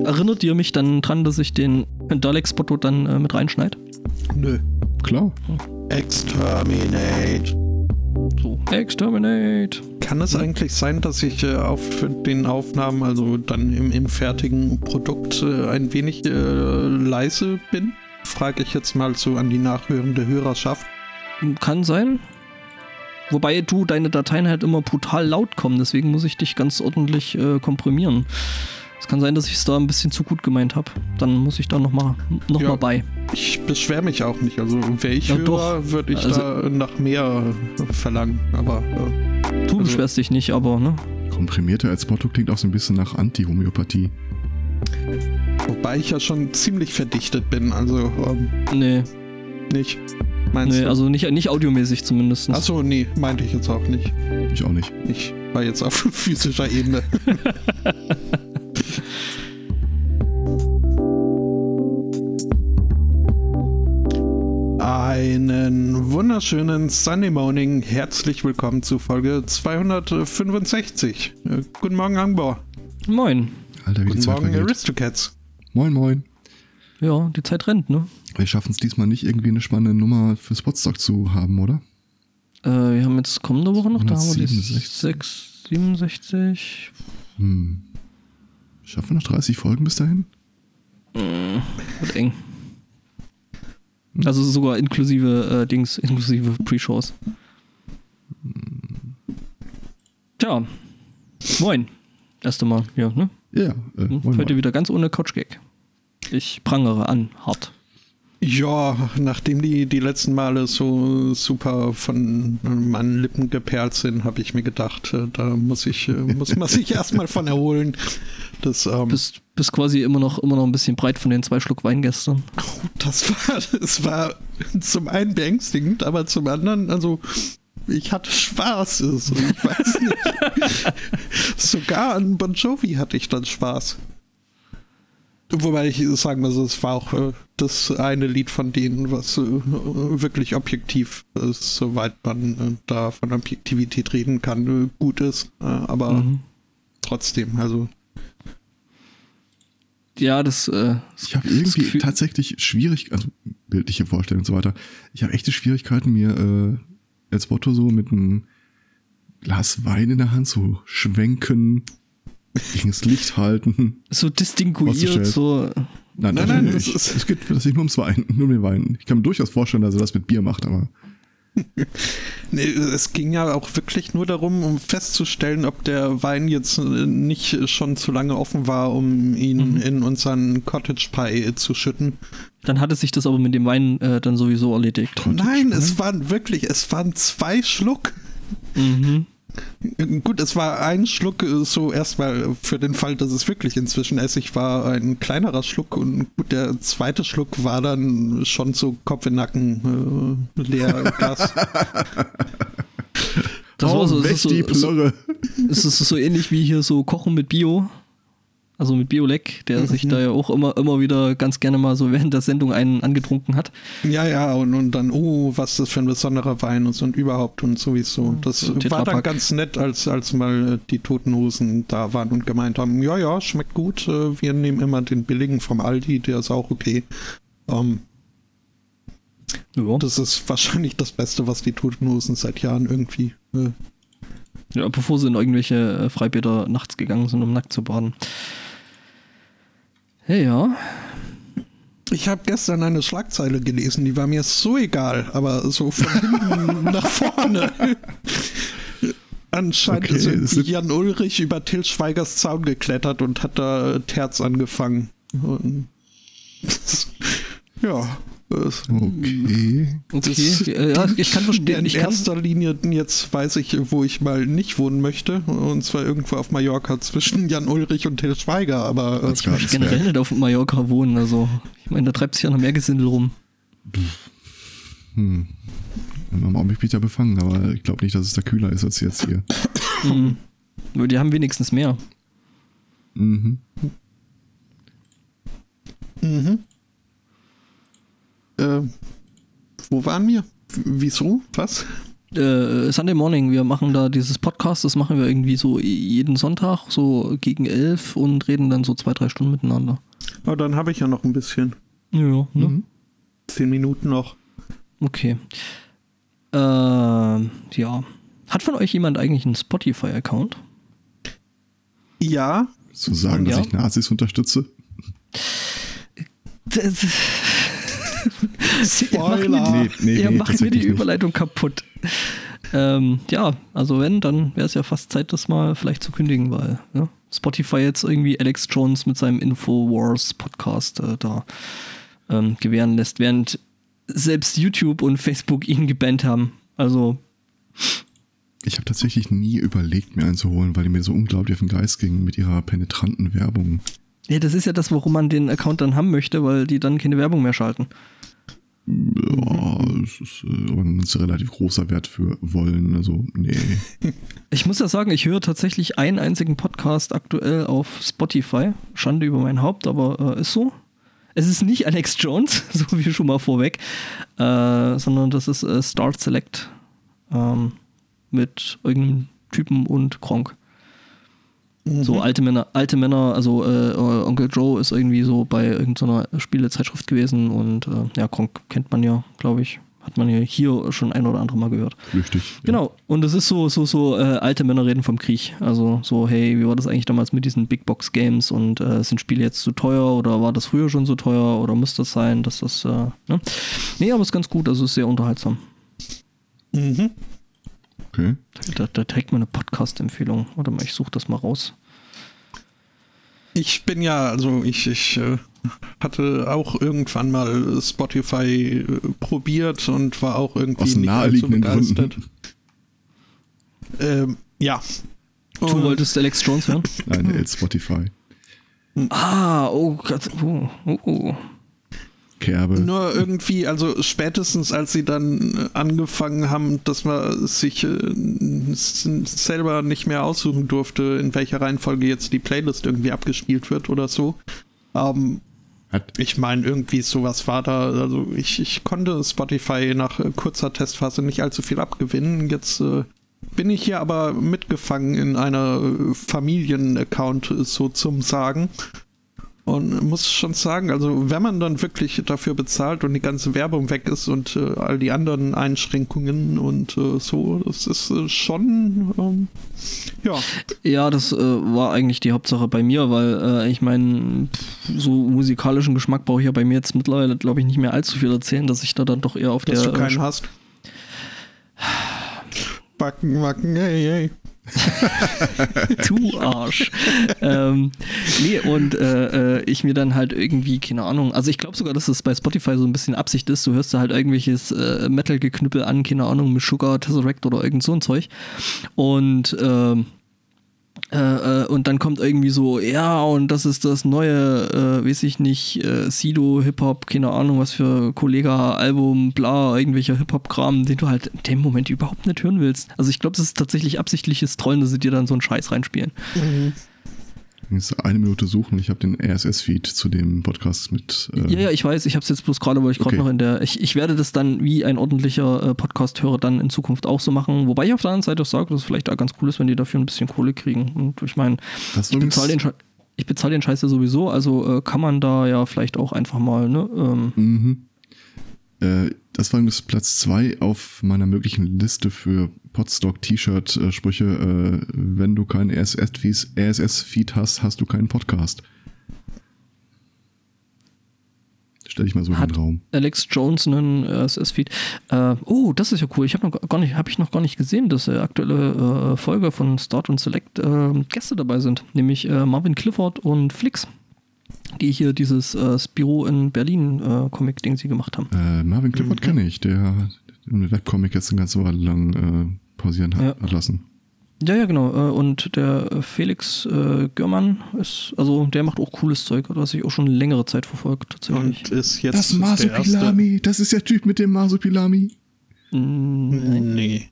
Erinnert ihr mich dann dran, dass ich den Dalek-Spotto dann mit reinschneide? Nö. Klar. Exterminate. So, Exterminate. Kann es eigentlich sein, dass ich auf den Aufnahmen, also dann im fertigen Produkt, ein wenig leise bin? Frage ich jetzt mal so an die nachhörende Hörerschaft. Kann sein. Wobei deine Dateien halt immer brutal laut kommen, deswegen muss ich dich ganz ordentlich komprimieren. Es kann sein, dass ich es da ein bisschen zu gut gemeint habe. Dann muss ich da noch mal bei. Ich beschwere mich auch nicht. Also wäre ich Hörer, würde ich da nach mehr verlangen. Aber du beschwerst dich nicht, aber ne? Komprimierte als Motto klingt auch so ein bisschen nach Anti-Homöopathie. Wobei ich ja schon ziemlich verdichtet bin. Also nee. Nicht. Meinst du? Also nicht audiomäßig zumindest. Achso, nee, meinte ich jetzt auch nicht. Ich auch nicht. Ich war jetzt auf physischer Ebene. Einen wunderschönen Sunday Morning. Herzlich willkommen zu Folge 265. Guten Morgen, Angbor. Moin. Alter, wie Guten die Zeit Morgen, vergeht. Aristocats. Moin, moin. Ja, die Zeit rennt, ne? Wir schaffen es diesmal nicht, irgendwie eine spannende Nummer für Spotstock zu haben, oder? Wir haben jetzt kommende Woche noch, da haben wir die 167. 67. Schaffen wir noch 30 Folgen bis dahin? Wird eng. Also sogar inklusive inklusive Pre-Shows. Tja. Moin. Erste Mal hier, ne? Ja. Heute wieder ganz ohne Couch-Gag. Ich prangere an, hart. Ja, nachdem die letzten Male so super von meinen Lippen geperlt sind, habe ich mir gedacht, da muss man sich erstmal von erholen. Das, bist quasi immer noch ein bisschen breit von den 2 Schluck Wein gestern. Das war zum einen beängstigend, aber zum anderen, also ich hatte Spaß. Also, ich weiß nicht. Sogar an Bon Jovi hatte ich dann Spaß. Wobei ich sagen muss, es war auch das eine Lied von denen, was wirklich objektiv, soweit man da von Objektivität reden kann, gut ist. Aber trotzdem, also. Ja, ich habe irgendwie tatsächlich Schwierigkeiten, also bildliche Vorstellungen und so weiter. Ich habe echte Schwierigkeiten, mir als Motto so mit einem Glas Wein in der Hand zu schwenken, gegen das Licht halten. So distinguiert, so. Nein, es geht nicht nur ums Wein, nur um den Wein. Ich kann mir durchaus vorstellen, dass er das mit Bier macht, aber. Nee, es ging ja auch wirklich nur darum, um festzustellen, ob der Wein jetzt nicht schon zu lange offen war, um ihn in unseren Cottage Pie zu schütten. Dann hatte sich das aber mit dem Wein dann sowieso erledigt. Nein, es waren 2 Schluck. Gut, es war ein Schluck so erstmal für den Fall, dass es wirklich inzwischen Essig war, ein kleinerer Schluck und gut, der zweite Schluck war dann schon so Kopf in Nacken leer Glas. Das war so, die Plörre. Es ist so ähnlich wie hier so Kochen mit Bio. Also mit Biolek, der sich da ja auch immer wieder ganz gerne mal so während der Sendung einen angetrunken hat. Ja, und dann, was ist das für ein besonderer Wein und überhaupt und sowieso. Das so war dann ganz nett, als mal die Toten Hosen da waren und gemeint haben, ja, schmeckt gut, wir nehmen immer den billigen vom Aldi, der ist auch okay. Das ist wahrscheinlich das Beste, was die Toten Hosen seit Jahren irgendwie... Ja, bevor sie in irgendwelche Freibäder nachts gegangen sind, um nackt zu baden. Hey, ja. Ich habe gestern eine Schlagzeile gelesen, die war mir so egal, aber so von hinten nach vorne. Anscheinend ist Jan Ulrich über Til Schweigers Zaun geklettert und hat da Terz angefangen. Und ja. Okay. Ja, ich kann verstehen. In erster Linie jetzt weiß ich, wo ich mal nicht wohnen möchte. Und zwar irgendwo auf Mallorca zwischen Jan Ulrich und Til Schweiger. Aber ich möchte generell nicht auf Mallorca wohnen. Also, ich meine, da treibt sich ja noch mehr Gesindel rum. Man hat mich wieder befangen, aber ich glaube nicht, dass es da kühler ist als jetzt hier. Die haben wenigstens mehr. Wo waren wir? Wieso? Was? Sunday Morning, wir machen da dieses Podcast, das machen wir irgendwie so jeden Sonntag, so gegen 11 und reden dann so 2-3 Stunden miteinander. Aber dann habe ich ja noch ein bisschen. Ja, ne? 10 Minuten noch. Okay. Ja. Hat von euch jemand eigentlich einen Spotify-Account? Ja. Zu sagen, dass ich Nazis unterstütze? Spoiler! Ihr macht mir die Überleitung kaputt. Ja, also wenn, dann wäre es ja fast Zeit, das mal vielleicht zu kündigen, weil Spotify jetzt irgendwie Alex Jones mit seinem Infowars-Podcast da gewähren lässt, während selbst YouTube und Facebook ihn gebannt haben. Also ich habe tatsächlich nie überlegt, mir einen zu holen, weil die mir so unglaublich auf den Geist gingen mit ihrer penetranten Werbung. Ja, das ist ja das, warum man den Account dann haben möchte, weil die dann keine Werbung mehr schalten. Ja, es ist aber ein relativ großer Wert für wollen, also nee. Ich muss ja sagen, ich höre tatsächlich einen einzigen Podcast aktuell auf Spotify. Schande über mein Haupt, aber ist so. Es ist nicht Alex Jones, so wie schon mal vorweg, sondern das ist Start Select mit irgendeinem Typen und Gronk. So alte Männer, also Onkel Joe ist irgendwie so bei irgendeiner Spielezeitschrift gewesen und Gronk kennt man ja, glaube ich. Hat man ja hier schon ein oder andere Mal gehört. Richtig. Genau, und es ist so alte Männer reden vom Krieg. Also so, hey, wie war das eigentlich damals mit diesen Big Box Games und sind Spiele jetzt zu teuer oder war das früher schon so teuer oder muss das sein, dass das, ne? Nee, aber es ist ganz gut, also es ist sehr unterhaltsam. Mhm. Okay. Da trägt man eine Podcast-Empfehlung. Warte mal, ich suche das mal raus. Ich bin ja, also ich hatte auch irgendwann mal Spotify probiert und war auch irgendwie aus nicht allzu begeistert. Ja. Du wolltest Alex Jones hören? Nein, Spotify. Oh Gott. Oh. Kerbe. Nur irgendwie, also spätestens als sie dann angefangen haben, dass man sich selber nicht mehr aussuchen durfte, in welcher Reihenfolge jetzt die Playlist irgendwie abgespielt wird oder so. Ich meine, irgendwie sowas war da, also ich konnte Spotify nach kurzer Testphase nicht allzu viel abgewinnen. Jetzt bin ich hier aber mitgefangen in einer Familienaccount, so zum Sagen. Und muss schon sagen, also wenn man dann wirklich dafür bezahlt und die ganze Werbung weg ist und all die anderen Einschränkungen und so, das ist schon, ja. Ja, das war eigentlich die Hauptsache bei mir, weil ich meine, so musikalischen Geschmack brauche ich ja bei mir jetzt mittlerweile, glaube ich, nicht mehr allzu viel erzählen, dass ich da dann doch eher auf dass der... du keinen hast. Backen, hey. Du Arsch. Nee, und ich mir dann halt irgendwie, keine Ahnung, also ich glaube sogar, dass das bei Spotify so ein bisschen Absicht ist. Du hörst da halt irgendwelches Metal-Geknüppel an, keine Ahnung, mit Sugar, Tesseract oder irgend so ein Zeug. Und dann kommt irgendwie so, ja, und das ist das neue, weiß ich nicht, Sido, Hip-Hop, keine Ahnung, was für Kollega-Album, bla, irgendwelcher Hip-Hop-Kram, den du halt in dem Moment überhaupt nicht hören willst. Also ich glaube, das ist tatsächlich absichtliches Trollen, dass sie dir dann so einen Scheiß reinspielen. Mhm. Jetzt 1 Minute suchen, ich habe den RSS-Feed zu dem Podcast mit... Ja, ich weiß, ich habe es jetzt bloß gerade, weil ich gerade noch in der... Ich werde das dann wie ein ordentlicher Podcast-Hörer dann in Zukunft auch so machen, wobei ich auf der anderen Seite auch sage, dass es vielleicht auch ganz cool ist, wenn die dafür ein bisschen Kohle kriegen. Und ich meine, ich bezahle den Scheiß ja sowieso, also kann man da ja vielleicht auch einfach mal, ne? Das war übrigens Platz 2 auf meiner möglichen Liste für Podstock-T-Shirt-Sprüche. Wenn du keinen RSS-Feed hast, hast du keinen Podcast. Stell dich mal so in den Raum. Alex Jones einen RSS-Feed. Das ist ja cool. Habe ich noch gar nicht gesehen, dass aktuelle Folge von Start und Select Gäste dabei sind. Nämlich Marvin Clifford und Flix, die hier dieses Spiro in Berlin Comic-Ding sie gemacht haben. Marvin Clifford kenne ich, der einen Webcomic jetzt eine ganze Weile lang pausieren hat lassen. Ja, genau. Und der Felix Görmann der macht auch cooles Zeug, was ich auch schon längere Zeit verfolgt, tatsächlich. Und ist jetzt das Masupilami, das ist der Typ mit dem Masupilami. Nee.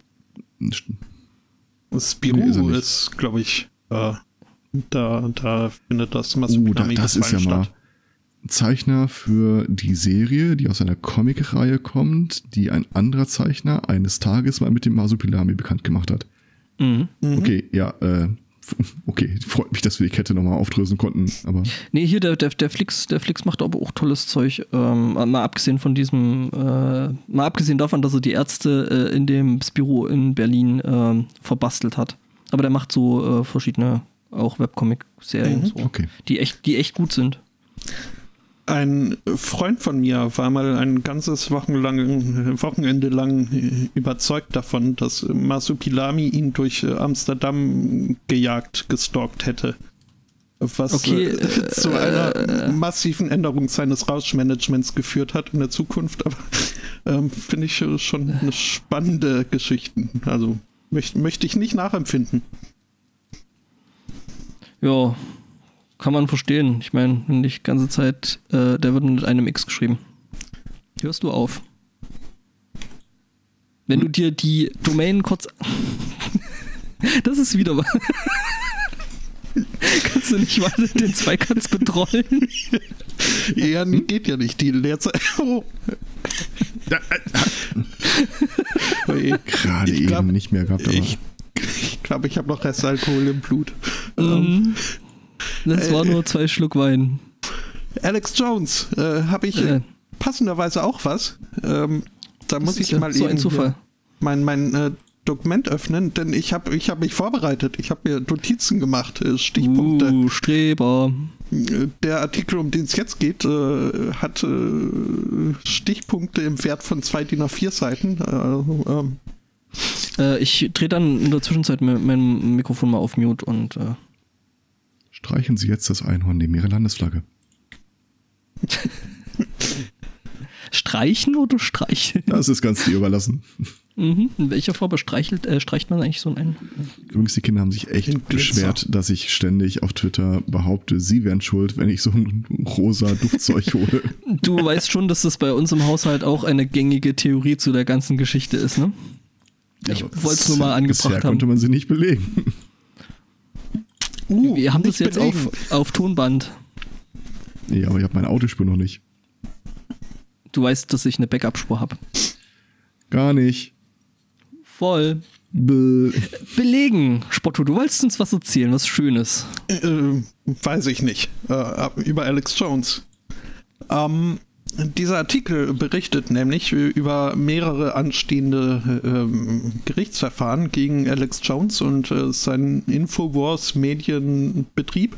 Spiro ist, glaube ich, da findet das Masupilami das ist ja statt. mal. Zeichner für die Serie, die aus einer Comic-Reihe kommt, die ein anderer Zeichner eines Tages mal mit dem Masupilami bekannt gemacht hat. Mhm. Okay, ja, okay, freut mich, dass wir die Kette nochmal aufdröseln konnten, aber... Nee, hier, der Flix macht aber auch tolles Zeug, mal abgesehen von diesem, mal abgesehen davon, dass er die Ärzte in dem Büro in Berlin verbastelt hat. Aber der macht so verschiedene, auch Webcomic-Serien, so, okay. die echt gut sind. Ein Freund von mir war mal ein ganzes Wochenende lang überzeugt davon, dass Masupilami ihn durch Amsterdam gestalkt hätte. Was zu einer massiven Änderung seines Rauschmanagements geführt hat in der Zukunft. Aber finde ich schon eine spannende Geschichte. Also möchte ich nicht nachempfinden. Ja, kann man verstehen. Ich meine, wenn die ganze Zeit, der wird mit einem X geschrieben. Hörst du auf? Wenn du dir die Domain kurz... Das ist wieder was. Kannst du nicht mal den Zweikatz betrollen? Ja, geht ja nicht. Die Leerzeit... Oh. Gerade eben nicht mehr gehabt, aber... Ich glaube, ich habe noch Restalkohol im Blut. Das war nur 2 Schluck Wein. Alex Jones, habe ich passenderweise auch was. Da muss ich mal so eben ein Zufall. Mein Dokument öffnen, denn ich hab mich vorbereitet. Ich habe mir Notizen gemacht, Stichpunkte. Streber. Der Artikel, um den es jetzt geht, hat Stichpunkte im Wert von 2 DIN A4 Seiten. Ich drehe dann in der Zwischenzeit mein Mikrofon mal auf Mute und Streichen Sie jetzt das Einhorn neben Ihre Landesflagge. Streichen oder streicheln? Das ist ganz dir überlassen. In welcher Farbe streicht man eigentlich so einen? Übrigens, die Kinder haben sich echt beschwert, dass ich ständig auf Twitter behaupte, sie wären schuld, wenn ich so ein rosa Duftzeug hole. Du weißt schon, dass das bei uns im Haushalt auch eine gängige Theorie zu der ganzen Geschichte ist, ne? Ich wollte es nur mal angebracht haben. Konnte man sie nicht belegen. Wir haben das jetzt auf Tonband. Ja, aber ich habe meine Autospur noch nicht. Du weißt, dass ich eine Backup-Spur habe. Gar nicht. Voll. Belegen. Spotto, du wolltest uns was erzählen, was Schönes. Weiß ich nicht. Über Alex Jones. Dieser Artikel berichtet nämlich über mehrere anstehende Gerichtsverfahren gegen Alex Jones und seinen Infowars-Medienbetrieb.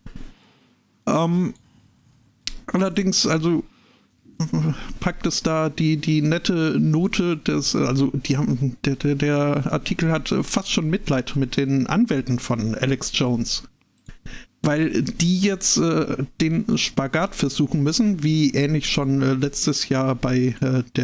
Allerdings, also packt es da die nette Note der Artikel hat fast schon Mitleid mit den Anwälten von Alex Jones. Weil die jetzt den Spagat versuchen müssen, wie ähnlich schon letztes Jahr bei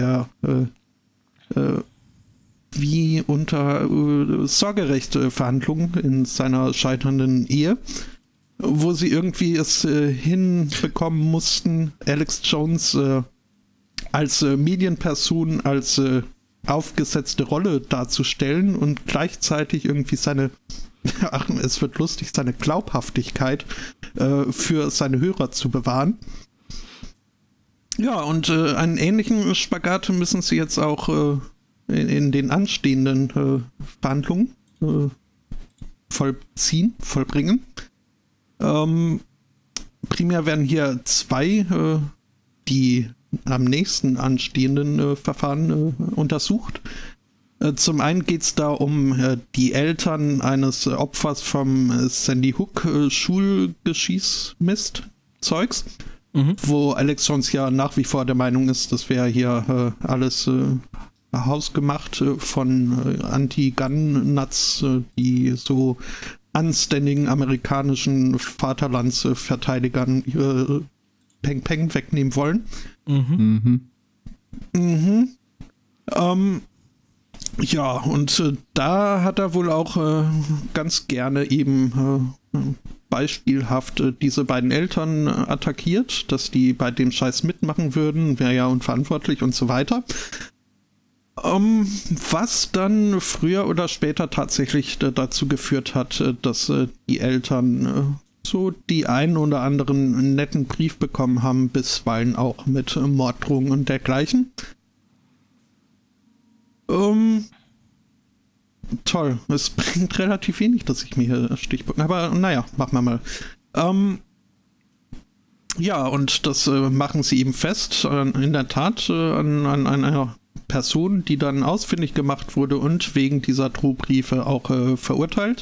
wie unter Sorgerechtsverhandlungen in seiner scheiternden Ehe, wo sie irgendwie es hinbekommen mussten, Alex Jones als Medienperson, als aufgesetzte Rolle darzustellen und gleichzeitig irgendwie seine Glaubhaftigkeit für seine Hörer zu bewahren. Ja, und einen ähnlichen Spagat müssen sie jetzt auch in den anstehenden Verhandlungen vollbringen. Primär werden hier 2 die am nächsten anstehenden Verfahren untersucht. Zum einen geht es da um die Eltern eines Opfers vom Sandy Hook Schulgeschießmist-Zeugs, wo Alex Jones ja nach wie vor der Meinung ist, das wäre hier alles hausgemacht von Anti-Gun-Nuts, die so anständigen amerikanischen Vaterlandsverteidigern ihre Peng-Peng wegnehmen wollen. Ja, und da hat er wohl auch ganz gerne eben beispielhaft diese beiden Eltern attackiert, dass die bei dem Scheiß mitmachen würden, wäre ja unverantwortlich und so weiter. Was dann früher oder später tatsächlich dazu geführt hat, dass die Eltern so die einen oder anderen netten Brief bekommen haben, bisweilen auch mit Morddrohungen und dergleichen. Toll, es bringt relativ wenig, dass ich mir hier Stichpunkte, aber naja, machen wir mal. Ja, und das machen sie eben fest, in der Tat, an einer Person, die dann ausfindig gemacht wurde und wegen dieser Drohbriefe auch verurteilt.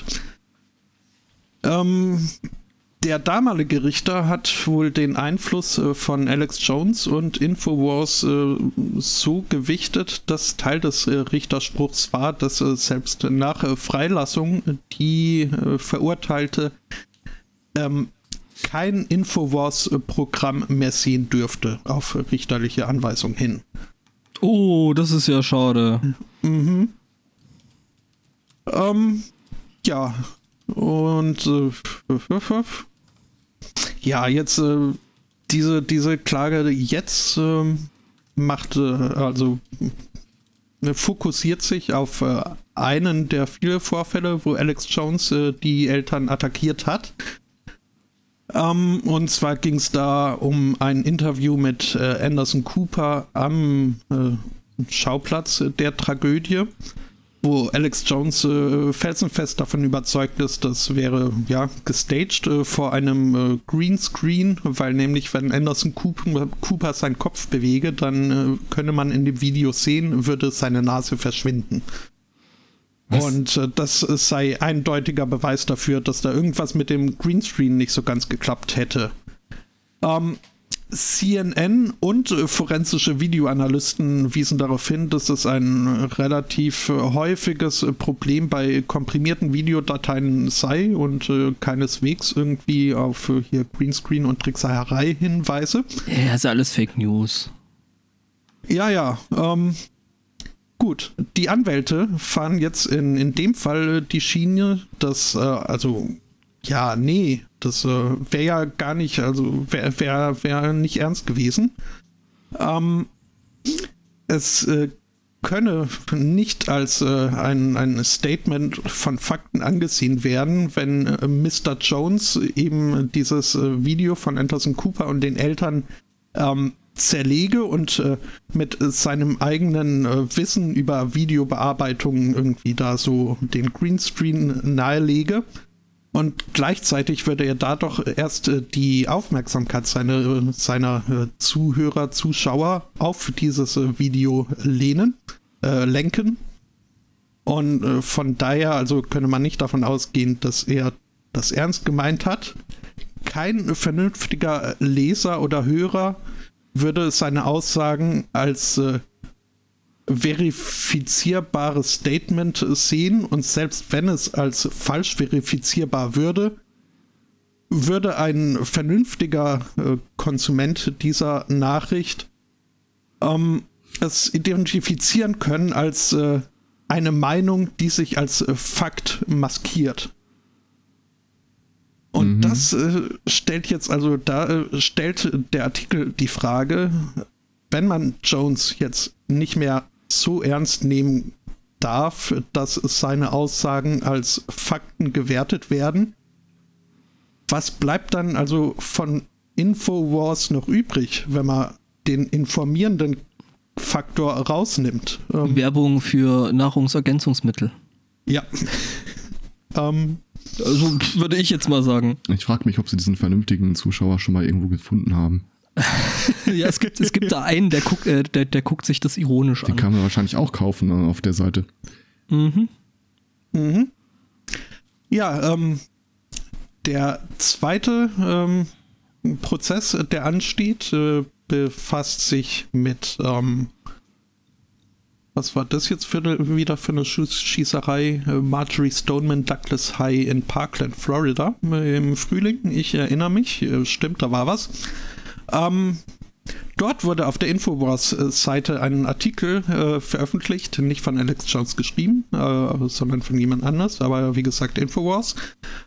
Der damalige Richter hat wohl den Einfluss von Alex Jones und Infowars so gewichtet, dass Teil des Richterspruchs war, dass selbst nach Freilassung die Verurteilte kein Infowars-Programm mehr sehen dürfte, auf richterliche Anweisung hin. Oh, das ist ja schade. Mhm. Ja, und ja, jetzt diese Klage jetzt fokussiert sich auf einen der vielen Vorfälle, wo Alex Jones die Eltern attackiert hat. Und zwar ging es da um ein Interview mit Anderson Cooper am Schauplatz der Tragödie, wo Alex Jones felsenfest davon überzeugt ist, das wäre ja gestaged vor einem Greenscreen, weil nämlich, wenn Anderson Cooper seinen Kopf bewege, dann könne man in dem Video sehen, würde seine Nase verschwinden. Was? Und das sei eindeutiger Beweis dafür, dass da irgendwas mit dem Greenscreen nicht so ganz geklappt hätte. CNN und forensische Videoanalysten wiesen darauf hin, dass es ein relativ häufiges Problem bei komprimierten Videodateien sei und keineswegs irgendwie auf hier Greenscreen und Trickserei hinweise. Ja, ist ja alles Fake News. Ja. Gut, die Anwälte fahren jetzt in dem Fall die Schiene, dass, das wäre ja gar nicht, also wäre nicht ernst gewesen. Es könne nicht als ein Statement von Fakten angesehen werden, wenn Mr. Jones eben dieses Video von Anderson Cooper und den Eltern zerlege und mit seinem eigenen Wissen über Videobearbeitung irgendwie da so den Greenscreen nahelege. Und gleichzeitig würde er da doch erst die Aufmerksamkeit seiner Zuhörer, Zuschauer auf dieses Video lenken. Und von daher, also könne man nicht davon ausgehen, dass er das ernst gemeint hat. Kein vernünftiger Leser oder Hörer würde seine Aussagen als verifizierbares Statement sehen, und selbst wenn es als falsch verifizierbar würde ein vernünftiger Konsument dieser Nachricht es identifizieren können als eine Meinung, die sich als Fakt maskiert. Und das stellt jetzt, also da stellt der Artikel die Frage, wenn man Jones jetzt nicht mehr so ernst nehmen darf, dass seine Aussagen als Fakten gewertet werden, was bleibt dann also von Infowars noch übrig, wenn man den informierenden Faktor rausnimmt? Werbung für Nahrungsergänzungsmittel. Ja. Also würde ich jetzt mal sagen. Ich frage mich, ob sie diesen vernünftigen Zuschauer schon mal irgendwo gefunden haben. Ja, es gibt da einen, der guckt sich das ironisch an. Den kann man wahrscheinlich auch kaufen auf der Seite. Ja, der zweite Prozess, der ansteht, befasst sich mit was war das jetzt wieder für eine Schießerei? Marjory Stoneman Douglas High in Parkland, Florida im Frühling. Ich erinnere mich, stimmt, da war was. Dort wurde auf der Infowars-Seite ein Artikel veröffentlicht, nicht von Alex Jones geschrieben, sondern von jemand anders, aber wie gesagt Infowars.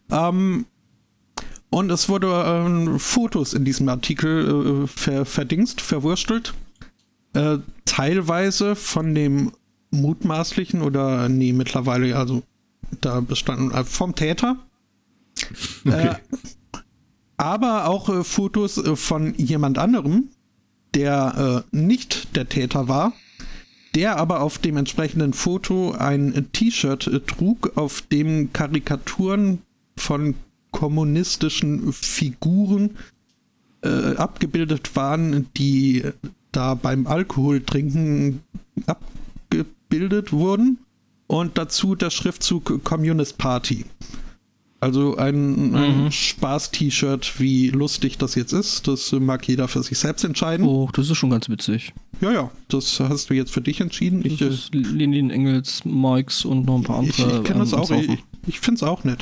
Und es wurde Fotos in diesem Artikel verwurstelt. Teilweise von dem mutmaßlichen mittlerweile, also da bestanden vom Täter. Okay. aber auch Fotos von jemand anderem, der nicht der Täter war, der aber auf dem entsprechenden Foto ein T-Shirt trug, auf dem Karikaturen von kommunistischen Figuren abgebildet waren, die da beim Alkoholtrinken abgebildet wurden, und dazu der Schriftzug Communist Party. Also ein Spaß-T-Shirt, wie lustig das jetzt ist, das mag jeder für sich selbst entscheiden. Oh, das ist schon ganz witzig. Ja, das hast du jetzt für dich entschieden. Das ist Lenin, Engels, Marx und noch ein paar andere. Ich kenne das auch, ich finde es auch nett.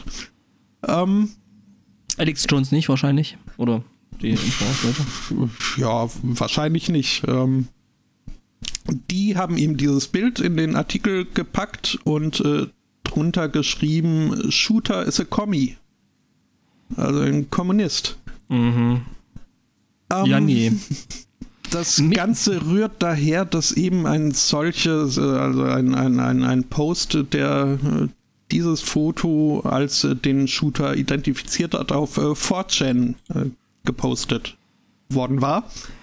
Alex Jones nicht wahrscheinlich, oder die Infos-Leute? Ja, wahrscheinlich nicht. Die haben ihm dieses Bild in den Artikel gepackt und drunter geschrieben, Shooter is a Commie. Also ein Kommunist. Mhm. Ja, nee. Das Ganze rührt daher, dass eben ein solches, also ein Post, der dieses Foto als den Shooter identifiziert hat, auf 4chan gepostet worden war.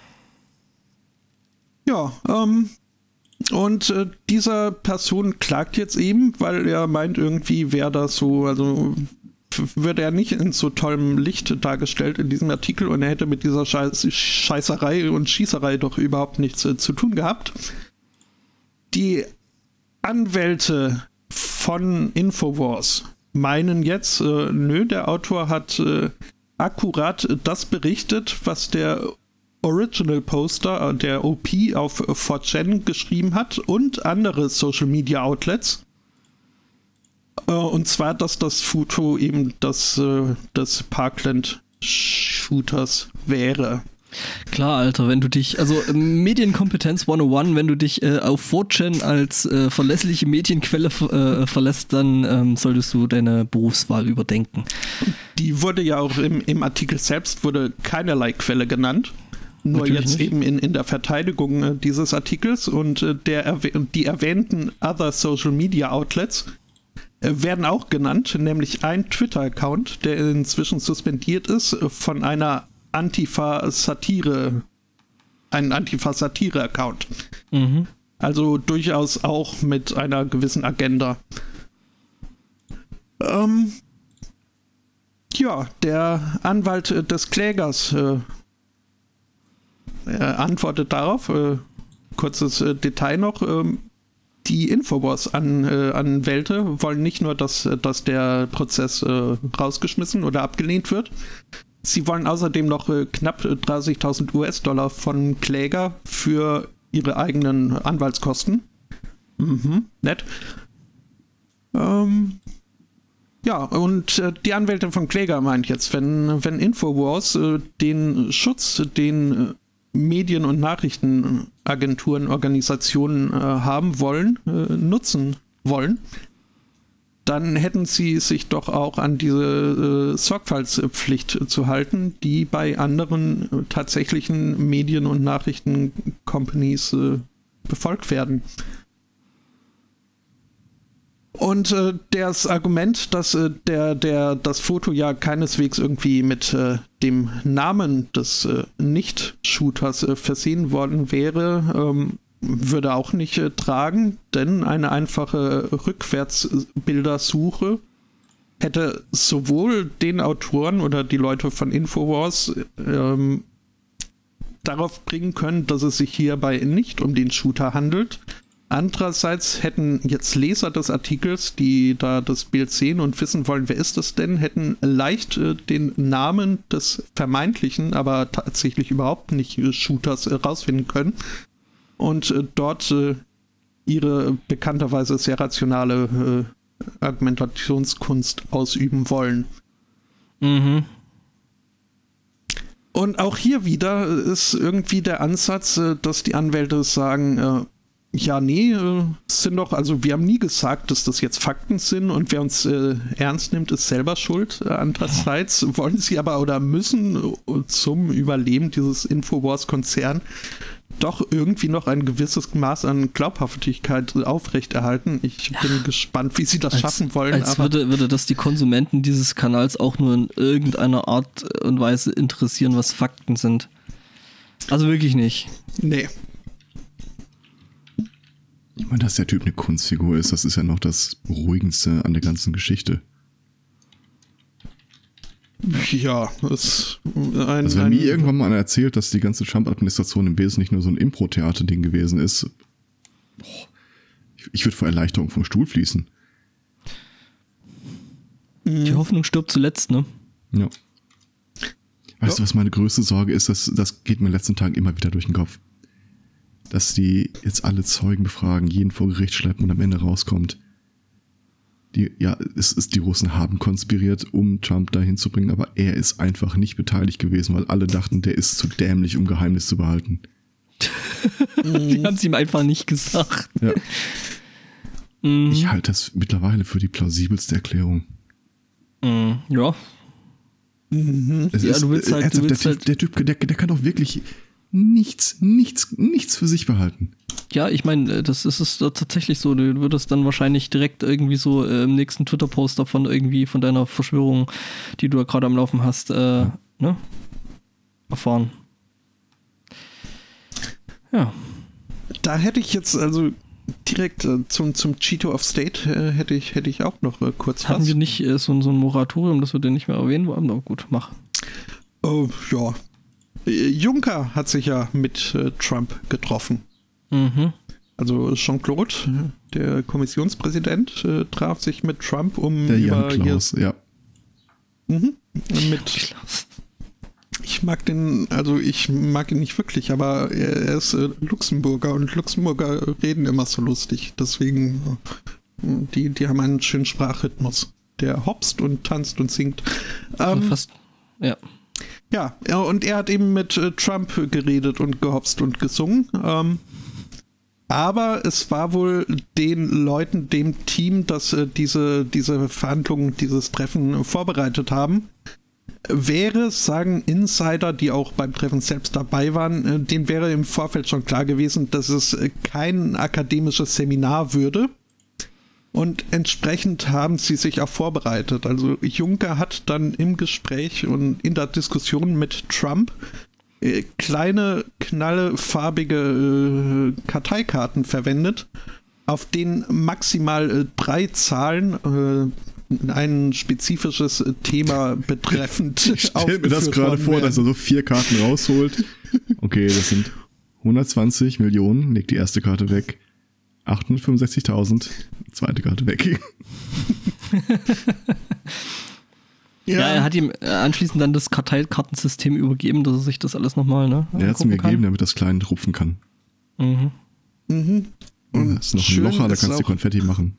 Ja, und dieser Person klagt jetzt eben, weil er meint, irgendwie wäre das so, also würde er nicht in so tollem Licht dargestellt in diesem Artikel, und er hätte mit dieser Scheißerei und Schießerei doch überhaupt nichts zu tun gehabt. Die Anwälte von Infowars meinen jetzt, nö, der Autor hat akkurat das berichtet, was der Original Poster, der OP auf 4chan geschrieben hat und andere Social Media Outlets. Und zwar, dass das Foto eben das des Parkland-Shooters wäre. Klar, Alter, wenn du dich, also Medienkompetenz 101, wenn du dich auf 4chan als verlässliche Medienquelle verlässt, dann solltest du deine Berufswahl überdenken. Die wurde ja auch im Artikel selbst, wurde keinerlei Quelle genannt. Nur natürlich jetzt nicht. Eben in der Verteidigung dieses Artikels, und die erwähnten Other Social Media Outlets werden auch genannt, nämlich ein Twitter-Account, der inzwischen suspendiert ist von einer Antifa-Satire-Account. Mhm. Also durchaus auch mit einer gewissen Agenda. Ja, der Anwalt des Klägers antwortet darauf, kurzes Detail noch, die Infowars-Anwälte wollen nicht nur, dass der Prozess rausgeschmissen oder abgelehnt wird, sie wollen außerdem noch knapp 30.000 US-Dollar von Kläger für ihre eigenen Anwaltskosten. Nett. Ja, und die Anwälte von Kläger meint jetzt, wenn Infowars den Schutz, den Medien- und Nachrichtenagenturen, Organisationen haben wollen, nutzen wollen, dann hätten sie sich doch auch an diese Sorgfaltspflicht zu halten, die bei anderen tatsächlichen Medien- und Nachrichtencompanies befolgt werden. Und das Argument, dass das Foto ja keineswegs irgendwie mit dem Namen des Nicht-Shooters versehen worden wäre, würde auch nicht tragen, denn eine einfache Rückwärtsbildersuche hätte sowohl den Autoren oder die Leute von Infowars darauf bringen können, dass es sich hierbei nicht um den Shooter handelt. Andererseits hätten jetzt Leser des Artikels, die da das Bild sehen und wissen wollen, wer ist das denn, hätten leicht den Namen des vermeintlichen, aber tatsächlich überhaupt nicht Shooters rausfinden können und dort ihre bekannterweise sehr rationale Argumentationskunst ausüben wollen. Mhm. Und auch hier wieder ist irgendwie der Ansatz, dass die Anwälte sagen, ja, nee, sind doch, also wir haben nie gesagt, dass das jetzt Fakten sind, und wer uns ernst nimmt, ist selber schuld. Andererseits wollen sie aber oder müssen zum Überleben dieses Infowars-Konzern doch irgendwie noch ein gewisses Maß an Glaubhaftigkeit aufrechterhalten. Ich bin gespannt, wie sie das schaffen wollen. Als würde das die Konsumenten dieses Kanals auch nur in irgendeiner Art und Weise interessieren, was Fakten sind. Also wirklich nicht. Nee. Ich meine, dass der Typ eine Kunstfigur ist, das ist ja noch das Beruhigendste an der ganzen Geschichte. Ja, ist also wenn mir irgendwann mal einer erzählt, dass die ganze Trump-Administration im Wesentlichen nur so ein Impro-Theater-Ding gewesen ist, ich würde vor Erleichterung vom Stuhl fließen. Die Hoffnung stirbt zuletzt, ne? Ja. Weißt du, was meine größte Sorge ist? Das geht mir in den letzten Tagen immer wieder durch den Kopf. Dass die jetzt alle Zeugen befragen, jeden vor Gericht schleppen und am Ende rauskommt. Die Russen haben konspiriert, um Trump dahin zu bringen, aber er ist einfach nicht beteiligt gewesen, weil alle dachten, der ist zu dämlich, um Geheimnis zu behalten. Die haben es ihm einfach nicht gesagt. Ja. Ich halte das mittlerweile für die plausibelste Erklärung. Ja. Der Typ, der kann doch wirklich nichts für sich behalten. Ja, ich meine, das ist es tatsächlich so. Du würdest dann wahrscheinlich direkt irgendwie so im nächsten Twitter-Post davon irgendwie von deiner Verschwörung, die du da gerade am Laufen hast, erfahren. Ja. Da hätte ich jetzt also direkt zum Cheeto of State hätte ich auch noch kurz Hatten wir nicht so ein Moratorium, das wir den nicht mehr erwähnen wollen? Aber gut, mach. Oh, ja. Juncker hat sich ja mit Trump getroffen. Also Jean-Claude, der Kommissionspräsident, traf sich mit Trump, um der Jan Klaus, ja. Ich mag ihn nicht wirklich, aber er ist Luxemburger und Luxemburger reden immer so lustig. Deswegen, die haben einen schönen Sprachrhythmus. Der hopst und tanzt und singt. Fast, ja. Ja, und er hat eben mit Trump geredet und gehopst und gesungen. Aber es war wohl den Leuten, dem Team, das diese Verhandlungen, dieses Treffen vorbereitet haben, sagen Insider, die auch beim Treffen selbst dabei waren, denen wäre im Vorfeld schon klar gewesen, dass es kein akademisches Seminar würde. Und entsprechend haben sie sich auch vorbereitet. Also Juncker hat dann im Gespräch und in der Diskussion mit Trump kleine, knallfarbige Karteikarten verwendet, auf denen maximal 3 Zahlen ein spezifisches Thema betreffend. Ich stelle mir das gerade vor, dass er so 4 Karten rausholt. Okay, das sind 120 Millionen, legt die erste Karte weg. 865.000, zweite Karte weg. Ja, er hat ihm anschließend dann das Karteikartensystem übergeben, dass er sich das alles nochmal, Er hat es mir gegeben, damit das klein rupfen kann. Und da ist noch ein Locher, da kannst du Konfetti machen.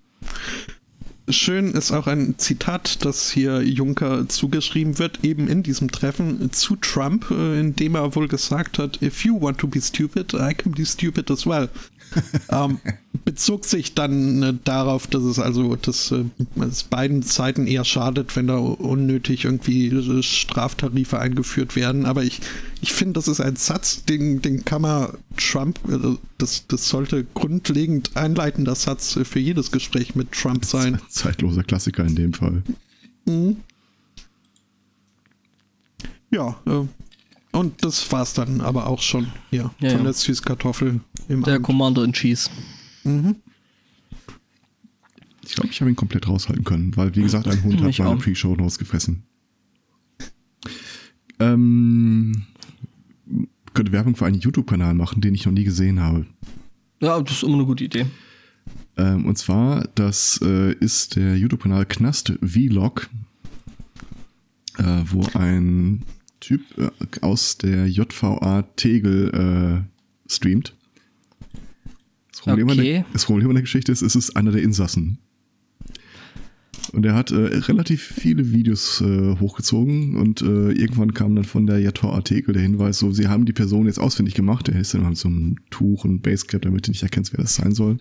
Schön ist auch ein Zitat, das hier Juncker zugeschrieben wird, eben in diesem Treffen zu Trump, in dem er wohl gesagt hat, if you want to be stupid, I can be stupid as well. Bezog sich dann darauf, dass es also dass beiden Seiten eher schadet, wenn da unnötig irgendwie Straftarife eingeführt werden. Aber ich finde, das ist ein Satz, den kann man Trump, das sollte grundlegend einleitender Satz für jedes Gespräch mit Trump sein. Zeitloser Klassiker in dem Fall. Ja, und das war's dann aber auch schon hier von der Süßkartoffel im Der Abend. Commander in Cheese. Ich glaube, ich habe ihn komplett raushalten können, weil, wie gesagt, ein Hund hat meine Pre-Show rausgefressen. Könnte Werbung für einen YouTube-Kanal machen, den ich noch nie gesehen habe. Ja, das ist immer eine gute Idee. Und zwar, das ist der YouTube-Kanal Knast Vlog, wo ein Typ aus der JVA Tegel streamt. Das Problem an der Geschichte ist, es ist einer der Insassen. Und er hat relativ viele Videos hochgezogen und irgendwann kam dann von der JVA Tegel der Hinweis, so, sie haben die Person jetzt ausfindig gemacht. Er ist dann mit so einem Tuch und Basecap, damit du nicht erkennst, wer das sein soll.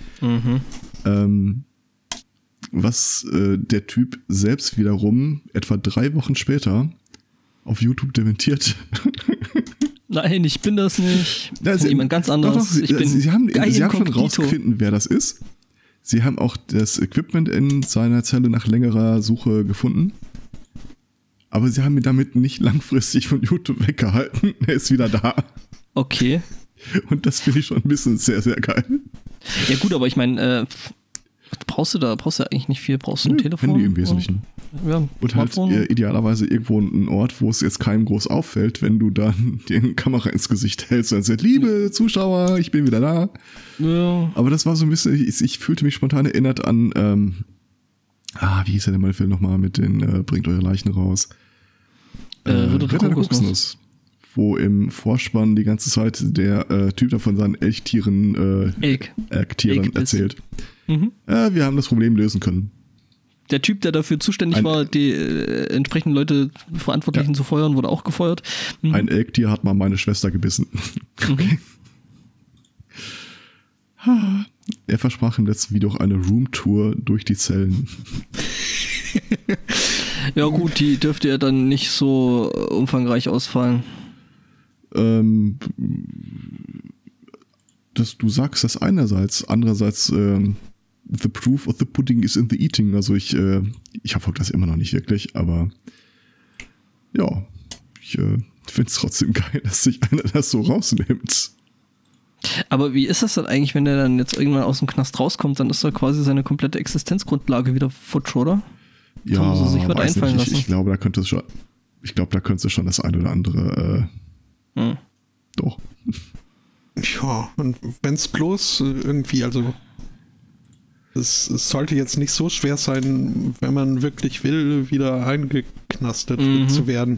Was der Typ selbst wiederum etwa 3 Wochen später auf YouTube dementiert. Nein, ich bin das nicht. Ja, jemand ganz anderes. Sie haben schon rausgefunden, wer das ist. Sie haben auch das Equipment in seiner Zelle nach längerer Suche gefunden. Aber sie haben ihn damit nicht langfristig von YouTube weggehalten. Er ist wieder da. Okay. Und das finde ich schon ein bisschen sehr, sehr geil. Ja gut, aber ich meine, brauchst du eigentlich nicht viel. Brauchst du ein Telefon? Handy im Wesentlichen. Und halt idealerweise irgendwo einen Ort, wo es jetzt keinem groß auffällt, wenn du dann die Kamera ins Gesicht hältst und sagst, liebe Zuschauer, ich bin wieder da. Ja. Aber das war so ein bisschen, ich fühlte mich spontan erinnert an, wie hieß der denn mal der Film nochmal mit den Bringt eure Leichen raus? Ritter der Kokosnuss. Wo im Vorspann die ganze Zeit der Typ da von seinen Elchtieren erzählt. Mhm. Wir haben das Problem lösen können. Der Typ, der dafür zuständig war, die entsprechenden Leute Verantwortlichen zu feuern, wurde auch gefeuert. Mhm. Ein Elchtier hat mal meine Schwester gebissen. Okay. Er versprach im letzten Video auch eine Roomtour durch die Zellen. Ja gut, die dürfte ja dann nicht so umfangreich ausfallen. Du sagst das einerseits, andererseits the proof of the pudding is in the eating. Also ich verfolge das immer noch nicht wirklich, aber ja, ich finde es trotzdem geil, dass sich einer das so rausnimmt. Aber wie ist das dann eigentlich, wenn der dann jetzt irgendwann aus dem Knast rauskommt, dann ist da quasi seine komplette Existenzgrundlage wieder futsch, oder? Ja, muss er sich was einfallen lassen. Ich glaube, da könnte es schon das eine oder andere doch. Ja, und wenn es bloß irgendwie, also es sollte jetzt nicht so schwer sein, wenn man wirklich will, wieder eingeknastet zu werden.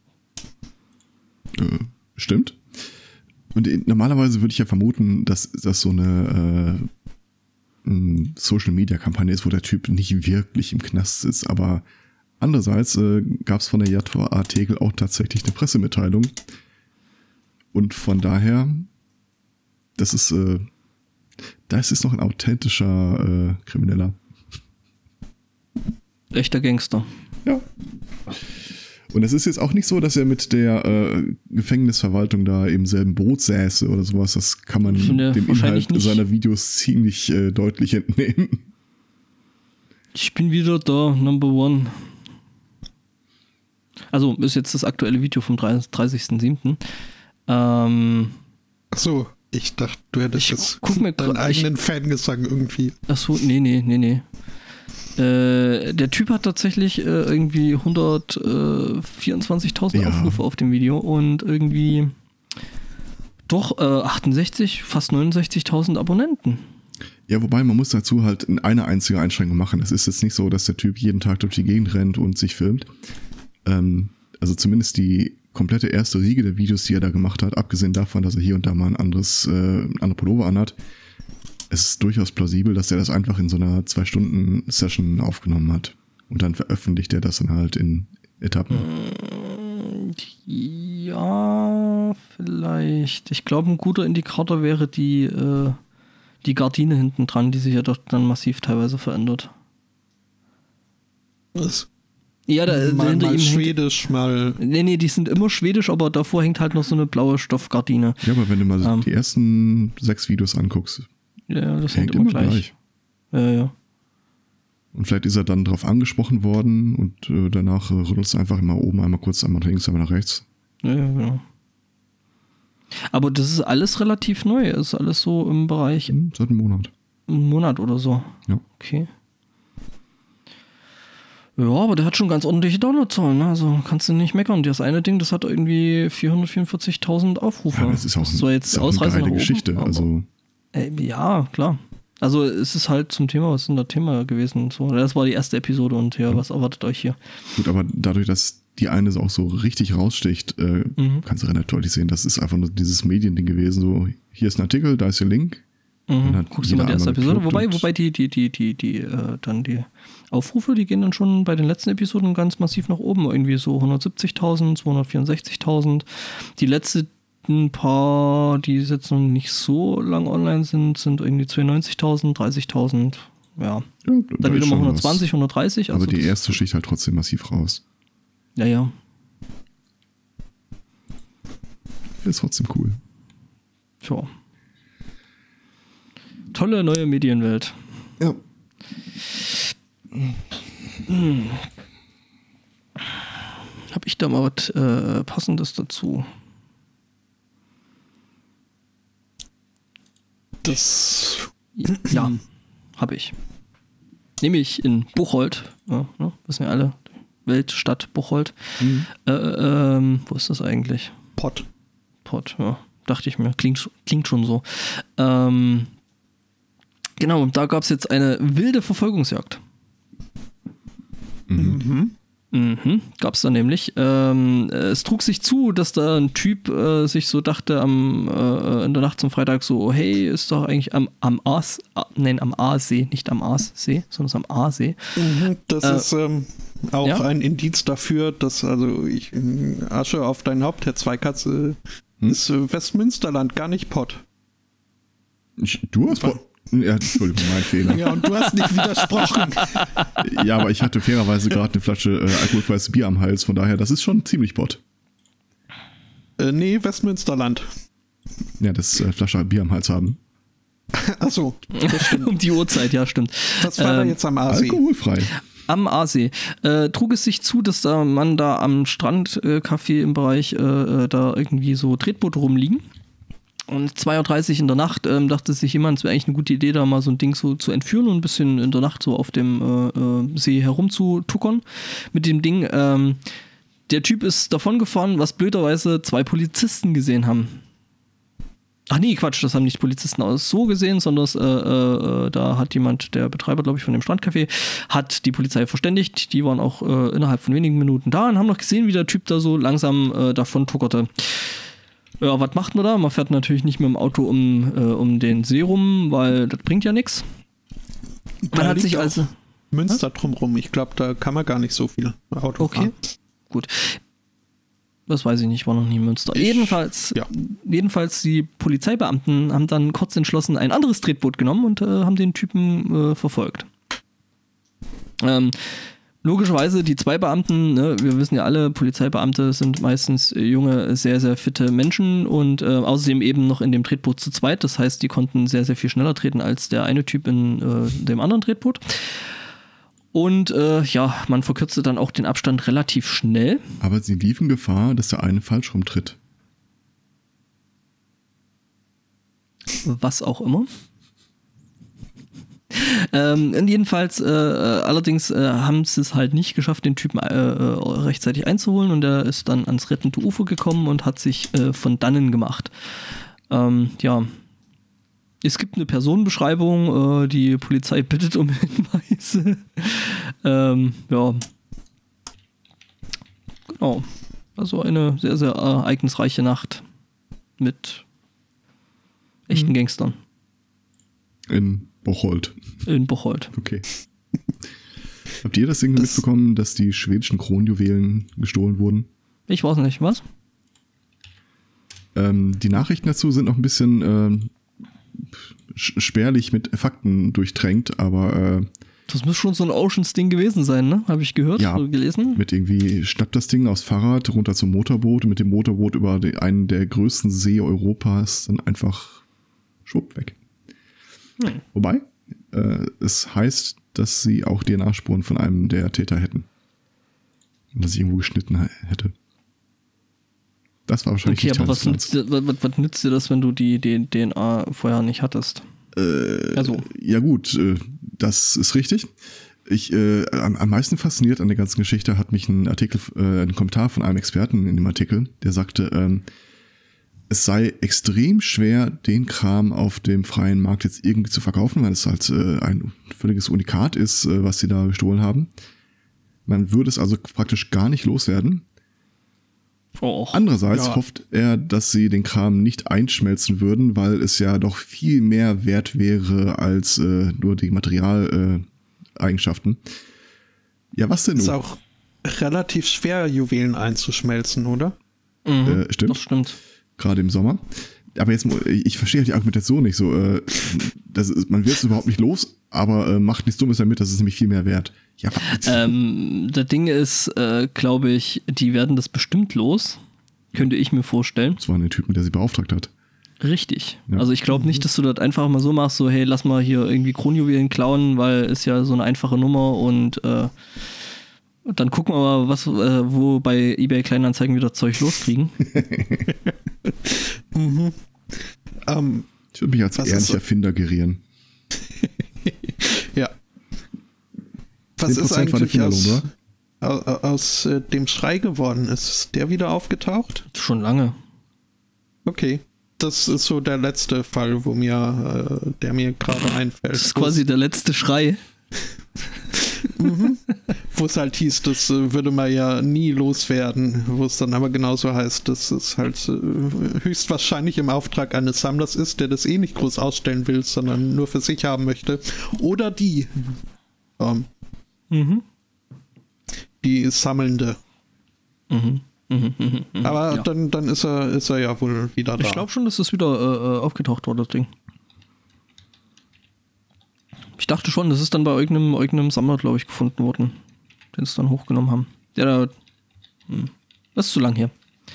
Stimmt. Und normalerweise würde ich ja vermuten, dass das so eine Social-Media-Kampagne ist, wo der Typ nicht wirklich im Knast sitzt. Aber andererseits gab es von der JVA Tegel auch tatsächlich eine Pressemitteilung. Und von daher, das ist noch ein authentischer Krimineller. Echter Gangster. Ja. Und es ist jetzt auch nicht so, dass er mit der Gefängnisverwaltung da im selben Boot säße oder sowas. Das kann man dem Inhalt seiner Videos ziemlich deutlich entnehmen. Ich bin wieder da, Number One. Also ist jetzt das aktuelle Video vom 30.07. Achso, ich dachte, du hättest jetzt deinen eigenen Fangesang irgendwie. Achso, nee. Der Typ hat tatsächlich irgendwie 124.000 Aufrufe auf dem Video und irgendwie doch 68, fast 69.000 Abonnenten. Ja, wobei man muss dazu halt eine einzige Einschränkung machen. Es ist jetzt nicht so, dass der Typ jeden Tag durch die Gegend rennt und sich filmt. Also zumindest die komplette erste Riege der Videos, die er da gemacht hat, abgesehen davon, dass er hier und da mal ein andere Pullover anhat, es ist durchaus plausibel, dass er das einfach in so einer 2-Stunden-Session aufgenommen hat. Und dann veröffentlicht er das dann halt in Etappen. Ja, vielleicht. Ich glaube, ein guter Indikator wäre die Gardine hinten dran, die sich ja doch dann massiv teilweise verändert. Was? Ja, mal schwedisch, mal... Nee, die sind immer schwedisch, aber davor hängt halt noch so eine blaue Stoffgardine. Ja, aber wenn du mal die ersten 6 Videos anguckst, ja, das hängt immer gleich. Ja. Und vielleicht ist er dann drauf angesprochen worden und danach rüttelst du einfach immer oben, einmal kurz, einmal links, einmal nach rechts. Ja, genau. Aber das ist alles relativ neu. Das ist alles so im Bereich... Seit einem Monat. Ein Monat oder so. Ja. Okay. Ja, aber der hat schon ganz ordentliche Downloadzahlen, ne? Also kannst du nicht meckern. Das eine Ding, das hat irgendwie 444.000 Aufrufe. Ja, das ist auch, jetzt eine geile Geschichte. Aber, also. Ja, klar. Also es ist halt zum Thema, was ist denn das Thema gewesen? So, das war die erste Episode und ja, was erwartet euch hier? Gut, aber dadurch, dass die eine auch so richtig raussticht, kannst du relativ deutlich sehen, das ist einfach nur dieses Mediending gewesen. So, hier ist ein Artikel, da ist der Link. Guckst du mal die erste Episode. Wobei die Aufrufe, die gehen dann schon bei den letzten Episoden ganz massiv nach oben. Irgendwie so 170.000, 264.000. Die letzten paar, die jetzt noch nicht so lang online sind irgendwie 92.000, 30.000. Ja. Dann wieder mal 120, 130. Also aber die erste sticht halt trotzdem massiv raus. Ja. ist trotzdem cool. Tja. Tolle neue Medienwelt. Ja. Hab ich da mal was Passendes dazu? Ja, habe ich. Nämlich in Bocholt, ja, ne, wissen wir alle, Weltstadt Bocholt. Wo ist das eigentlich? Pott, ja, dachte ich mir, klingt schon so. Genau, und da gab es jetzt eine wilde Verfolgungsjagd. Gab es da nämlich. Es trug sich zu, dass da ein Typ sich so dachte in der Nacht zum Freitag so, hey, ist doch eigentlich am Aasee, nicht am Aasee, sondern am Aasee. Das ist auch ein Indiz dafür, dass Asche auf dein Haupt, Herr Zweikatz, ist Westmünsterland, gar nicht Pott. Du hast Pott? Ja, Entschuldigung, mein Fehler. Ja, und du hast nicht widersprochen. Ja, aber ich hatte fairerweise gerade eine Flasche alkoholfreies Bier am Hals, von daher, das ist schon ziemlich Pott. Nee, Westmünsterland. Ja, das Flasche Bier am Hals haben. Achso, das stimmt. Um die Uhrzeit, ja, stimmt. Das war da jetzt am Aasee. Alkoholfrei. Am Aasee. Trug es sich zu, dass da man da am Strandcafé im Bereich da irgendwie so Tretboote rumliegen. Und 2:30 Uhr in der Nacht dachte sich jemand, es wäre eigentlich eine gute Idee, da mal so ein Ding so zu entführen und ein bisschen in der Nacht so auf dem See herumzutuckern mit dem Ding. Der Typ ist davon gefahren, was blöderweise 2 Polizisten gesehen haben. Ach nee, Quatsch, das haben nicht Polizisten so gesehen, sondern da hat jemand, der Betreiber, glaube ich, von dem Strandcafé, hat die Polizei verständigt. Die waren auch innerhalb von wenigen Minuten da und haben noch gesehen, wie der Typ da so langsam davon tuckerte. Ja, was macht man da? Man fährt natürlich nicht mit dem Auto um den See rum, weil das bringt ja nichts. Man hat sich also Münster drumrum. Ich glaube, da kann man gar nicht so viel Auto fahren. Okay, gut. Das weiß ich nicht, war noch nie in Münster. Jedenfalls, die Polizeibeamten haben dann kurz entschlossen ein anderes Tretboot genommen und haben den Typen verfolgt. Logischerweise die 2 Beamten, ne, wir wissen ja alle, Polizeibeamte sind meistens junge, sehr, sehr fitte Menschen und außerdem eben noch in dem Tretboot zu zweit. Das heißt, die konnten sehr, sehr viel schneller treten als der eine Typ in dem anderen Tretboot. Und man verkürzte dann auch den Abstand relativ schnell. Aber sie liefen Gefahr, dass der eine falsch rumtritt. Was auch immer. Und jedenfalls, allerdings haben sie es halt nicht geschafft, den Typen rechtzeitig einzuholen und er ist dann ans rettende Ufer gekommen und hat sich von dannen gemacht. Es gibt eine Personenbeschreibung, die Polizei bittet um Hinweise. Genau. Also eine sehr, sehr ereignisreiche Nacht mit echten Gangstern. In Bocholt. Okay. Habt ihr das Ding mitbekommen, dass die schwedischen Kronjuwelen gestohlen wurden? Ich weiß nicht, was? Die Nachrichten dazu sind noch ein bisschen spärlich mit Fakten durchtränkt, aber das muss schon so ein Oceans-Ding gewesen sein, ne? Habe ich gehört, ja, oder gelesen. Mit irgendwie schnappt das Ding aufs Fahrrad, runter zum Motorboot und mit dem Motorboot über einen der größten See Europas dann einfach schwupp weg. Wobei, es heißt, dass sie auch DNA-Spuren von einem der Täter hätten. Und dass sie irgendwo geschnitten hätte. Das war wahrscheinlich okay, aber was nützt dir das, wenn du die DNA vorher nicht hattest? Ja gut, das ist richtig. Am meisten fasziniert an der ganzen Geschichte hat mich ein Kommentar von einem Experten in dem Artikel, der sagte, es sei extrem schwer, den Kram auf dem freien Markt jetzt irgendwie zu verkaufen, weil es halt ein völliges Unikat ist, was sie da gestohlen haben. Man würde es also praktisch gar nicht loswerden. Andererseits hofft er, dass sie den Kram nicht einschmelzen würden, weil es ja doch viel mehr wert wäre als nur die Materialeigenschaften. Ja, was denn nun? Ist auch relativ schwer, Juwelen einzuschmelzen, oder? Stimmt. Das stimmt. Gerade im Sommer. Aber jetzt, ich verstehe die Argumentation nicht so. Man wird es überhaupt nicht los, aber macht nichts Dummes damit, das ist nämlich viel mehr wert. Ja, das Ding ist, glaube ich, die werden das bestimmt los. Könnte ich mir vorstellen. Das war ein Typen, der sie beauftragt hat. Richtig. Ja. Also ich glaube nicht, dass du das einfach mal so machst, so hey, lass mal hier irgendwie Kronjuwelen klauen, weil ist ja so eine einfache Nummer und dann gucken wir mal, wo bei eBay Kleinanzeigen wieder Zeug loskriegen. Ich würde mich als ehrlicher Finder gerieren. Ja. Was ist 10% war die eigentlich Finderlohn, aus dem Schrei geworden? Ist der wieder aufgetaucht? Schon lange. Okay. Das ist so der letzte Fall, der mir gerade einfällt. Das ist quasi der letzte Schrei. Wo es halt hieß, das würde man ja nie loswerden, wo es dann aber genauso heißt, dass es halt höchstwahrscheinlich im Auftrag eines Sammlers ist, der das eh nicht groß ausstellen will, sondern nur für sich haben möchte. Oder die Sammelnde. Aber ja. dann ist er ja wohl wieder da. Ich glaube schon, dass das wieder aufgetaucht war, das Ding. Ich dachte schon, das ist dann bei irgendeinem Sammler, glaube ich, gefunden worden, den es dann hochgenommen haben. Das ist zu lang her.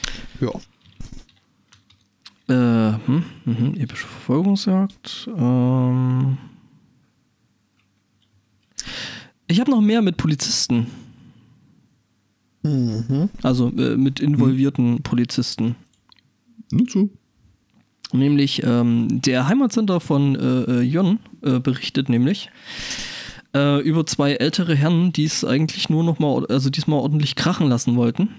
Ja. Epische Verfolgungsjagd. Ich habe noch mehr mit Polizisten. Also mit involvierten Polizisten. Nur zu. Nämlich der Heimatcenter von Jon berichtet nämlich über 2 ältere Herren, die es eigentlich nur noch mal, also diesmal ordentlich krachen lassen wollten.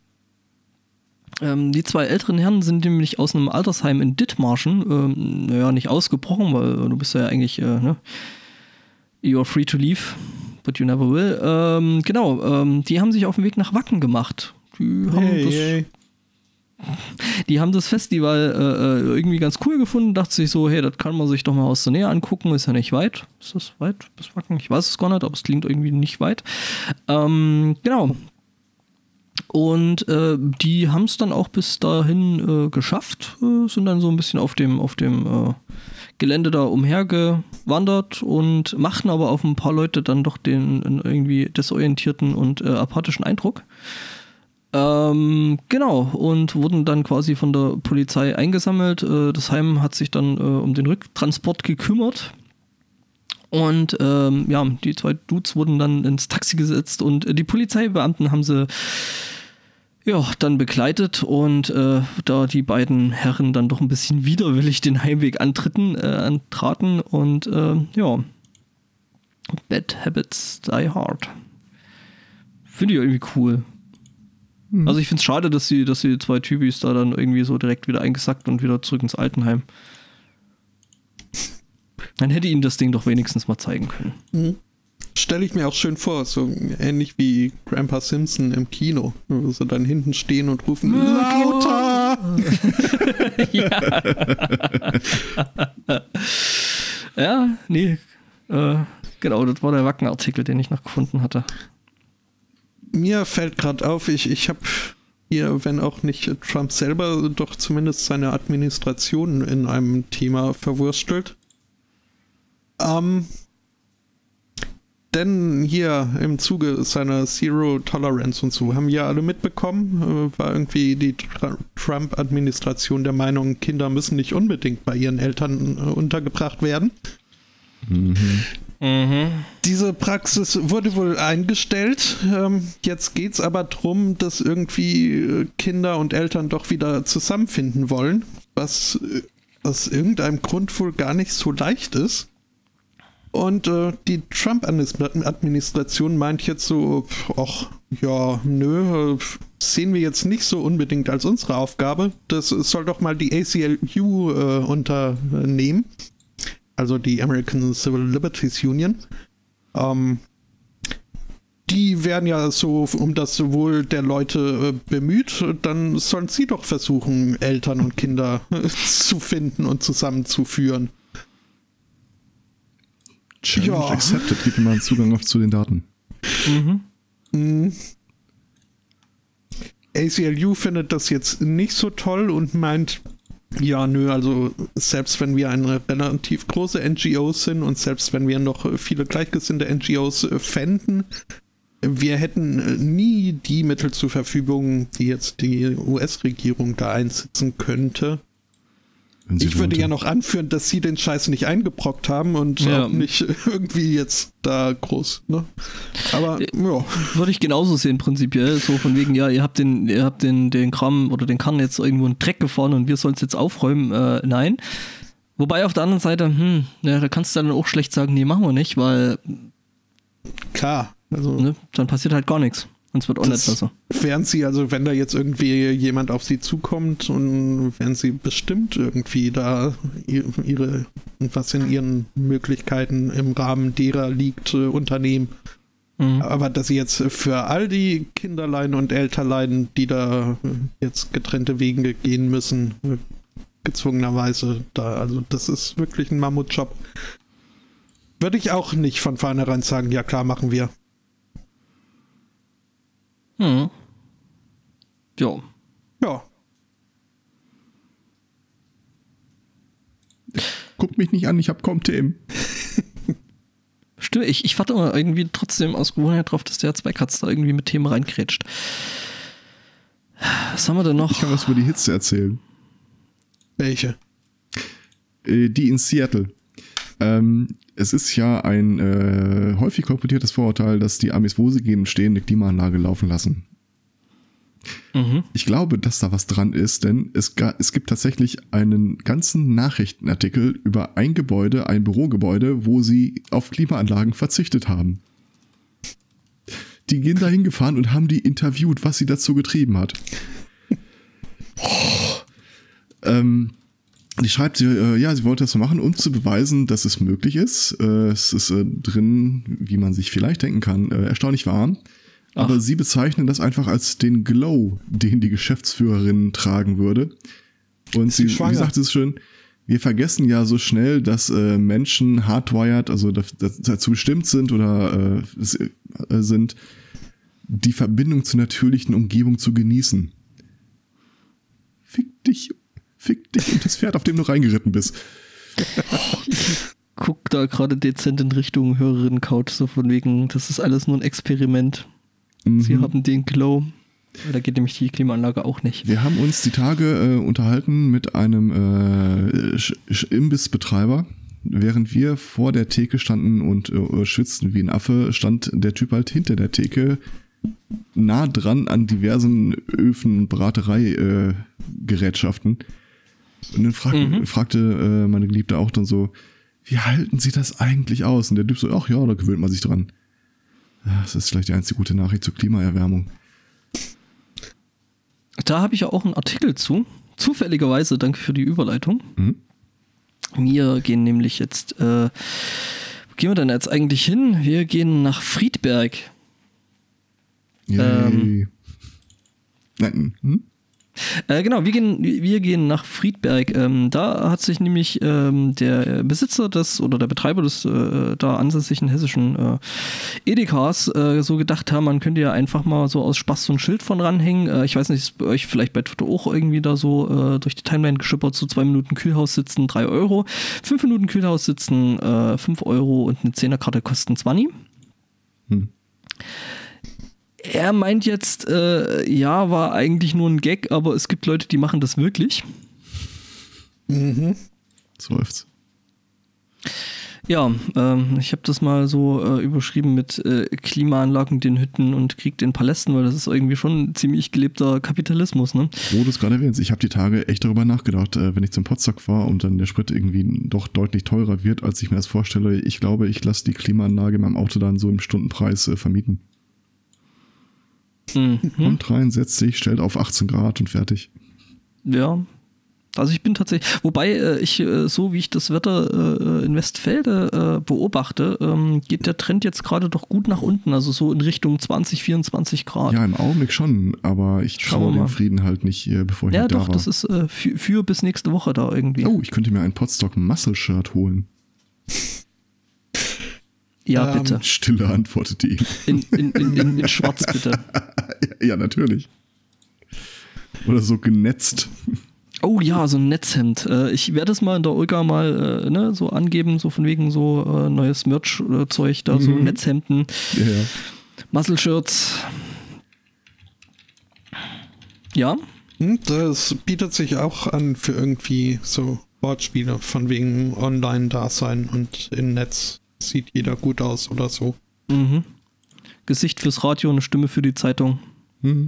Die 2 älteren Herren sind nämlich aus einem Altersheim in Dithmarschen, nicht ausgebrochen, weil du bist ja eigentlich, you're free to leave, but you never will. Die haben sich auf den Weg nach Wacken gemacht. Die haben das Festival irgendwie ganz cool gefunden, dachte sich so, hey, das kann man sich doch mal aus der Nähe angucken, ist ja nicht weit. Ist das weit bis Wacken? Ich weiß es gar nicht, aber es klingt irgendwie nicht weit. Genau. Und die haben es dann auch bis dahin geschafft, sind dann so ein bisschen auf dem Gelände da umhergewandert und machten aber auf ein paar Leute dann doch den irgendwie desorientierten und apathischen Eindruck. Genau, und wurden dann quasi von der Polizei eingesammelt. Das Heim hat sich dann um den Rücktransport gekümmert. Und die 2 Dudes wurden dann ins Taxi gesetzt und die Polizeibeamten haben sie dann begleitet und da die beiden Herren dann doch ein bisschen widerwillig den Heimweg antraten und Bad Habits Die Hard. Finde ich irgendwie cool. Also ich finde es schade, dass die 2 Typis da dann irgendwie so direkt wieder eingesackt und wieder zurück ins Altenheim. Dann hätte ihnen das Ding doch wenigstens mal zeigen können. Stelle ich mir auch schön vor, so ähnlich wie Grandpa Simpson im Kino, wo sie dann hinten stehen und rufen, lauter! Ja. Ja, nee. Genau, das war der Wacken-Artikel, den ich noch gefunden hatte. Mir fällt gerade auf, ich habe hier, wenn auch nicht Trump selber, doch zumindest seine Administration in einem Thema verwurstelt. Denn hier im Zuge seiner Zero Tolerance und so haben wir alle mitbekommen, war irgendwie die Trump-Administration der Meinung, Kinder müssen nicht unbedingt bei ihren Eltern untergebracht werden. Diese Praxis wurde wohl eingestellt. Jetzt geht es aber darum, dass irgendwie Kinder und Eltern doch wieder zusammenfinden wollen, was aus irgendeinem Grund wohl gar nicht so leicht ist. Und die Trump-Administration meint jetzt so, sehen wir jetzt nicht so unbedingt als unsere Aufgabe. Das soll doch mal die ACLU unternehmen. Also die American Civil Liberties Union. Die werden ja so um das Wohl der Leute bemüht. Dann sollen sie doch versuchen, Eltern und Kinder zu finden und zusammenzuführen. Challenge accepted, gib mir mal einen Zugang zu den Daten. ACLU findet das jetzt nicht so toll und meint, also selbst wenn wir eine relativ große NGO sind und selbst wenn wir noch viele gleichgesinnte NGOs fänden, wir hätten nie die Mittel zur Verfügung, die jetzt die US-Regierung da einsetzen könnte. Ich würde ja noch anführen, dass sie den Scheiß nicht eingebrockt haben und auch nicht irgendwie jetzt da groß, ne? Aber ja. Würde ich genauso sehen, prinzipiell. So von wegen, ja, ihr habt den Kram oder den Karren jetzt irgendwo in den Dreck gefahren und wir sollen es jetzt aufräumen. Nein. Wobei auf der anderen Seite, da kannst du dann auch schlecht sagen, nee, machen wir nicht, weil klar, also ne, dann passiert halt gar nichts. Und es wird auch nicht besser. Während sie, also wenn da jetzt irgendwie jemand auf sie zukommt und wären sie bestimmt irgendwie da was in ihren Möglichkeiten im Rahmen derer liegt, unternehmen. Mhm. Aber dass sie jetzt für all die Kinderlein und Elterlein, die da jetzt getrennte Wege gehen müssen, gezwungenerweise da, also das ist wirklich ein Mammutjob. Würde ich auch nicht von vornherein sagen, ja klar, machen wir. Ja. Ja. Guck mich nicht an, ich hab kaum Themen. Stimmt, ich warte immer irgendwie trotzdem aus Gewohnheit drauf, dass der Zweikatz da irgendwie mit Themen reinkrätscht. Was haben wir denn noch? Ich kann was über die Hitze erzählen. Welche? Die in Seattle. Es ist ja ein häufig kolportiertes Vorurteil, dass die Amis, wo sie gehen, stehende Klimaanlage laufen lassen. Mhm. Ich glaube, dass da was dran ist, denn es gibt tatsächlich einen ganzen Nachrichtenartikel über ein Gebäude, ein Bürogebäude, wo sie auf Klimaanlagen verzichtet haben. Die gehen da hingefahren und haben die interviewt, was sie dazu getrieben hat. Die schreibt, sie wollte das so machen, um zu beweisen, dass es möglich ist. Es ist drin, wie man sich vielleicht denken kann, erstaunlich warm. Aber sie bezeichnen das einfach als den Glow, den die Geschäftsführerin tragen würde. Und sie, wie sagt es schön, wir vergessen ja so schnell, dass Menschen hardwired, also dazu bestimmt sind oder sind, die Verbindung zur natürlichen Umgebung zu genießen. Fick dich und das Pferd, auf dem du reingeritten bist. Guck da gerade dezent in Richtung Hörerin-Couch, so von wegen, das ist alles nur ein Experiment. Mhm. Sie haben den Glow. Da geht nämlich die Klimaanlage auch nicht. Wir haben uns die Tage unterhalten mit einem Imbissbetreiber. Während wir vor der Theke standen und schwitzten wie ein Affe, stand der Typ halt hinter der Theke nah dran an diversen Öfen, Braterei-Gerätschaften. Und dann fragte meine Geliebte auch dann so, wie halten Sie das eigentlich aus? Und der Typ so, ach ja, da gewöhnt man sich dran. Das ist vielleicht die einzige gute Nachricht zur Klimaerwärmung. Da habe ich ja auch einen Artikel zu. Zufälligerweise, danke für die Überleitung. Mhm. Wir gehen nämlich jetzt, wo gehen wir denn jetzt eigentlich hin? Wir gehen nach Friedberg. Nein. Genau, wir gehen nach Friedberg. Da hat sich nämlich der Besitzer der Betreiber des da ansässigen hessischen Edekas so gedacht haben, man könnte ja einfach mal so aus Spaß so ein Schild von ranhängen. Ich weiß nicht, ist bei euch vielleicht bei Twitter auch irgendwie da so durch die Timeline geschippert, so 2 Minuten Kühlhaus sitzen, 3 Euro. 5 Minuten Kühlhaus sitzen, 5 Euro und eine 10er-Karte kosten 20. Er meint jetzt, war eigentlich nur ein Gag, aber es gibt Leute, die machen das wirklich. Mhm. So läuft's. Ja, ich habe das mal so überschrieben mit Klimaanlagen, den Hütten und Krieg den Palästen, weil das ist irgendwie schon ein ziemlich gelebter Kapitalismus, ne? Wo du es gerade erwähnst, ich habe die Tage echt darüber nachgedacht, wenn ich zum Potsdok fahre und dann der Sprit irgendwie doch deutlich teurer wird, als ich mir das vorstelle. Ich glaube, ich lasse die Klimaanlage in meinem Auto dann so im Stundenpreis vermieten. Und rein, setzt sich, stellt auf 18 Grad und fertig. Ja, also ich bin tatsächlich, wobei ich, so wie ich das Wetter in Westfelde beobachte, geht der Trend jetzt gerade doch gut nach unten, also so in Richtung 20, 24 Grad. Ja, im Augenblick schon, aber ich traue dem Frieden halt nicht, bevor ich da war. Ja doch, das ist für bis nächste Woche da irgendwie. Oh, ich könnte mir ein Potsdok Muscle-Shirt holen. Ja, bitte. Stille antwortet die. In schwarz, bitte. Ja, natürlich. Oder so genetzt. Oh ja, so ein Netzhemd. Ich werde es mal in der Olga mal so angeben, so von wegen so neues Merch-Zeug da, so Netzhemden. Ja. Muscle Shirts. Ja? Das bietet sich auch an für irgendwie so Wortspiele, von wegen Online-Dasein und im Netz sieht jeder gut aus oder so. Mhm. Gesicht fürs Radio, eine Stimme für die Zeitung. Mhm.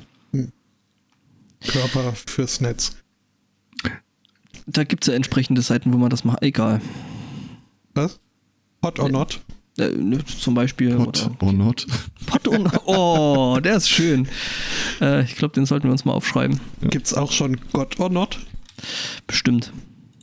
Körper fürs Netz. Da gibt es ja entsprechende Seiten, wo man das macht. Egal. Was? Hot or not? Zum Beispiel. Hot or not. Hot or not. Oh, der ist schön. Ich glaube, den sollten wir uns mal aufschreiben. Ja. Gibt's auch schon God or not? Bestimmt.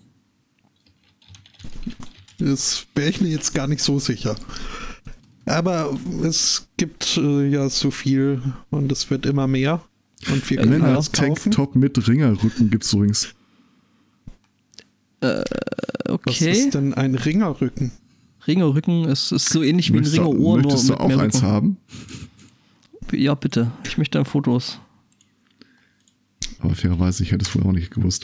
Das wäre ich mir jetzt gar nicht so sicher. Aber es gibt ja so viel und es wird immer mehr. Und wir können alles kaufen. Tanktop mit Ringerrücken gibt's übrigens. Okay. Was ist denn ein Ringerrücken? Ringerrücken ist so ähnlich wie ein Ringerohr. Möchtest du auch eins haben? Ja, bitte. Ich möchte dann Fotos. Aber fairerweise, ich hätte es vorher auch nicht gewusst.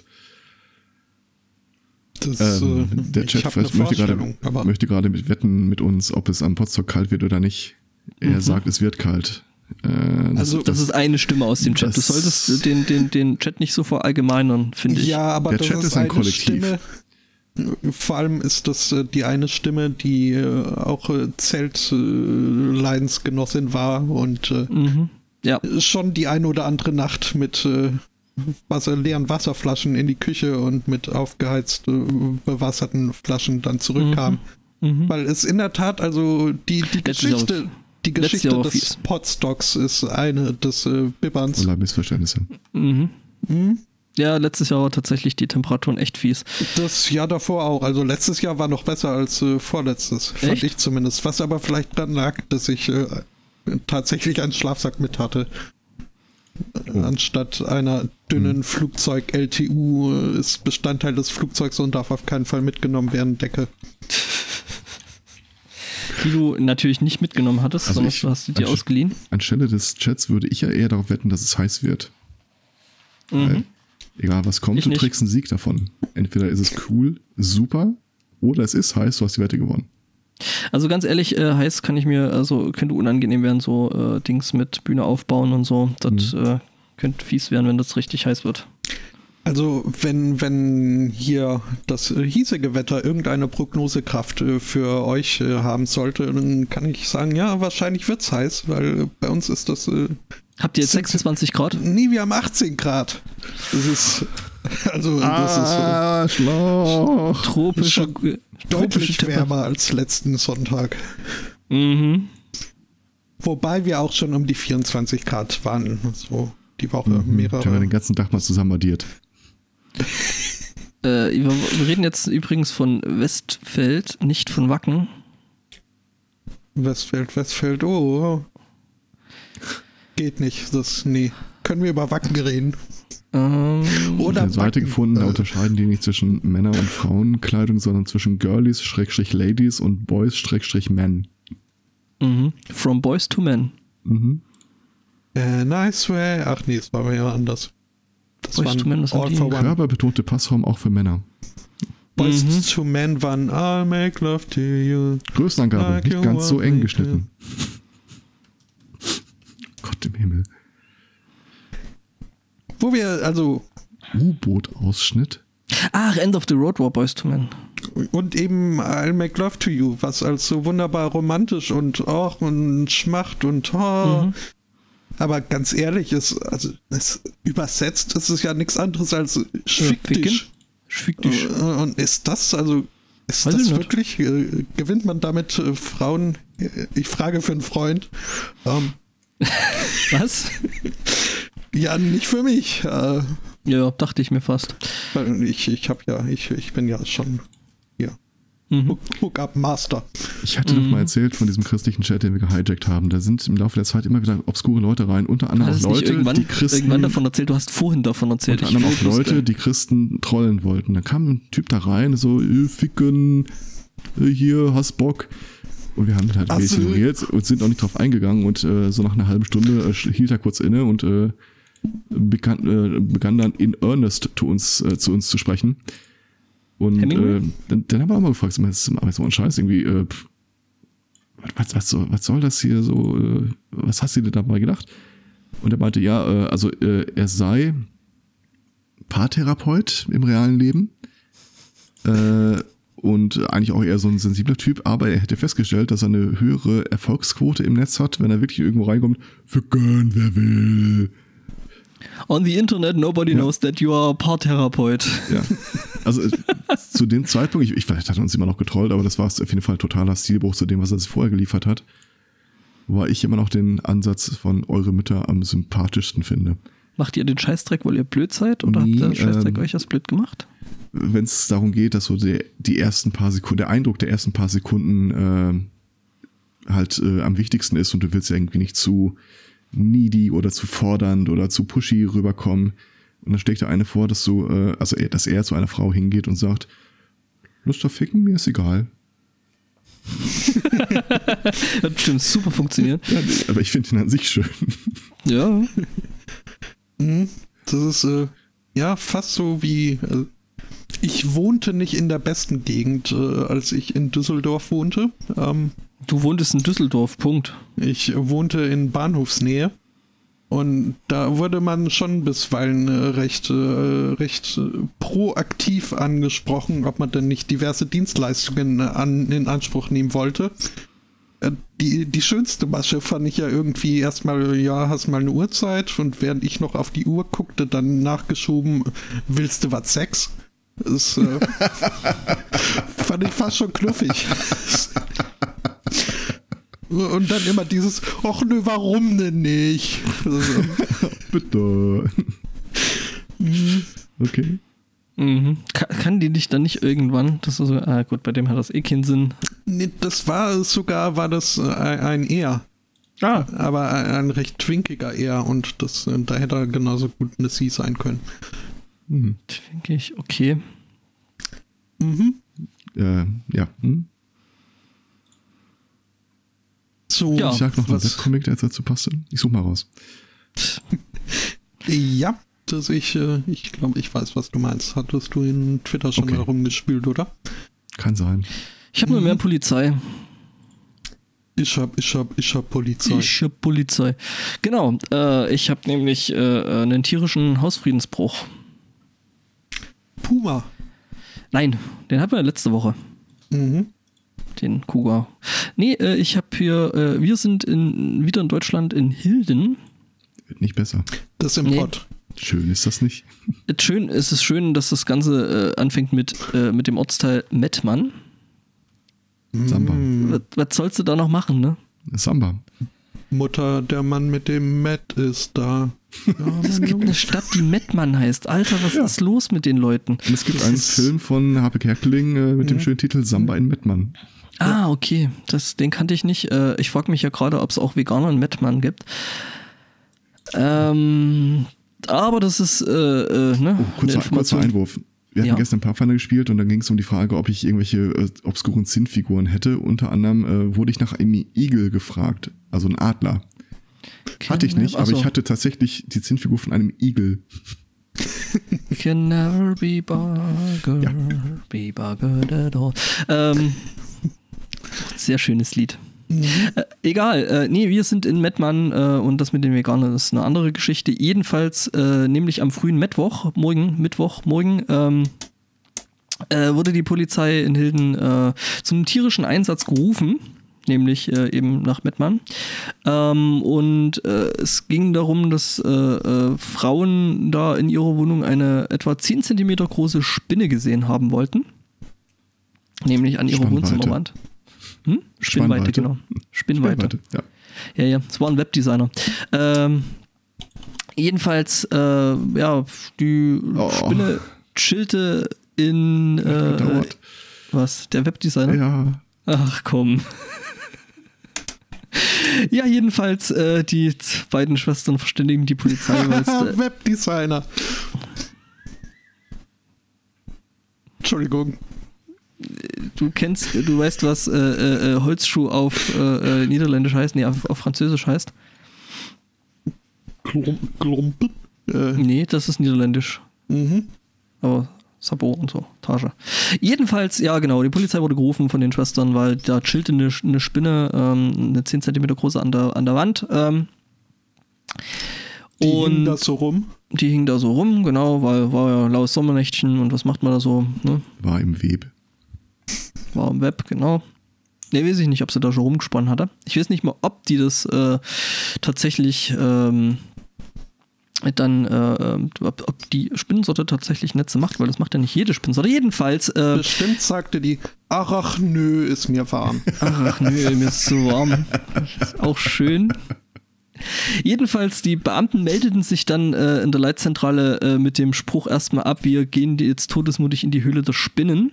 Der Chat möchte gerade wetten mit uns, ob es am Potsdok kalt wird oder nicht. Er sagt, es wird kalt. Das ist eine Stimme aus dem Chat. Du solltest den Chat nicht so verallgemeinern, finde ich. Ja, aber der das Chat ist ein Kollektiv. Stimme. Vor allem ist das die eine Stimme, die auch Zeltleidensgenossin war und schon die eine oder andere Nacht mit leeren Wasserflaschen in die Küche und mit aufgeheizt bewasserten Flaschen dann zurückkam. Weil es in der Tat, also die Geschichte des Potstocks ist eine des Bibberns. Oder Missverständnisse. Ja, letztes Jahr war tatsächlich die Temperaturen echt fies. Das Jahr davor auch. Also letztes Jahr war noch besser als vorletztes, fand ich zumindest. Was aber vielleicht daran lag, dass ich tatsächlich einen Schlafsack mit hatte. Anstatt einer dünnen Flugzeug-LTU ist Bestandteil des Flugzeugs und darf auf keinen Fall mitgenommen werden, Decke. Die du natürlich nicht mitgenommen hattest, sondern du hast sie dir ausgeliehen. Anstelle des Chats würde ich ja eher darauf wetten, dass es heiß wird. Weil, egal was kommt, du trägst einen Sieg davon. Entweder ist es cool, super, oder es ist heiß, du hast die Wette gewonnen. Also ganz ehrlich, heiß könnte unangenehm werden, so Dings mit Bühne aufbauen und so. Das könnte fies werden, wenn das richtig heiß wird. Also wenn hier das hiesige Wetter irgendeine Prognosekraft für euch haben sollte, dann kann ich sagen, ja, wahrscheinlich wird's heiß, weil bei uns ist das... Habt ihr jetzt 26 Grad? Nee, wir haben 18 Grad. Das ist... Also das ist tropische deutlich wärmer als letzten Sonntag. Wobei wir auch schon um die 24 Grad waren. So die Woche mehrere. Ich habe den ganzen Tag mal zusammen addiert. Wir reden jetzt übrigens von Westfeld, nicht von Wacken. Westfeld, oh. Geht nicht. Nee. Können wir über Wacken reden? Oder eine Seite gefunden, da unterscheiden die nicht zwischen Männer- und Frauenkleidung, sondern zwischen Girlies, /Ladies und Boys, /Men. From Boys to Men. Nice way. Ach nee, es war ja anders. Das Boys to Men, das All for One. Körperbetonte Passform auch für Männer. Boys to Men waren I'll make love to you. Größenangabe, like nicht ganz so eng geschnitten. Gott im Himmel. Wo wir, also... U-Boot-Ausschnitt. Ach, End of the Road war Boys to Men. Und eben I'll make love to you, was als so wunderbar romantisch und Schmacht und aber ganz ehrlich, es übersetzt ist es ja nichts anderes als Schfick dich. Und ist das wirklich, gewinnt man damit Frauen? Ich frage für einen Freund. Was? Ja, nicht für mich. Ja, dachte ich mir fast. Ich bin ja schon hier. Hook-up Master. Ich hatte doch mal erzählt von diesem christlichen Chat, den wir gehijackt haben. Da sind im Laufe der Zeit immer wieder obskure Leute rein, unter anderem auch Leute, die Christen... Irgendwann davon erzählt, du hast vorhin davon erzählt. Unter anderem auch Leute, die Christen trollen wollten. Da kam ein Typ da rein, so, ficken, hier, hast Bock. Und wir haben halt ignoriert und sind auch nicht drauf eingegangen. Und so nach einer halben Stunde hielt er kurz inne und begann dann in earnest zu uns zu sprechen. Und dann haben wir auch mal gefragt, das ist aber so ein Scheiß irgendwie, was soll das hier so, was hast du dir dabei gedacht? Und er meinte, ja, er sei Paartherapeut im realen Leben und eigentlich auch eher so ein sensibler Typ, aber er hätte festgestellt, dass er eine höhere Erfolgsquote im Netz hat, wenn er wirklich irgendwo reinkommt, für gern, wer will. On the Internet, nobody knows that you are Paartherapeut. Ja, also zu dem Zeitpunkt, vielleicht hat er uns immer noch getrollt, aber das war auf jeden Fall ein totaler Stilbruch zu dem, was er vorher geliefert hat, wobei ich immer noch den Ansatz von eure Mütter am sympathischsten finde. Macht ihr den Scheißdreck, weil ihr blöd seid, oder habt ihr Scheißdreck euch erst blöd gemacht? Wenn es darum geht, dass so die ersten paar Sekunden, der Eindruck der ersten paar Sekunden am wichtigsten ist und du willst ja irgendwie nicht zu needy oder zu fordernd oder zu pushy rüberkommen. Und dann schlägt der eine vor, dass dass er zu einer Frau hingeht und sagt, Lust auf Ficken, mir ist egal. Hat bestimmt super funktioniert. Ja, aber ich finde ihn an sich schön. Ja. Das ist fast so wie... ich wohnte nicht in der besten Gegend, als ich in Düsseldorf wohnte. Du wohntest in Düsseldorf, Punkt. Ich wohnte in Bahnhofsnähe und da wurde man schon bisweilen recht proaktiv angesprochen, ob man denn nicht diverse Dienstleistungen in Anspruch nehmen wollte. Die schönste Masche fand ich ja irgendwie erstmal, ja, hast mal eine Uhrzeit, und während ich noch auf die Uhr guckte, dann nachgeschoben, willst du was Sex? Das fand ich fast schon knuffig. Und dann immer dieses, ach nö, warum denn nicht? Bitte. Okay. Mhm. Kann die dich dann nicht irgendwann, das ist so, gut, bei dem hat das keinen Sinn. Nee, war das ein Er. Aber ein recht twinkiger Er, und da hätte er genauso gut eine Sie sein können. Twinkig, okay. Ja. So, ich sag noch einen Webcomic, der jetzt dazu passte. Ich such mal raus. Ja, ich glaube, ich weiß, was du meinst. Hattest du in Twitter schon mal rumgespielt, oder? Kann sein. Ich habe nur mehr Polizei. Ich hab Polizei. Ich hab Polizei. Genau, ich habe nämlich einen tierischen Hausfriedensbruch. Puma. Nein, den hatten wir letzte Woche. Den Kuga. Nee, ich habe hier, wir sind wieder in Deutschland in Hilden. Wird nicht besser. Das im Pott. Schön ist das nicht. Es ist schön, dass das Ganze anfängt mit dem Ortsteil Mettmann. Samba. Was sollst du da noch machen, ne? Samba. Mutter, der Mann mit dem Met ist da. Ja, es gibt eine Stadt, die Mettmann heißt. Alter, was ist los mit den Leuten? Und es gibt einen Film von Harpe Kerkeling mit dem schönen Titel Samba in Mettmann. Ah, okay. Den kannte ich nicht. Ich frage mich ja gerade, ob es auch Veganer in Mettmann gibt. Aber das ist kurzer Einwurf. Wir hatten gestern Pathfinder gespielt und dann ging es um die Frage, ob ich irgendwelche obskuren Zinnfiguren hätte. Unter anderem wurde ich nach einem Igel gefragt, also ein Adler. Hatte ich nicht, aber ich hatte tatsächlich die Zinnfigur von einem Igel. Can never be bugger, be buggered at all. Sehr schönes Lied. Egal, wir sind in Mettmann und das mit den Veganern ist eine andere Geschichte. Jedenfalls, nämlich am frühen Mittwochmorgen, wurde die Polizei in Hilden zum tierischen Einsatz gerufen, nämlich eben nach Mettmann. Und es ging darum, dass Frauen da in ihrer Wohnung eine etwa 10 Zentimeter große Spinne gesehen haben wollten, nämlich an ihrer Wohnzimmerwand. Spinnweite, genau. Spinnweite. Ja, es war ein Webdesigner. Jedenfalls, die Spinne chillte in was? Der Webdesigner? Ja. Ach komm. Ja, jedenfalls, die beiden Schwestern verständigen die Polizei. Webdesigner. Entschuldigung. Du weißt, was Holzschuh auf Niederländisch heißt, auf Französisch heißt. Klumpen? Nee, das ist Niederländisch. Aber Sabot und so, Tage. Jedenfalls, ja genau, die Polizei wurde gerufen von den Schwestern, weil da chillte eine Spinne, eine 10 cm große an der Wand. Die hing da so rum? Die hing da so rum, genau, weil war ja laues Sommernächtchen und was macht man da so? Ne? War im Web. War im Web, genau. Ne, weiß ich nicht, ob sie da schon rumgesponnen hatte. Ich weiß nicht mal, ob die das tatsächlich ob die Spinnensorte tatsächlich Netze macht, weil das macht ja nicht jede Spinnensorte. Jedenfalls. Bestimmt sagte die, ach nö, ist mir warm. Ach nö, mir ist zu warm. Das ist auch schön. Jedenfalls, die Beamten meldeten sich dann in der Leitzentrale mit dem Spruch erstmal ab, wir gehen jetzt todesmutig in die Höhle der Spinnen.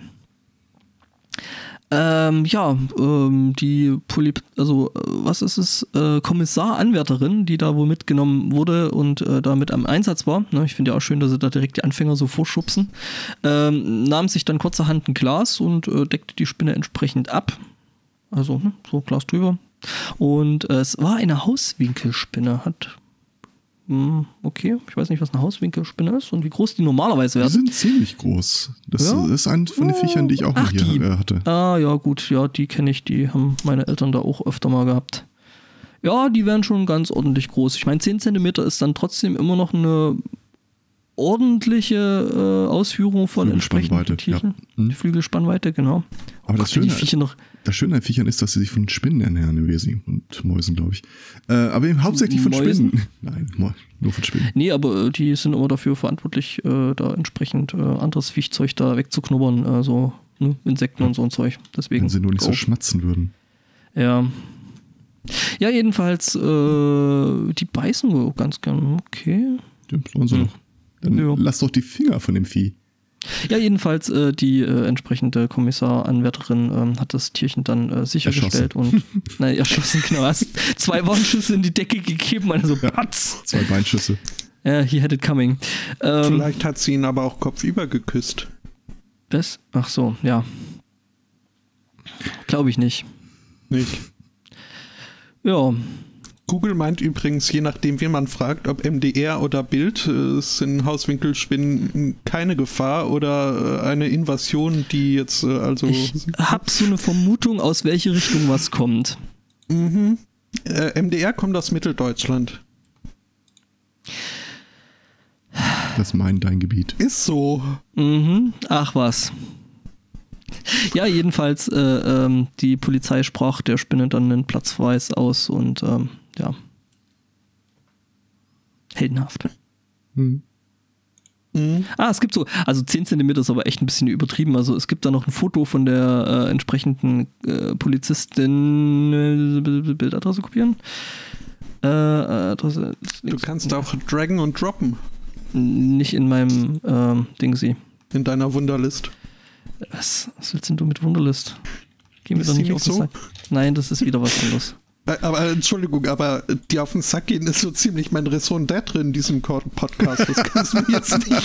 Was ist es? Kommissaranwärterin, die da wohl mitgenommen wurde und da mit am Einsatz war. Ne, ich finde ja auch schön, dass sie da direkt die Anfänger so vorschubsen. Nahm sich dann kurzerhand ein Glas und deckte die Spinne entsprechend ab. Also, so Glas drüber. Und es war eine Hauswinkelspinne. Okay, ich weiß nicht, was eine Hauswinkelspinne ist und wie groß die normalerweise werden. Die sind ziemlich groß. Das ist eine von den Viechern, die ich auch mal hier hatte. Ah, ja, gut, ja, die kenne ich, die haben meine Eltern da auch öfter mal gehabt. Ja, die werden schon ganz ordentlich groß. Ich meine, 10 cm ist dann trotzdem immer noch eine ordentliche Ausführung von entsprechenden Tierchen. Ja. Die Flügelspannweite, genau. Aber das Schöne an Viechern ist, dass sie sich von Spinnen ernähren im Wesentlichen und Mäusen, glaube ich. Aber eben hauptsächlich von Spinnen. Nein, nur von Spinnen. Nee, aber die sind immer dafür verantwortlich, da entsprechend anderes Viechzeug da wegzuknubbern, Insekten und so ein Zeug. Deswegen, wenn sie nur nicht so schmatzen würden. Ja. Ja, jedenfalls, die beißen wohl ganz gern. Okay. Ja, sollen sie doch. Dann lass doch die Finger von dem Vieh. Ja, jedenfalls die entsprechende Kommissaranwärterin hat das Tierchen dann sichergestellt und erschossen, genau. Hast 2 Warnschüsse in die Decke gegeben, also Patz. 2 Beinschüsse. Ja, he had it coming. Vielleicht hat sie ihn aber auch kopfüber geküsst. Das? Ach so, ja. Glaube ich nicht. Nicht? Ja. Google meint übrigens, je nachdem, wen man fragt, ob MDR oder Bild, sind Hauswinkelspinnen keine Gefahr oder eine Invasion, die jetzt Ich habe so eine Vermutung, aus welche Richtung was kommt. Mhm. MDR kommt aus Mitteldeutschland. Das meint dein Gebiet. Ist so. Mhm. Ach was. Ja, jedenfalls, die Polizei sprach der Spinne dann einen Platzverweis aus und heldenhaft. Mhm. Es gibt so, also 10 cm ist aber echt ein bisschen übertrieben. Also es gibt da noch ein Foto von der entsprechenden Polizistin. Bildadresse kopieren. Du kannst auch draggen und droppen. Nicht in meinem Dingsy. In deiner Wunderlist. Was willst denn du mit Wunderlist? Geh mir doch nicht auf den Sack. Nein, das ist wieder was anderes. Aber Entschuldigung, aber die auf den Sack gehen ist so ziemlich mein Raison d'être in diesem Podcast. Das kannst du mir jetzt nicht.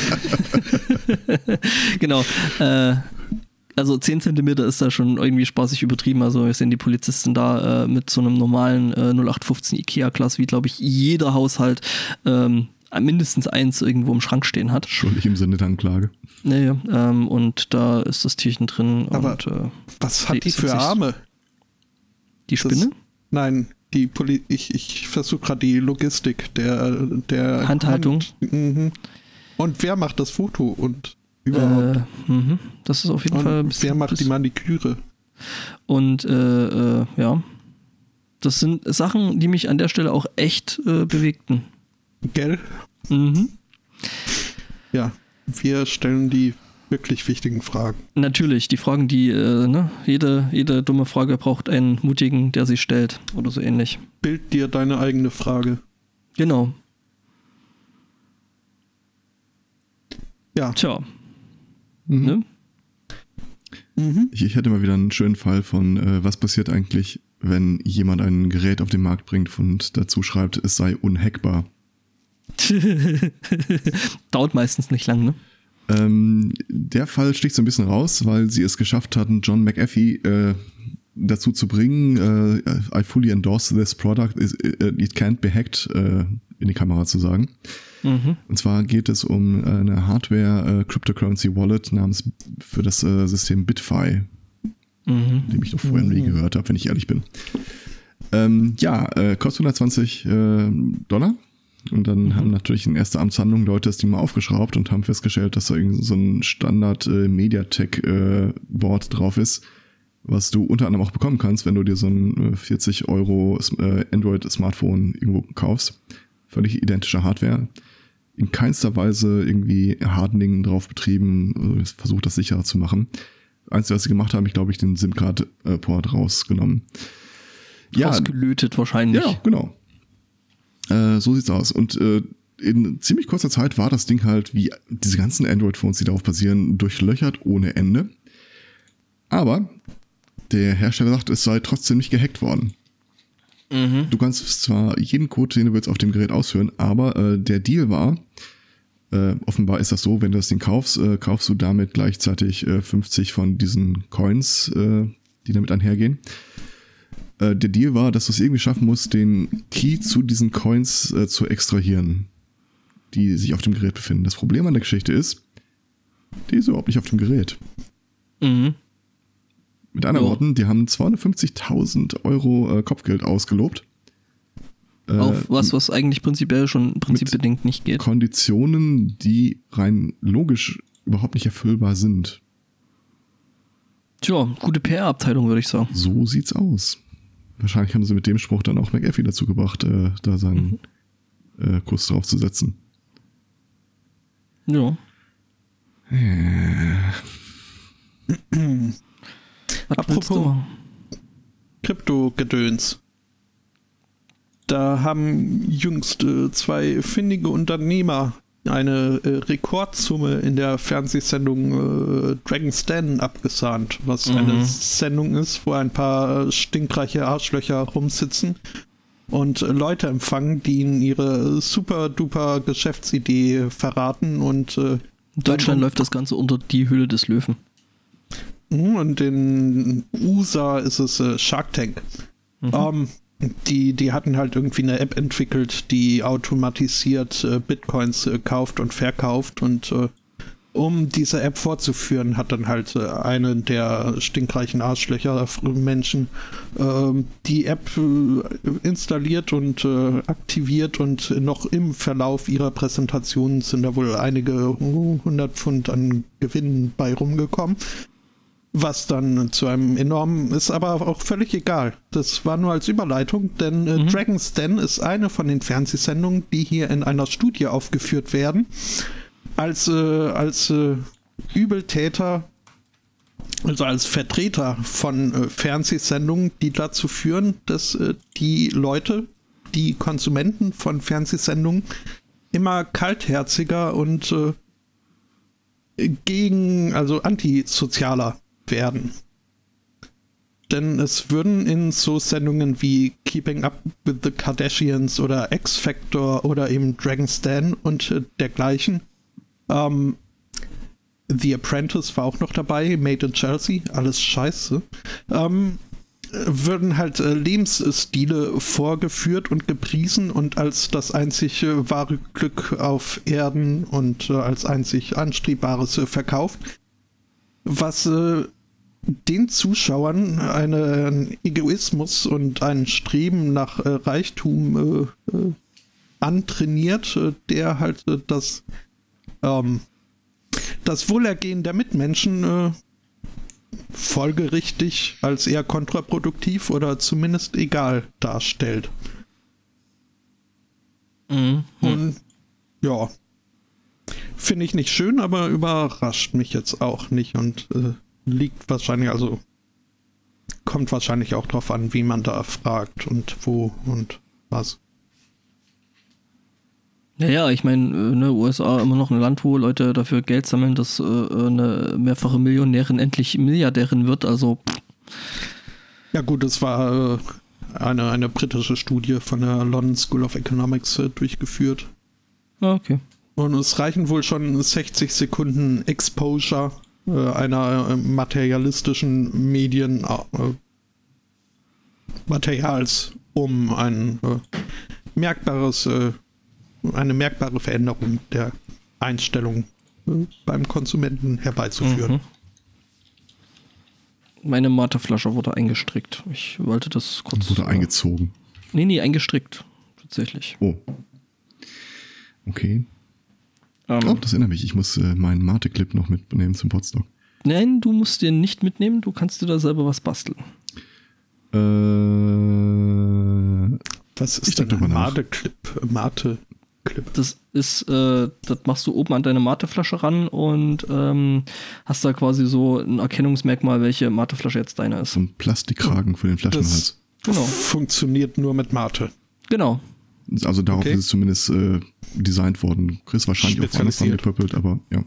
Genau. Also 10 cm ist da schon irgendwie spaßig übertrieben. Also wir sehen die Polizisten da mit so einem normalen 0815 Ikea-Glas, wie glaube ich jeder Haushalt mindestens eins irgendwo im Schrank stehen hat. Schuldig im Sinne der Anklage. Naja, und da ist das Tierchen drin. Aber und, was hat die für Arme? Die Spinne? Nein, ich versuche gerade die Logistik der Handhaltung. Und wer macht das Foto und überhaupt? Das ist auf jeden Fall ein bisschen. Wer macht die Maniküre? Und ja, das sind Sachen, die mich an der Stelle auch echt bewegten. Gell? Mhm. Ja, wir stellen die wirklich wichtigen Fragen. Natürlich, die Fragen, die, jede dumme Frage braucht einen Mutigen, der sie stellt oder so ähnlich. Bild dir deine eigene Frage. Genau. Ja. Tja. Ne? Ich hätte mal wieder einen schönen Fall von, was passiert eigentlich, wenn jemand ein Gerät auf den Markt bringt und dazu schreibt, es sei unhackbar. Dauert meistens nicht lang, ne? Der Fall sticht so ein bisschen raus, weil sie es geschafft hatten, John McAfee dazu zu bringen, I fully endorse this product, it can't be hacked, in die Kamera zu sagen. Und zwar geht es um eine Hardware Cryptocurrency Wallet für das System BitFi, dem ich noch vorher nie gehört habe, wenn ich ehrlich bin. Kostet 120 $. Und dann haben natürlich in erster Amtshandlung Leute das Ding mal aufgeschraubt und haben festgestellt, dass da irgendwie so ein Standard MediaTek Board drauf ist, was du unter anderem auch bekommen kannst, wenn du dir so ein 40 € Android-Smartphone irgendwo kaufst. Völlig identische Hardware. In keinster Weise irgendwie Hardening drauf betrieben, versucht das sicherer zu machen. Einzige, was sie gemacht haben, ich glaube, den SIM-Card-Port rausgenommen. Ausgelötet wahrscheinlich. Ja, genau. So sieht's aus. Und in ziemlich kurzer Zeit war das Ding halt, wie diese ganzen Android-Phones, die darauf basieren, durchlöchert ohne Ende. Aber der Hersteller sagt, es sei trotzdem nicht gehackt worden. Du kannst zwar jeden Code, den du willst, auf dem Gerät ausführen, aber der Deal war, offenbar ist das so, wenn du das Ding kaufst, kaufst du damit gleichzeitig 50 von diesen Coins, die damit einhergehen. Der Deal war, dass du es irgendwie schaffen musst, den Key zu diesen Coins zu extrahieren, die sich auf dem Gerät befinden. Das Problem an der Geschichte ist, die ist überhaupt nicht auf dem Gerät. Mit anderen Worten, die haben 250.000 € Kopfgeld ausgelobt. Auf was eigentlich prinzipiell schon prinzipbedingt nicht geht. Konditionen, die rein logisch überhaupt nicht erfüllbar sind. Tja, gute PR-Abteilung, würde ich sagen. So sieht's aus. Wahrscheinlich haben sie mit dem Spruch dann auch McAfee dazu gebracht, da seinen Kuss drauf zu setzen. Ja. Apropos Krypto-Gedöns. Da haben jüngst zwei findige Unternehmer eine Rekordsumme in der Fernsehsendung Dragon's Den abgesahnt, was eine Sendung ist, wo ein paar stinkreiche Arschlöcher rumsitzen und Leute empfangen, die ihnen ihre super-duper Geschäftsidee verraten. Und in Deutschland läuft das Ganze unter die Höhle des Löwen. Und in USA ist es Shark Tank. Die hatten halt irgendwie eine App entwickelt, die automatisiert Bitcoins kauft und verkauft, und um diese App fortzuführen, hat dann halt eine der stinkreichen Arschlöcher Menschen die App installiert und aktiviert, und noch im Verlauf ihrer Präsentation sind da wohl einige 100 Pfund an Gewinn bei rumgekommen. Was dann zu einem enormen, ist aber auch völlig egal. Das war nur als Überleitung, denn Dragon's Den ist eine von den Fernsehsendungen, die hier in einer Studie aufgeführt werden, als Übeltäter, also als Vertreter von Fernsehsendungen, die dazu führen, dass die Leute, die Konsumenten von Fernsehsendungen, immer kaltherziger und antisozialer werden. Denn es würden in so Sendungen wie Keeping Up with the Kardashians oder X Factor oder eben Dragon's Den und dergleichen, The Apprentice war auch noch dabei, Made in Chelsea, alles scheiße, würden halt Lebensstile vorgeführt und gepriesen und als das einzig wahre Glück auf Erden und als einzig Anstrebbares verkauft, was den Zuschauern einen Egoismus und ein Streben nach Reichtum antrainiert, der halt das Wohlergehen der Mitmenschen folgerichtig als eher kontraproduktiv oder zumindest egal darstellt. Und ja, finde ich nicht schön, aber überrascht mich jetzt auch nicht und liegt wahrscheinlich, also kommt wahrscheinlich auch drauf an, wie man da fragt und wo und was. Ja, ich meine, USA immer noch ein Land, wo Leute dafür Geld sammeln, dass eine mehrfache Millionärin endlich Milliardärin wird, also. Ja gut, es war eine britische Studie von der London School of Economics durchgeführt. Ah, okay. Und es reichen wohl schon 60 Sekunden Exposure einer materialistischen Materials, um ein merkbares eine merkbare Veränderung der Einstellung beim Konsumenten herbeizuführen. Mhm. Meine Mateflasche wurde eingestrickt. Ich wollte das kurz... Wurde eingezogen? Nee, eingestrickt. Tatsächlich. Oh. Okay. Das erinnert mich. Ich muss meinen Mate-Clip noch mitnehmen zum Podstock. Nein, du musst den nicht mitnehmen. Du kannst dir da selber was basteln. Was ist denn ein Mate-Clip? Das ist, das machst du oben an deine Mateflasche ran und hast da quasi so ein Erkennungsmerkmal, welche Mateflasche jetzt deine ist. So ein Plastikkragen für den Flaschenhals. Genau. Funktioniert nur mit Mate. Genau. Also darauf ist es zumindest designt worden. Chris wahrscheinlich auch alles angepöppelt, aber ja.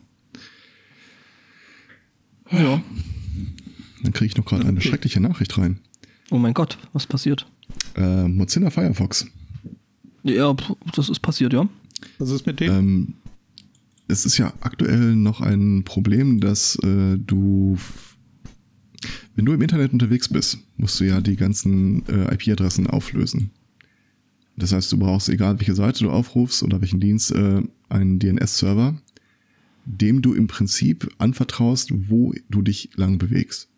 Ja. Dann kriege ich noch gerade eine schreckliche Nachricht rein. Oh mein Gott, was passiert? Mozilla Firefox. Ja, das ist passiert, ja. Was ist mit dem? Es ist ja aktuell noch ein Problem, dass wenn du im Internet unterwegs bist, musst du ja die ganzen IP-Adressen auflösen. Das heißt, du brauchst, egal welche Seite du aufrufst oder welchen Dienst, einen DNS-Server, dem du im Prinzip anvertraust, wo du dich lang bewegst.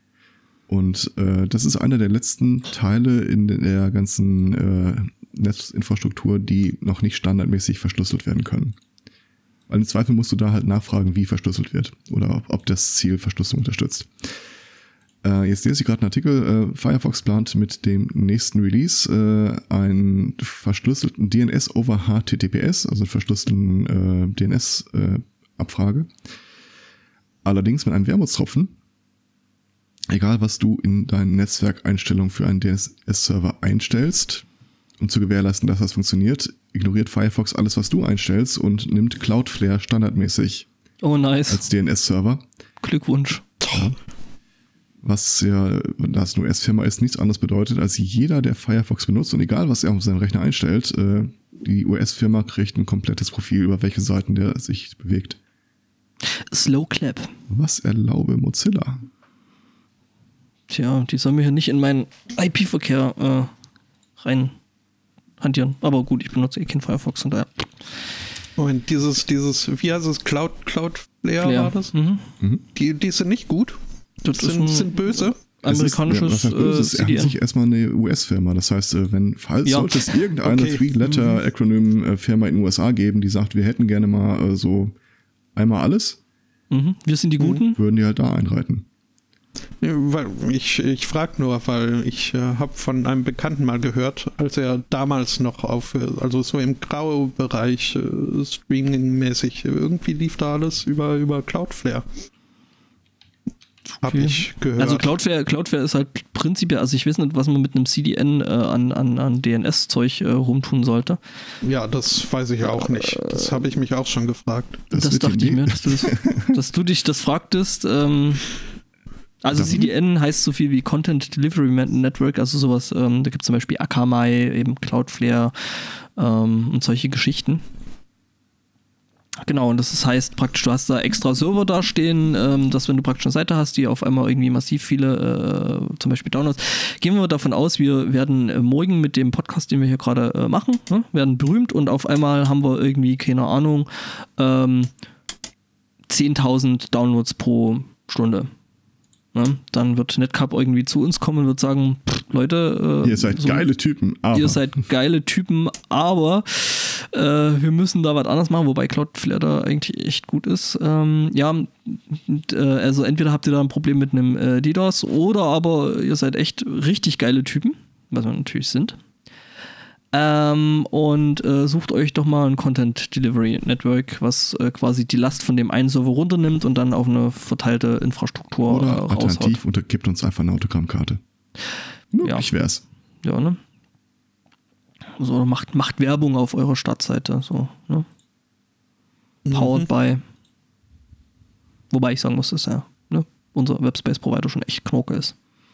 Und das ist einer der letzten Teile in der ganzen Netzinfrastruktur, die noch nicht standardmäßig verschlüsselt werden können. Weil im Zweifel musst du da halt nachfragen, wie verschlüsselt wird oder ob das Ziel Verschlüsselung unterstützt. Jetzt lese ich gerade einen Artikel. Firefox plant mit dem nächsten Release einen verschlüsselten DNS over HTTPS, also einen verschlüsselten DNS-Abfrage. Allerdings mit einem Wermutstropfen. Egal, was du in deinen Netzwerkeinstellungen für einen DNS-Server einstellst, um zu gewährleisten, dass das funktioniert, ignoriert Firefox alles, was du einstellst und nimmt Cloudflare standardmäßig als DNS-Server. Glückwunsch. Ja. Was ja, da es eine US-Firma ist, nichts anderes bedeutet, als jeder, der Firefox benutzt und egal, was er auf seinem Rechner einstellt, die US-Firma kriegt ein komplettes Profil, über welche Seiten der sich bewegt. Slow Clap. Was erlaube Mozilla? Tja, die sollen mir hier nicht in meinen IP-Verkehr rein hantieren. Aber gut, ich benutze keinen Firefox und daher. Moment, dieses, wie heißt es, Cloudflare war das? Mhm. Die sind nicht gut. Das sind böse. Amerikanisches CDN. Ist sich erstmal eine US-Firma. Das heißt, sollte es irgendeine Three-Letter-Acronym-Firma in den USA geben, die sagt, wir hätten gerne mal so einmal alles. Wir sind die Guten. Würden die halt da einreiten. Ja, weil ich frage nur, weil ich habe von einem Bekannten mal gehört, als er damals noch also so im Grau-Bereich Streaming-mäßig, irgendwie lief da alles über Cloudflare. Habe ich gehört. Also Cloudflare ist halt prinzipiell, also ich weiß nicht, was man mit einem CDN an DNS-Zeug rumtun sollte. Ja, das weiß ich auch nicht. Das habe ich mich auch schon gefragt. Das dachte ich mir, dass du dich das fragtest. Also CDN heißt so viel wie Content Delivery Network, also sowas, da gibt es zum Beispiel Akamai, eben Cloudflare und solche Geschichten. Genau, und das heißt praktisch, du hast da extra Server da stehen, dass wenn du praktisch eine Seite hast, die auf einmal irgendwie massiv viele zum Beispiel Downloads, gehen wir davon aus, wir werden morgen mit dem Podcast, den wir hier gerade machen, werden berühmt und auf einmal haben wir irgendwie, keine Ahnung, 10.000 Downloads pro Stunde. Dann wird Netcup irgendwie zu uns kommen und wird sagen, Leute, ihr seid geile Typen, aber wir müssen da was anderes machen, wobei Cloudflare da eigentlich echt gut ist. Also entweder habt ihr da ein Problem mit einem DDoS oder aber ihr seid echt richtig geile Typen, was wir natürlich sind. Und sucht euch doch mal ein Content Delivery Network, was quasi die Last von dem einen Server runternimmt und dann auf eine verteilte Infrastruktur oder alternativ und gibt uns einfach eine Autogrammkarte. Möglich wär's. Ja, ne? So, macht Werbung auf eurer Startseite. So, ne? Powered by. Wobei ich sagen muss, dass unser Webspace-Provider schon echt Knorke ist.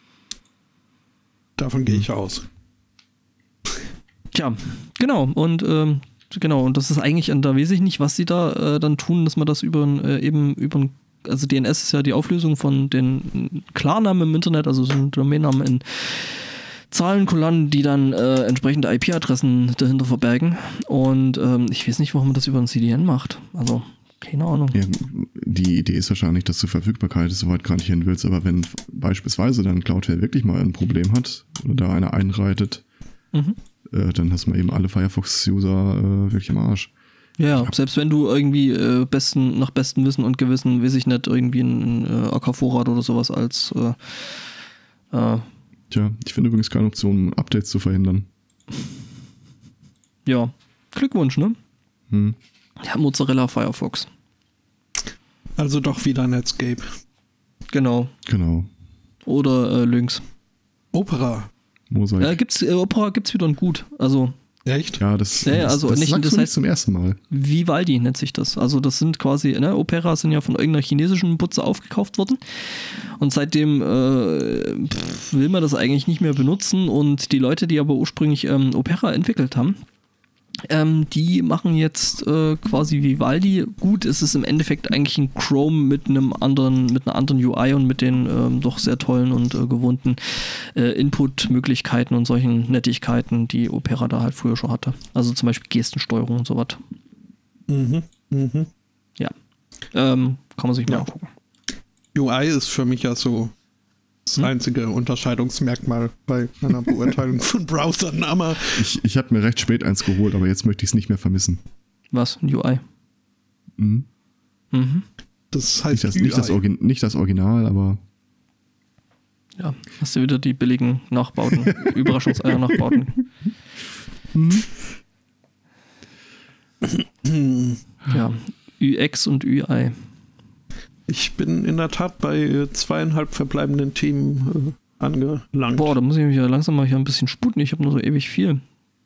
Davon gehe ich aus. Tja, genau. Und und das ist eigentlich, da weiß ich nicht, was sie da dann tun, dass man das also DNS ist ja die Auflösung von den Klarnamen im Internet, also so ein Domainnamen in Zahlenkolonnen, die dann entsprechende IP-Adressen dahinter verbergen. Und ich weiß nicht, warum man das über ein CDN macht. Also, keine Ahnung. Ja, die Idee ist wahrscheinlich, dass du Verfügbarkeit soweit gar nicht hin willst, aber wenn beispielsweise dann Cloudflare wirklich mal ein Problem hat oder da einer einreitet, dann hast du mal eben alle Firefox-User wirklich am Arsch. Ja, selbst wenn du irgendwie nach bestem Wissen und Gewissen, weiß ich nicht, irgendwie ein AK-Vorrat oder sowas als Tja, ich finde übrigens keine Option, Updates zu verhindern. Ja, Glückwunsch, ne? Ja, Mozzarella Firefox. Also doch wieder Netscape. Genau. Oder Lynx. Opera. Mosaik. Opera gibt's wieder ein gut. Also. Echt? Ja, das heißt zum ersten Mal. Vivaldi nennt sich das. Also das sind quasi, ne, Opera sind ja von irgendeiner chinesischen Butze aufgekauft worden und seitdem will man das eigentlich nicht mehr benutzen und die Leute, die aber ursprünglich Opera entwickelt haben, die machen jetzt quasi Vivaldi. Gut, es ist im Endeffekt eigentlich ein Chrome mit einer anderen UI und mit den doch sehr tollen und gewohnten Input-Möglichkeiten und solchen Nettigkeiten, die Opera da halt früher schon hatte. Also zum Beispiel Gestensteuerung und sowas. Ja. Kann man sich mal angucken. UI ist für mich ja so das einzige Unterscheidungsmerkmal bei einer Beurteilung von Browsern, aber ich habe mir recht spät eins geholt, aber jetzt möchte ich es nicht mehr vermissen. Was? Ein UI? Das heißt nicht das Original, aber ja, hast du wieder die billigen Nachbauten, Überraschungseier-Nachbauten. Ja, UX und UI. Ich bin in der Tat bei 2,5 verbleibenden Themen angelangt. Boah, da muss ich mich ja langsam mal hier ein bisschen sputen. Ich habe nur so ewig viel.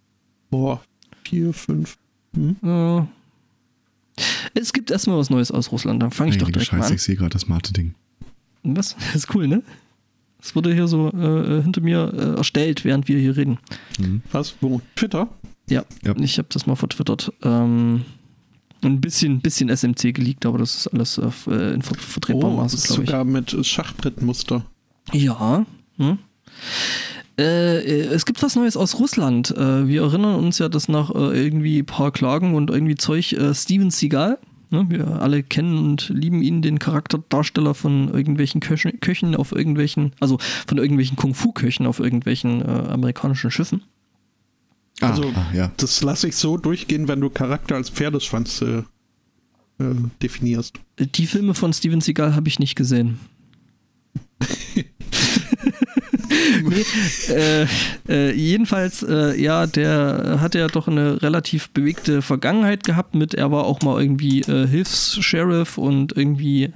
4, 5. Ja. Es gibt erstmal was Neues aus Russland. Dann fange ich doch direkt mal an. Ich sehe gerade das smarte Ding. Was? Das ist cool, ne? Das wurde hier so hinter mir erstellt, während wir hier reden. Was? Wo? Twitter? Ja. Ich habe das mal vertwittert. Ein bisschen SMC geleakt, aber das ist alles in vertretbarem Maße, glaube ich. Sogar mit Schachbrettmuster. Ja. Es gibt was Neues aus Russland. Wir erinnern uns ja, dass nach irgendwie ein paar Klagen und irgendwie Zeug Steven Seagal, ne, wir alle kennen und lieben ihn, den Charakterdarsteller von irgendwelchen Köchen auf irgendwelchen, also von irgendwelchen Kung-Fu-Köchen auf irgendwelchen amerikanischen Schiffen. Also, ja. Das lasse ich so durchgehen, wenn du Charakter als Pferdeschwanz definierst. Die Filme von Steven Seagal habe ich nicht gesehen. Jedenfalls, der hatte ja doch eine relativ bewegte Vergangenheit gehabt er war auch mal irgendwie Hilfs-Sheriff und irgendwie,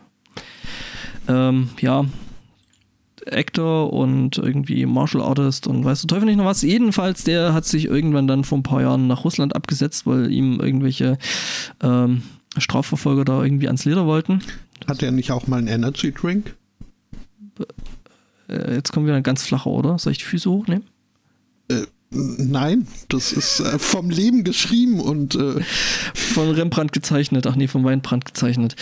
Actor und irgendwie Martial Artist und weiß der Teufel nicht noch was. Jedenfalls, der hat sich irgendwann dann vor ein paar Jahren nach Russland abgesetzt, weil ihm irgendwelche Strafverfolger da irgendwie ans Leder wollten. Hat er nicht auch mal einen Energy Drink? Jetzt kommen wir dann ganz flacher, oder? Soll ich die Füße hochnehmen? Nein, das ist vom Leben geschrieben und von Rembrandt gezeichnet. Ach nee, von Weinbrand gezeichnet.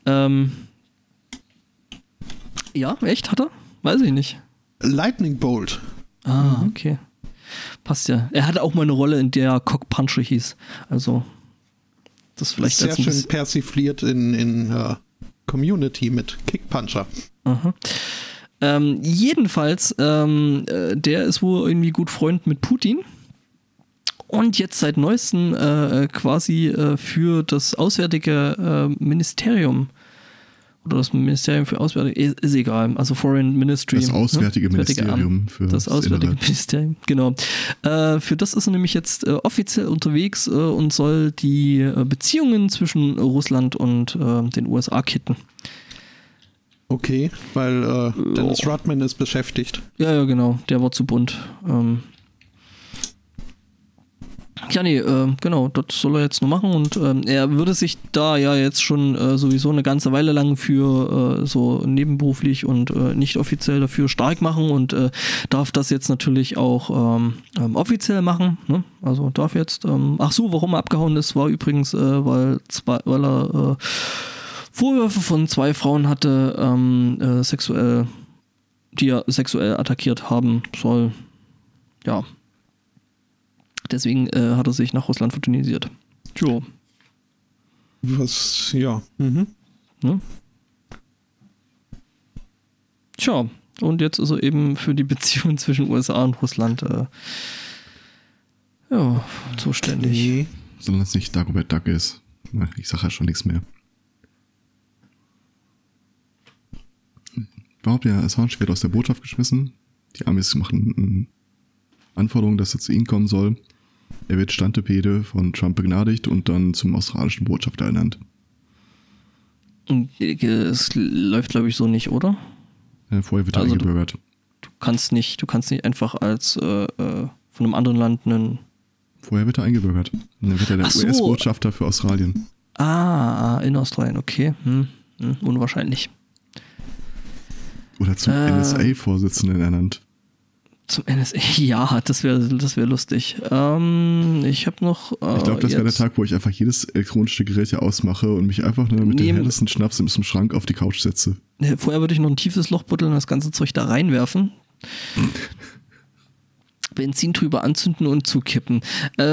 Ja, echt? Hat er? Weiß ich nicht. Lightning Bolt. Ah, okay. Passt ja. Er hatte auch mal eine Rolle, in der Cock Puncher hieß. Also, das vielleicht sehr schön persifliert in Community mit Kick Puncher. Aha. Jedenfalls, der ist wohl irgendwie gut Freund mit Putin. Und jetzt seit neuestem quasi für das Auswärtige Ministerium oder das Ministerium für Auswärtige, ist egal, also Foreign Ministry. Das Auswärtige Ministerium für das Auswärtige Innere. Ministerium, genau. Für das ist er nämlich jetzt offiziell unterwegs und soll die Beziehungen zwischen Russland und den USA kitten. Okay, weil Dennis Rodman ist beschäftigt. Ja, genau, der war zu bunt. Genau, das soll er jetzt nur machen und er würde sich da ja jetzt schon sowieso eine ganze Weile lang für so nebenberuflich und nicht offiziell dafür stark machen und darf das jetzt natürlich auch offiziell machen, ne? Also darf jetzt, warum er abgehauen ist, war übrigens, weil er Vorwürfe von 2 Frauen hatte, die er sexuell attackiert haben soll. ja. Deswegen hat er sich nach Russland vertonisiert. Jo. Was, ja. Mhm. Ne? Tja, und jetzt ist er eben für die Beziehung zwischen USA und Russland zuständig. Nee. Solange es nicht Dagobert Duck ist. Ich sage ja schon nichts mehr. Überhaupt ja, Assange wird aus der Botschaft geschmissen. Die Amis machen Anforderungen, dass er zu ihnen kommen soll. Er wird Standepede von Trump begnadigt und dann zum australischen Botschafter ernannt. Es läuft, glaube ich, so nicht, oder? Ja, vorher wird er eingebürgert. Du kannst nicht einfach als von einem anderen Land einen... Vorher wird er eingebürgert. Und dann wird er der US-Botschafter für Australien. In Australien, okay. Unwahrscheinlich. Oder zum NSA-Vorsitzenden ernannt. Zum NSA? Ja, das wär lustig. Ich habe noch... ich glaube, das wäre der Tag, wo ich einfach jedes elektronische Gerät hier ausmache und mich einfach nur mit dem härtesten Schnaps im Schrank auf die Couch setze. Vorher würde ich noch ein tiefes Loch buddeln und das ganze Zeug da reinwerfen. Benzin drüber anzünden und zukippen.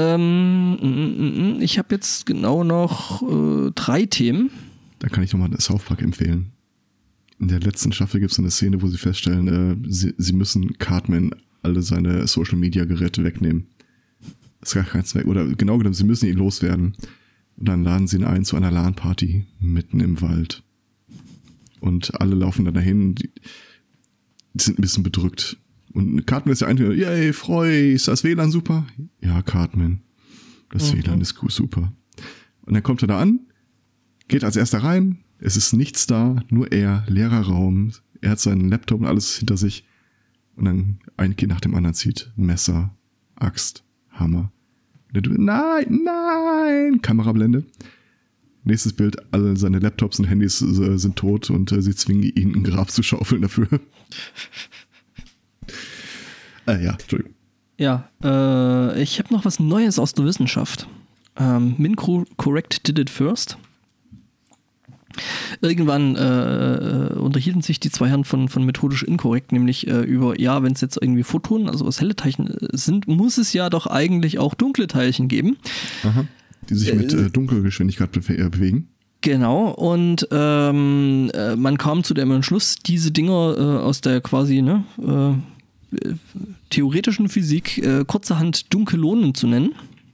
Ich habe jetzt genau noch 3 Themen. Da kann ich nochmal South Park empfehlen. In der letzten Staffel gibt es eine Szene, wo sie feststellen, sie müssen Cartman alle seine Social-Media-Geräte wegnehmen. Das ist gar kein Zweck. Oder genau genommen, sie müssen ihn loswerden. Und dann laden sie ihn ein zu einer LAN-Party mitten im Wald. Und alle laufen dann dahin, die sind ein bisschen bedrückt. Und Cartman ist der Einzige, yay, freu, ist das WLAN super? Ja, Cartman, das WLAN ist super. Und dann kommt er da an, geht als erster rein, es ist nichts da, nur er, leerer Raum, er hat seinen Laptop und alles hinter sich. Und dann ein Kind nach dem anderen zieht Messer, Axt, Hammer. Nein, Kamerablende. Nächstes Bild, alle seine Laptops und Handys sind tot und sie zwingen ihn, ein Grab zu schaufeln dafür. Entschuldigung. Ja, ich habe noch was Neues aus der Wissenschaft. MinCorrect did it first. Irgendwann unterhielten sich die 2 Herren von methodisch inkorrekt, nämlich über, wenn es jetzt irgendwie Photonen, also was helle Teilchen sind, muss es ja doch eigentlich auch dunkle Teilchen geben. Aha, die sich mit Dunkelgeschwindigkeit bewegen. Genau, und man kam zu dem Entschluss, diese Dinger aus der quasi theoretischen Physik kurzerhand Dunkelonen zu nennen.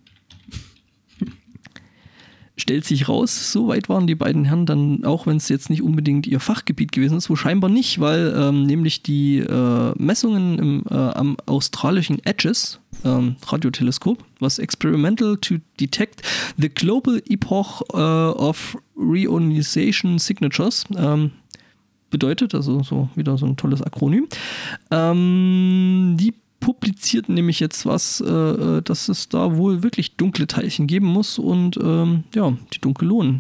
Stellt sich raus, so weit waren die beiden Herren dann, auch wenn es jetzt nicht unbedingt ihr Fachgebiet gewesen ist, wo scheinbar nicht, weil nämlich die Messungen am australischen EDGES Radioteleskop, was Experimental to Detect the Global Epoch of Reionization Signatures bedeutet, also so wieder so ein tolles Akronym. Die publizierten nämlich jetzt was, dass es da wohl wirklich dunkle Teilchen geben muss und die Dunkelonen.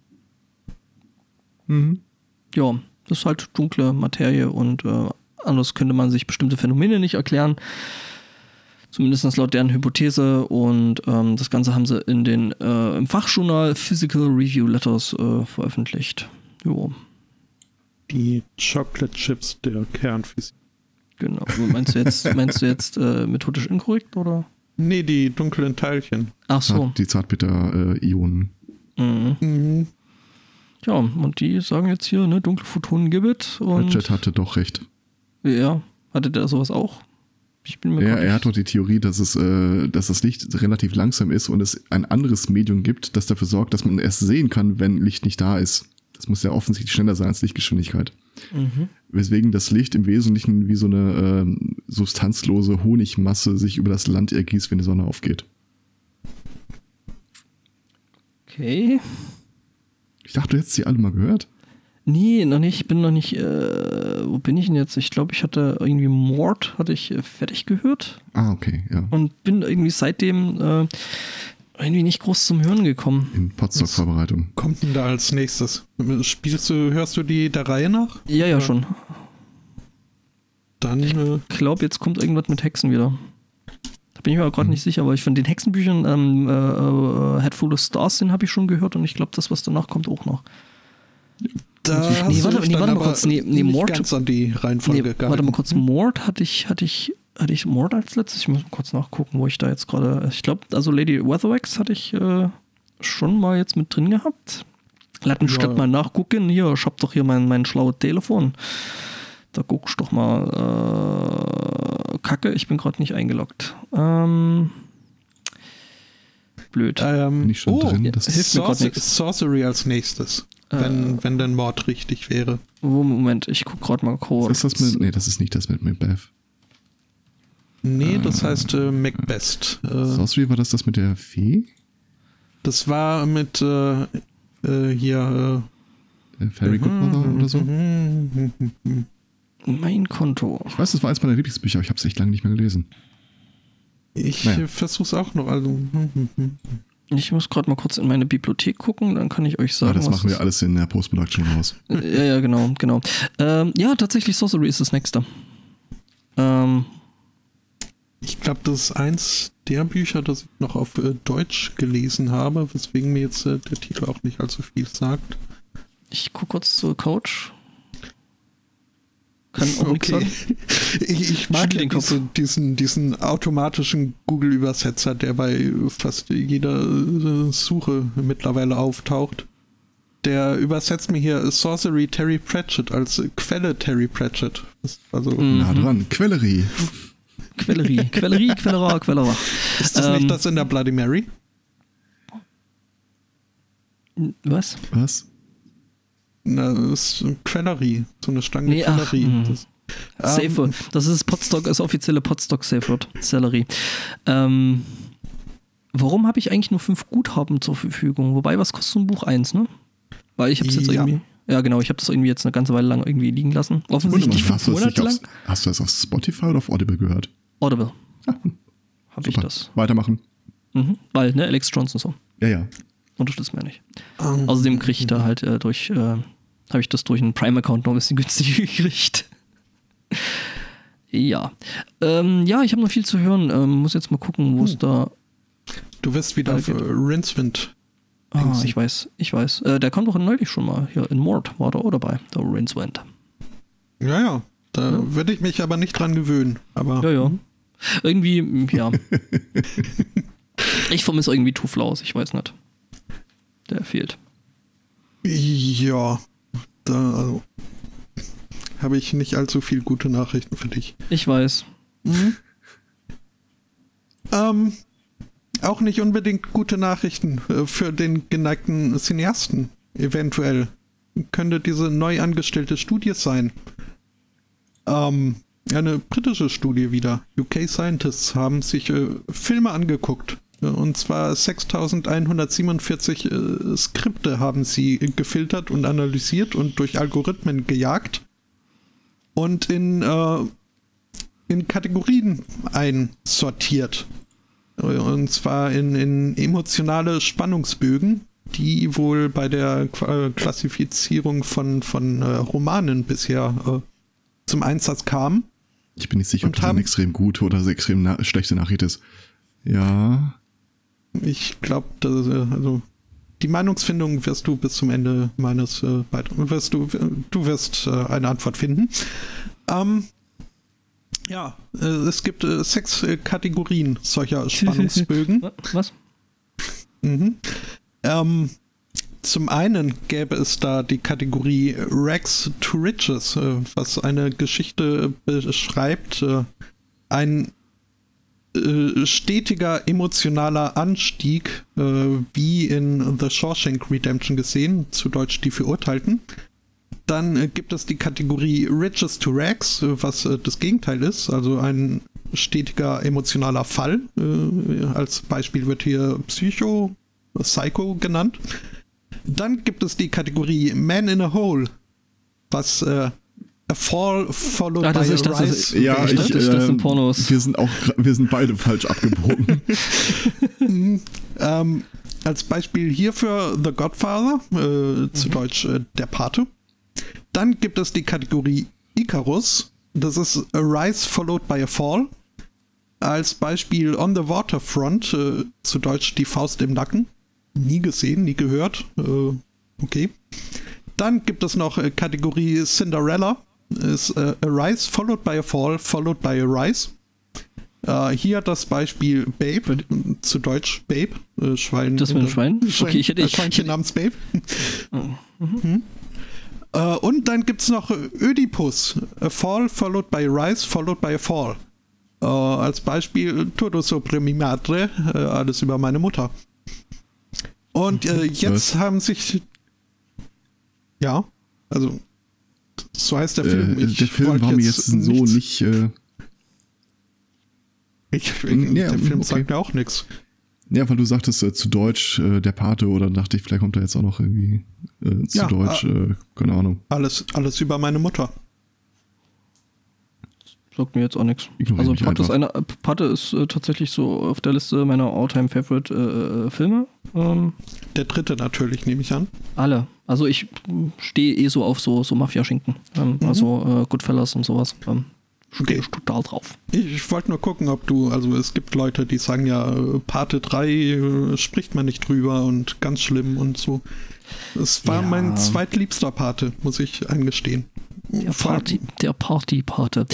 Mhm. Ja, das ist halt dunkle Materie und anders könnte man sich bestimmte Phänomene nicht erklären. Zumindest laut deren Hypothese, und das Ganze haben sie in den im Fachjournal Physical Review Letters veröffentlicht. Jo. Die Chocolate Chips der Kernphysik. Genau. Meinst du jetzt methodisch inkorrekt, oder? Nee, die dunklen Teilchen. Ach so. Die Zartbitter-Ionen. Mhm. Ja, und die sagen jetzt hier, dunkle Photonen gibt es. Ratchet hatte doch recht. Ja, hatte der sowas auch? Er hat doch die Theorie, dass das Licht relativ langsam ist und es ein anderes Medium gibt, das dafür sorgt, dass man erst sehen kann, wenn Licht nicht da ist. Das muss ja offensichtlich schneller sein als Lichtgeschwindigkeit. Mhm. Weswegen das Licht im Wesentlichen wie so eine substanzlose Honigmasse sich über das Land ergießt, wenn die Sonne aufgeht. Okay. Ich dachte, du hättest sie alle mal gehört. Nee, noch nicht. Ich bin noch nicht. Wo bin ich denn jetzt? Ich glaube, ich hatte irgendwie Mord, fertig gehört. Ah, okay, ja. Und bin irgendwie seitdem irgendwie nicht groß zum Hören gekommen. In Podstock-Vorbereitung. Kommt denn da als nächstes? Hörst du die der Reihe nach? Ja, ja, schon. Dann. Ich glaube, jetzt kommt irgendwas mit Hexen wieder. Da bin ich mir aber gerade nicht sicher, weil ich von den Hexenbüchern Head Full of Stars, den habe ich schon gehört, und ich glaube, das, was danach kommt, auch noch. Warte mal kurz. Mord. Ganz an die Reihenfolge warte mal kurz. Mord hatte ich hatte ich Mord als letztes? Ich muss mal kurz nachgucken, wo ich da jetzt gerade. Ich glaube, also Lady Weatherwax hatte ich schon mal jetzt mit drin gehabt. Lass mich statt mal nachgucken. Hier, ich hab doch hier mein schlaues Telefon. Da guckst du doch mal. Kacke, ich bin gerade nicht eingeloggt. Blöd. Bin ich schon drin? Das hilft mir gerade nichts. Sorcery als nächstes. Wenn denn Mord richtig wäre. Moment, ich guck gerade mal kurz. Ist das mit, nee, das ist nicht das mit Macbeth. Nee, das heißt Macbeth. Sorcery, war das mit der Fee? Das war mit hier Fairy Godmother oder so? Mein Konto. Ich weiß, das war eins meiner Lieblingsbücher, aber ich habe es echt lange nicht mehr gelesen. Ich versuch's auch noch. Also. Ich muss gerade mal kurz in meine Bibliothek gucken, dann kann ich euch sagen. Das machen wir alles in der Post-Production raus. Ja, genau. Ja, tatsächlich Sorcery ist das nächste. Ich glaube, das ist eins der Bücher, das ich noch auf Deutsch gelesen habe, weswegen mir jetzt der Titel auch nicht allzu viel sagt. Ich gucke kurz zur Couch. Kann auch nichts sagen. Ich mag ja diesen automatischen Google-Übersetzer, der bei fast jeder Suche mittlerweile auftaucht. Der übersetzt mir hier Sorcery Terry Pratchett als Quelle Terry Pratchett. Also nah dran, Quellerie. Quellerer. Ist das nicht das in der Bloody Mary? Was? Na, das ist Quellerie. So eine Stange Quellerie. Safe Word. Das ist Podstock, das offizielle Podstock Safe Word. Sellerie. Warum habe ich eigentlich nur 5 Guthaben zur Verfügung? Wobei, was kostet so ein Buch 1, ne? Weil ich habe es jetzt irgendwie... Ja, genau, ich habe das irgendwie jetzt eine ganze Weile lang irgendwie liegen lassen. Offensichtlich 5 Monate lang. Hast du das auf Spotify oder auf Audible gehört? Audible. Habe ich das. Weitermachen. Weil, ne, Alex Jones und so. Ja. Unterstützt mir nicht. Außerdem kriege ich da halt habe ich das durch einen Prime-Account noch ein bisschen günstiger gekriegt. Ja. Ja, ich habe noch viel zu hören. Muss jetzt mal gucken, wo es da... Du wirst wieder auf Rincewind. Ich weiß. Der kam doch neulich schon mal. Hier in Mord war der auch dabei. Der Rincewind. Ja. Da würde ich mich aber nicht dran gewöhnen. Aber ja. Irgendwie, ja. Ich vermisse irgendwie Tuflaus, ich weiß nicht. Der fehlt. Ja, da habe ich nicht allzu viel gute Nachrichten für dich. Ich weiß. Auch nicht unbedingt gute Nachrichten für den geneigten Cineasten. Eventuell könnte diese neu angestellte Studie sein. Eine britische Studie wieder. UK Scientists haben sich Filme angeguckt. Und zwar 6147 Skripte haben sie gefiltert und analysiert und durch Algorithmen gejagt und in Kategorien einsortiert. Und zwar in emotionale Spannungsbögen, die wohl bei der Klassifizierung von Romanen bisher zum Einsatz kamen. Ich bin nicht sicher, ob das eine extrem gute oder extrem schlechte Nachricht ist. Ja. Ich glaube, also die Meinungsfindung wirst du bis zum Ende meines Beitrags, du wirst eine Antwort finden. Ja, es gibt 6 Kategorien solcher Spannungsbögen. Was? Zum einen gäbe es da die Kategorie Rags to Riches, was eine Geschichte beschreibt, ein stetiger emotionaler Anstieg, wie in The Shawshank Redemption gesehen, zu Deutsch die Verurteilten. Dann gibt es die Kategorie Riches to Rags, was das Gegenteil ist, also ein stetiger emotionaler Fall. Als Beispiel wird hier Psycho genannt. Dann gibt es die Kategorie Man in a Hole, was A Fall followed by a Rise. Ja, das sind Pornos. Wir sind beide falsch abgebogen. Als Beispiel hierfür The Godfather, zu Deutsch Der Pate. Dann gibt es die Kategorie Icarus. Das ist A Rise followed by a Fall. Als Beispiel On the Waterfront, zu Deutsch Die Faust im Nacken. Nie gesehen, nie gehört. Okay. Dann gibt es noch Kategorie Cinderella. Ist A Rise followed by a Fall followed by a Rise. Hier das Beispiel Babe, zu Deutsch Babe, Schwein. Das mit dem Schwein? Okay, Schweinchen namens Babe. Und dann gibt es noch Ödipus, A Fall followed by Rise followed by a Fall. Als Beispiel Todo sobre mi madre, alles über meine Mutter. Und jetzt haben sich... Ja, also so heißt der Film. Der Film war mir jetzt so nicht... der Film sagt mir auch nichts. Ja, weil du sagtest zu Deutsch der Pate, oder dachte ich, vielleicht kommt er jetzt auch noch irgendwie zu Deutsch, keine Ahnung. Alles über meine Mutter. Sagt mir jetzt auch nichts. Also Pate ist tatsächlich so auf der Liste meiner All-Time-Favorite Filme. Der dritte natürlich, nehme ich an. Alle. Also ich stehe so auf so Mafia-Schinken. Also Goodfellas und sowas. Stehe ich total drauf. Ich wollte nur gucken, ob du, also es gibt Leute, die sagen ja, Pate 3 spricht man nicht drüber und ganz schlimm und so. Es war mein zweitliebster Pate, muss ich eingestehen. Der Party-Pate.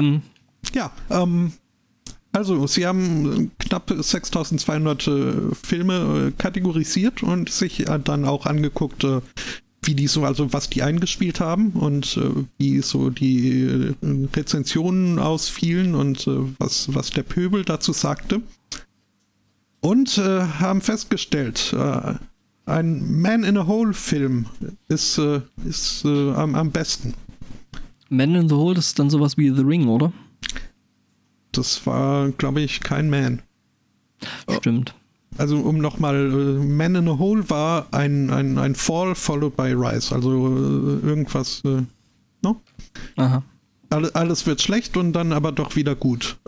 Also sie haben knapp 6200 Filme kategorisiert und sich dann auch angeguckt, wie die so, also was die eingespielt haben und wie so die Rezensionen ausfielen und was der Pöbel dazu sagte. Und haben festgestellt, ein Man in a Hole Film ist am besten. Man in the Hole, das ist dann sowas wie The Ring, oder? Das war, glaube ich, kein Man. Stimmt. Also um nochmal, Man in a Hole war ein Fall followed by Rise. Also irgendwas, no? Aha. Alles wird schlecht und dann aber doch wieder gut.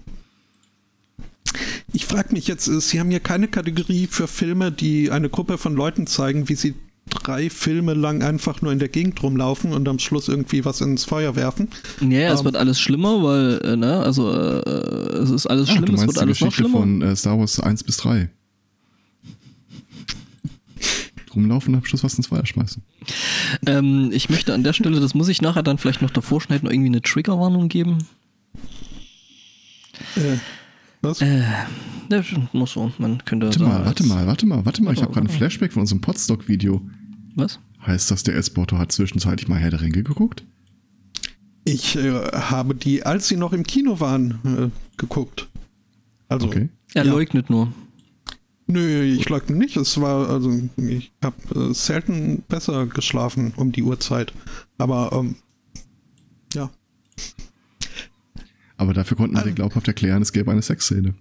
Ich frage mich jetzt, Sie haben hier keine Kategorie für Filme, die eine Gruppe von Leuten zeigen, wie sie 3 Filme lang einfach nur in der Gegend rumlaufen und am Schluss irgendwie was ins Feuer werfen. Ja, es wird alles schlimmer, weil, es ist alles schlimm, es wird alles noch schlimmer. Von Star Wars 1 bis 3. Rumlaufen und am Schluss was ins Feuer schmeißen. Ich möchte an der Stelle, das muss ich nachher dann vielleicht noch davor schneiden, irgendwie eine Triggerwarnung geben. Was? Das muss so, man könnte... Warte mal, ich habe gerade ein Flashback von unserem Podstock-Video. Was? Heißt das, der S-Botto hat zwischenzeitlich mal Herr der Ringe geguckt? Ich habe die, als sie noch im Kino waren, geguckt. Also, okay. Er leugnet nur. Nö, ich leugne nicht. Es war, also, ich habe selten besser geschlafen um die Uhrzeit. Aber, ja. Aber dafür konnten sie glaubhaft erklären, es gäbe eine Sexszene.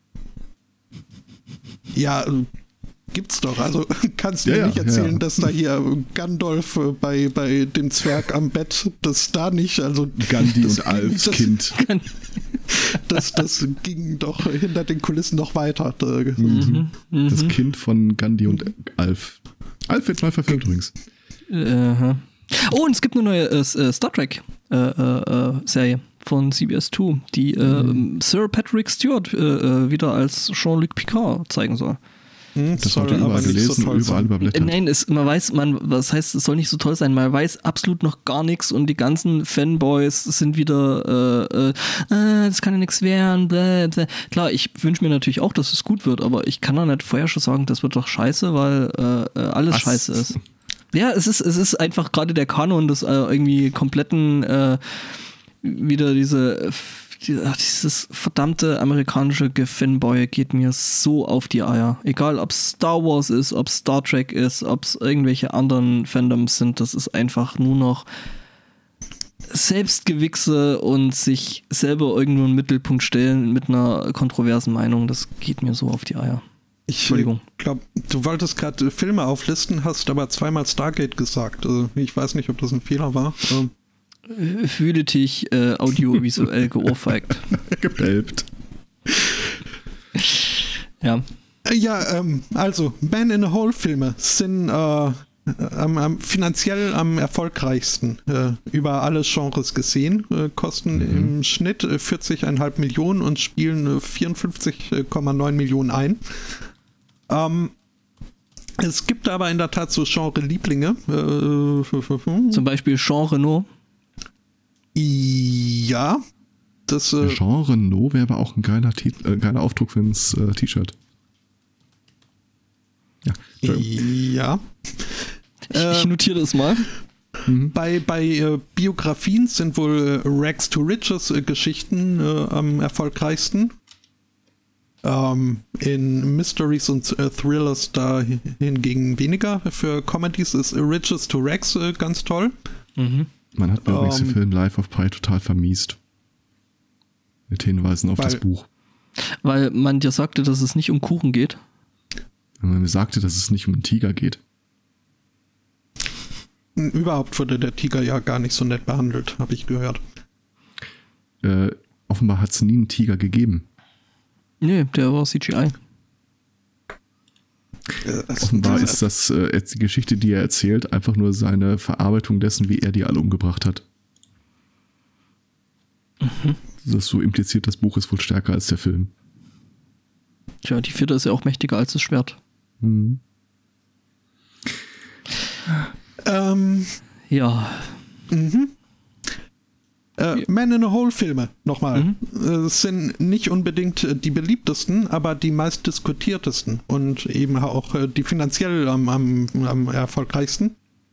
Ja, gibt's doch. Also kannst du mir nicht erzählen, dass da hier Gandalf bei dem Zwerg am Bett, dass da nicht, also Gandhi und Alfs Kind. Das ging doch hinter den Kulissen noch weiter. Das Kind von Gandhi und Alf. Alf wird mal verfilmt übrigens. Oh, und es gibt eine neue Star Trek Serie von CBS2, die Sir Patrick Stewart wieder als Jean-Luc Picard zeigen soll. Das sollte überall gelesen, so überall überblättert. Nein, was heißt, es soll nicht so toll sein, man weiß absolut noch gar nichts und die ganzen Fanboys sind wieder, das kann ja nichts werden, bläh. Klar, ich wünsche mir natürlich auch, dass es gut wird, aber ich kann doch nicht vorher schon sagen, das wird doch scheiße, weil alles scheiße ist. Ja, es ist einfach gerade der Kanon des irgendwie kompletten wieder dieses verdammte amerikanische Gefanboy geht mir so auf die Eier. Egal, ob es Star Wars ist, ob es Star Trek ist, ob es irgendwelche anderen Fandoms sind, das ist einfach nur noch Selbstgewichse und sich selber irgendwo in den Mittelpunkt stellen mit einer kontroversen Meinung. Das geht mir so auf die Eier. Entschuldigung. Ich glaube, du wolltest gerade Filme auflisten, hast aber zweimal Stargate gesagt. Also ich weiß nicht, ob das ein Fehler war. Fühle dich audiovisuell geohrfeigt. Gebelbt. Ja. Ja, also Man in a Hole Filme sind finanziell am erfolgreichsten über alle Genres gesehen, kosten im Schnitt 40,5 Millionen und spielen 54,9 Millionen ein. Es gibt aber in der Tat so Genre-Lieblinge. Zum Beispiel Jean Reno. Ja, Das Genre No wäre aber auch ein geiler Aufdruck für ein T-Shirt. Ja. Ich notiere das mal. Bei Biografien sind wohl Rags to Riches Geschichten am erfolgreichsten. In Mysteries und Thrillers da hingegen weniger. Für Comedies ist Riches to Rags ganz toll. Man hat mir übrigens den Film Life of Pi total vermiest. Mit Hinweisen auf das Buch. Weil man dir sagte, dass es nicht um Kuchen geht. Weil man mir sagte, dass es nicht um einen Tiger geht. Überhaupt wurde der Tiger ja gar nicht so nett behandelt, habe ich gehört. Offenbar hat es nie einen Tiger gegeben. Nee, der war CGI. Offenbar ist das jetzt die Geschichte, die er erzählt, einfach nur seine Verarbeitung dessen, wie er die alle umgebracht hat. Das so impliziert, das Buch ist wohl stärker als der Film. Tja, die Vierte ist ja auch mächtiger als das Schwert. Ja. Man in a Hole Filme, nochmal, sind nicht unbedingt die beliebtesten, aber die meist diskutiertesten und eben auch die finanziell am erfolgreichsten.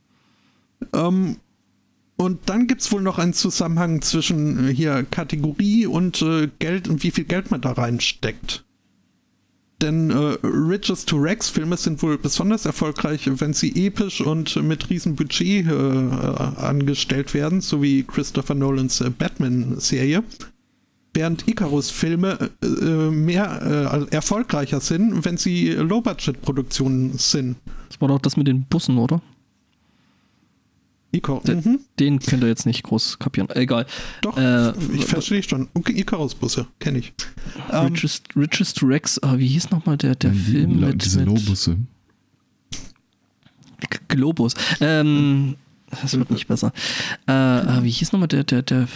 Und dann gibt es wohl noch einen Zusammenhang zwischen hier Kategorie und Geld und wie viel Geld man da reinsteckt. Denn Riches to Rags Filme sind wohl besonders erfolgreich, wenn sie episch und mit riesen Budget angestellt werden, so wie Christopher Nolans Batman-Serie. Während Icarus-Filme mehr erfolgreicher sind, wenn sie Low-Budget-Produktionen sind. Das war doch das mit den Bussen, oder? Den könnt ihr jetzt nicht groß kapieren. Egal. Doch, ich verstehe schon. Icarus-Busse, kenne ich. Riches to Rags, wie hieß nochmal der Film mit... Diese Low-Busse. Globus. Das wird nicht besser. Wie hieß nochmal der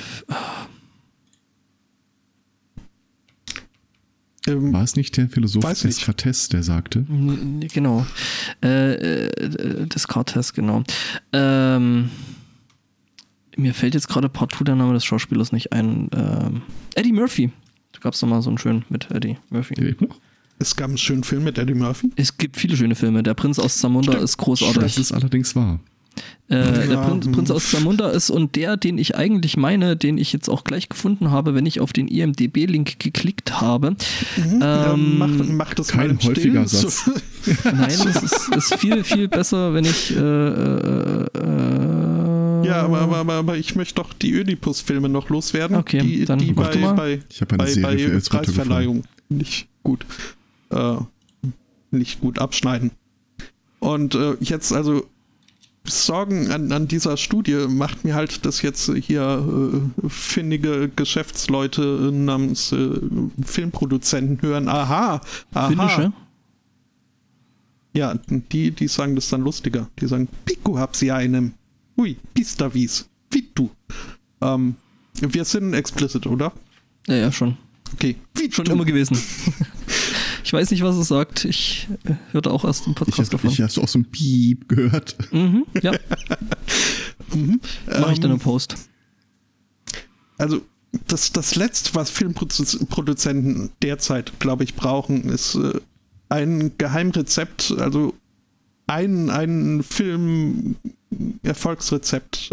war es nicht der Philosoph Descartes, der sagte? Genau. Descartes, genau. Mir fällt jetzt gerade partout der Name des Schauspielers nicht ein. Eddie Murphy. Da gab es doch mal so einen schönen mit Eddie Murphy. Es gab einen schönen Film mit Eddie Murphy? Es gibt viele schöne Filme. Der Prinz aus Zamunda ist großartig. Das ist allerdings wahr. Der Prinz aus Zamunda ist und den ich eigentlich meine, den ich jetzt auch gleich gefunden habe, wenn ich auf den IMDb-Link geklickt habe. Mach das kein mal häufiger Satz. Nein, es ist viel, viel besser, wenn ich ja, aber ich möchte doch die Oedipus-Filme noch loswerden. Okay, dann die mach du mal. bei Preisverleihung nicht gut abschneiden. Und jetzt also Sorgen an dieser Studie macht mir halt, dass jetzt hier findige Geschäftsleute namens Filmproduzenten hören, aha. Finnische? Ja, die sagen das dann lustiger. Die sagen, Piku hab sie einem. Ui, Pistavis. Vitu. Wir sind explicit, oder? Ja, schon. Okay. Schon immer gewesen. Ich weiß nicht, was es sagt. Ich hörte auch erst im Podcast davon. Hast du auch so ein Piep gehört? Ja. Mache ich dann im Post. Also, das Letzte, was Filmproduzenten derzeit, glaube ich, brauchen, ist ein Geheimrezept, also ein Film-Erfolgsrezept,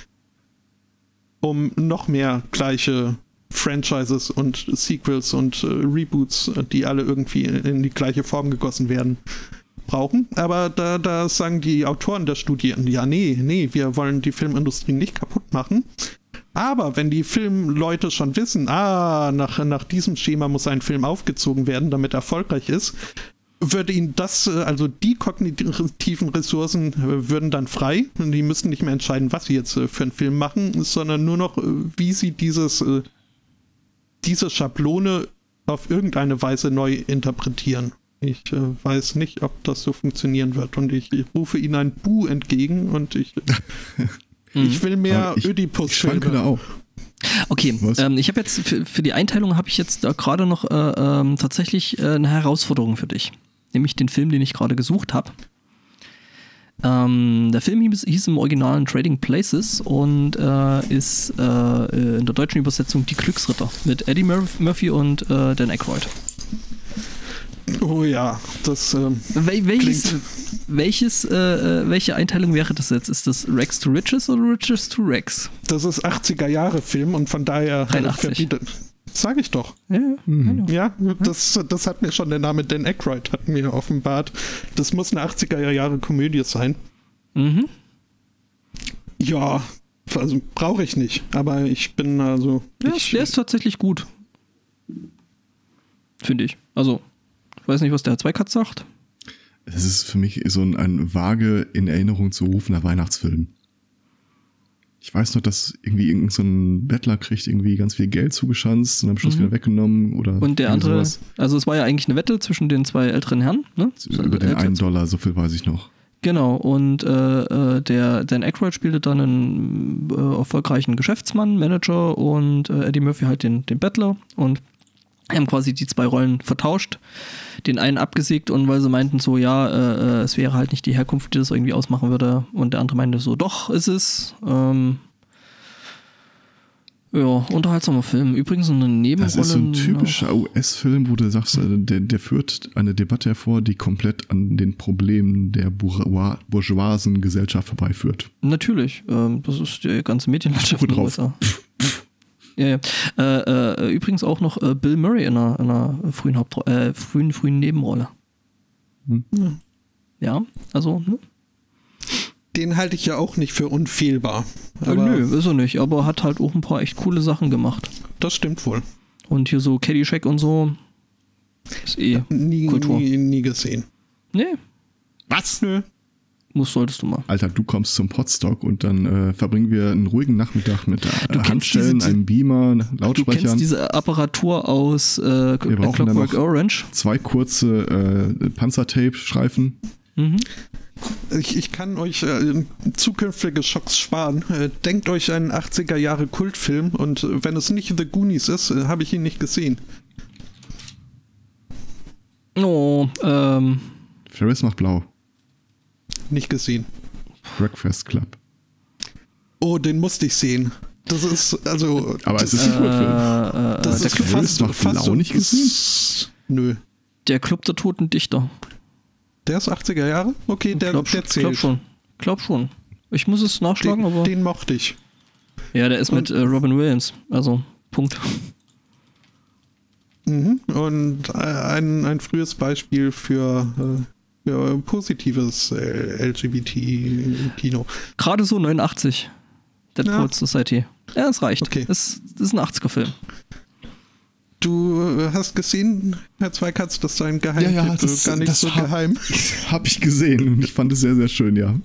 um noch mehr gleiche Franchises und Sequels und Reboots, die alle irgendwie in die gleiche Form gegossen werden, brauchen. Aber da sagen die Autoren der Studie, ja, nee, wir wollen die Filmindustrie nicht kaputt machen. Aber wenn die Filmleute schon wissen, nach diesem Schema muss ein Film aufgezogen werden, damit er erfolgreich ist, würde ihnen das, also die kognitiven Ressourcen würden dann frei und die müssten nicht mehr entscheiden, was sie jetzt für einen Film machen, sondern nur noch, wie sie diese Schablone auf irgendeine Weise neu interpretieren. Ich weiß nicht, ob das so funktionieren wird und ich rufe ihnen ein Buh entgegen und ich will mehr Oedipus-Filme. Ich schwanke da auch. Okay, ich habe jetzt für die Einteilung habe ich jetzt da gerade noch tatsächlich eine Herausforderung für dich. Nämlich den Film, den ich gerade gesucht habe. Der Film hieß im Original Trading Places und ist in der deutschen Übersetzung Die Glücksritter mit Eddie Murphy und Dan Aykroyd. Oh ja, das welche Einteilung wäre das jetzt? Ist das Rags to Riches oder Riches to Rags? Das ist 80er-Jahre-Film und von daher 83. Sag ich doch. Ja, das hat mir schon der Name Dan Aykroyd hat mir offenbart. Das muss eine 80er-Jahre-Komödie sein. Mhm. Ja, also brauche ich nicht, aber ich bin also... Der ist tatsächlich gut. Finde ich. Also, ich weiß nicht, was der Herr Zweikatz sagt. Es ist für mich so ein vage in Erinnerung zu rufender Weihnachtsfilm. Ich weiß noch, dass irgendwie irgend so ein Bettler kriegt irgendwie ganz viel Geld zugeschanzt und am Schluss wieder weggenommen oder und der andere, sowas. also es war ja eigentlich eine Wette zwischen den zwei älteren Herren, ne? Über den $1, so viel weiß ich noch. Genau, und der Dan Aykroyd spielte dann einen erfolgreichen Geschäftsmann, Manager und Eddie Murphy halt den Bettler und haben quasi die zwei Rollen vertauscht, den einen abgesägt und weil sie meinten so, ja, es wäre halt nicht die Herkunft, die das irgendwie ausmachen würde und der andere meinte so, doch, ist es. Unterhaltsamer Film. Übrigens eine Nebenrolle. Das ist so ein typischer US-Film, wo du sagst, der führt eine Debatte hervor, die komplett an den Problemen der bourgeoisen Gesellschaft vorbeiführt. Natürlich. Das ist die ganze Medienlandschaft in den USA. Ja. Übrigens auch noch Bill Murray in einer frühen Nebenrolle. Ja, also, ne? Den halte ich ja auch nicht für unfehlbar. Nö, ist er nicht, aber hat halt auch ein paar echt coole Sachen gemacht. Das stimmt wohl. Und hier so Caddyshack und so ist Kultur. Nie gesehen. Nee. Was? Nö. Solltest du mal. Alter, du kommst zum Podstock und dann verbringen wir einen ruhigen Nachmittag mit Handstellen, einem Beamer, Lautsprechern. Du kennst diese Apparatur aus Clockwork Orange. 2 kurze Panzertape-Streifen. Mhm. Ich kann euch zukünftige Schocks sparen. Denkt euch einen 80er-Jahre-Kultfilm und wenn es nicht The Goonies ist, habe ich ihn nicht gesehen. Oh, Ferris macht blau. Nicht gesehen. Breakfast Club. Oh, den musste ich sehen. Das ist, also... Aber es ist ein Kultfilm. Das ist Ferris macht blau nicht gesehen? Nö. Der Club der Toten Dichter. Der ist 80er Jahre? Okay, der zählt. Glaub schon. Ich muss es nachschlagen, aber... Den mochte ich. Ja, der ist mit Robin Williams. Also, Punkt. Und ein frühes Beispiel für positives LGBT-Kino. Gerade so 89. Deadpool Society. Ja, das reicht. Okay. Das ist ein 80er-Film. Du hast gesehen, Herr Zweikatz, dass dein Geheimtipp gar nicht so geheim. Habe ich gesehen und ich fand es sehr, sehr schön, ja.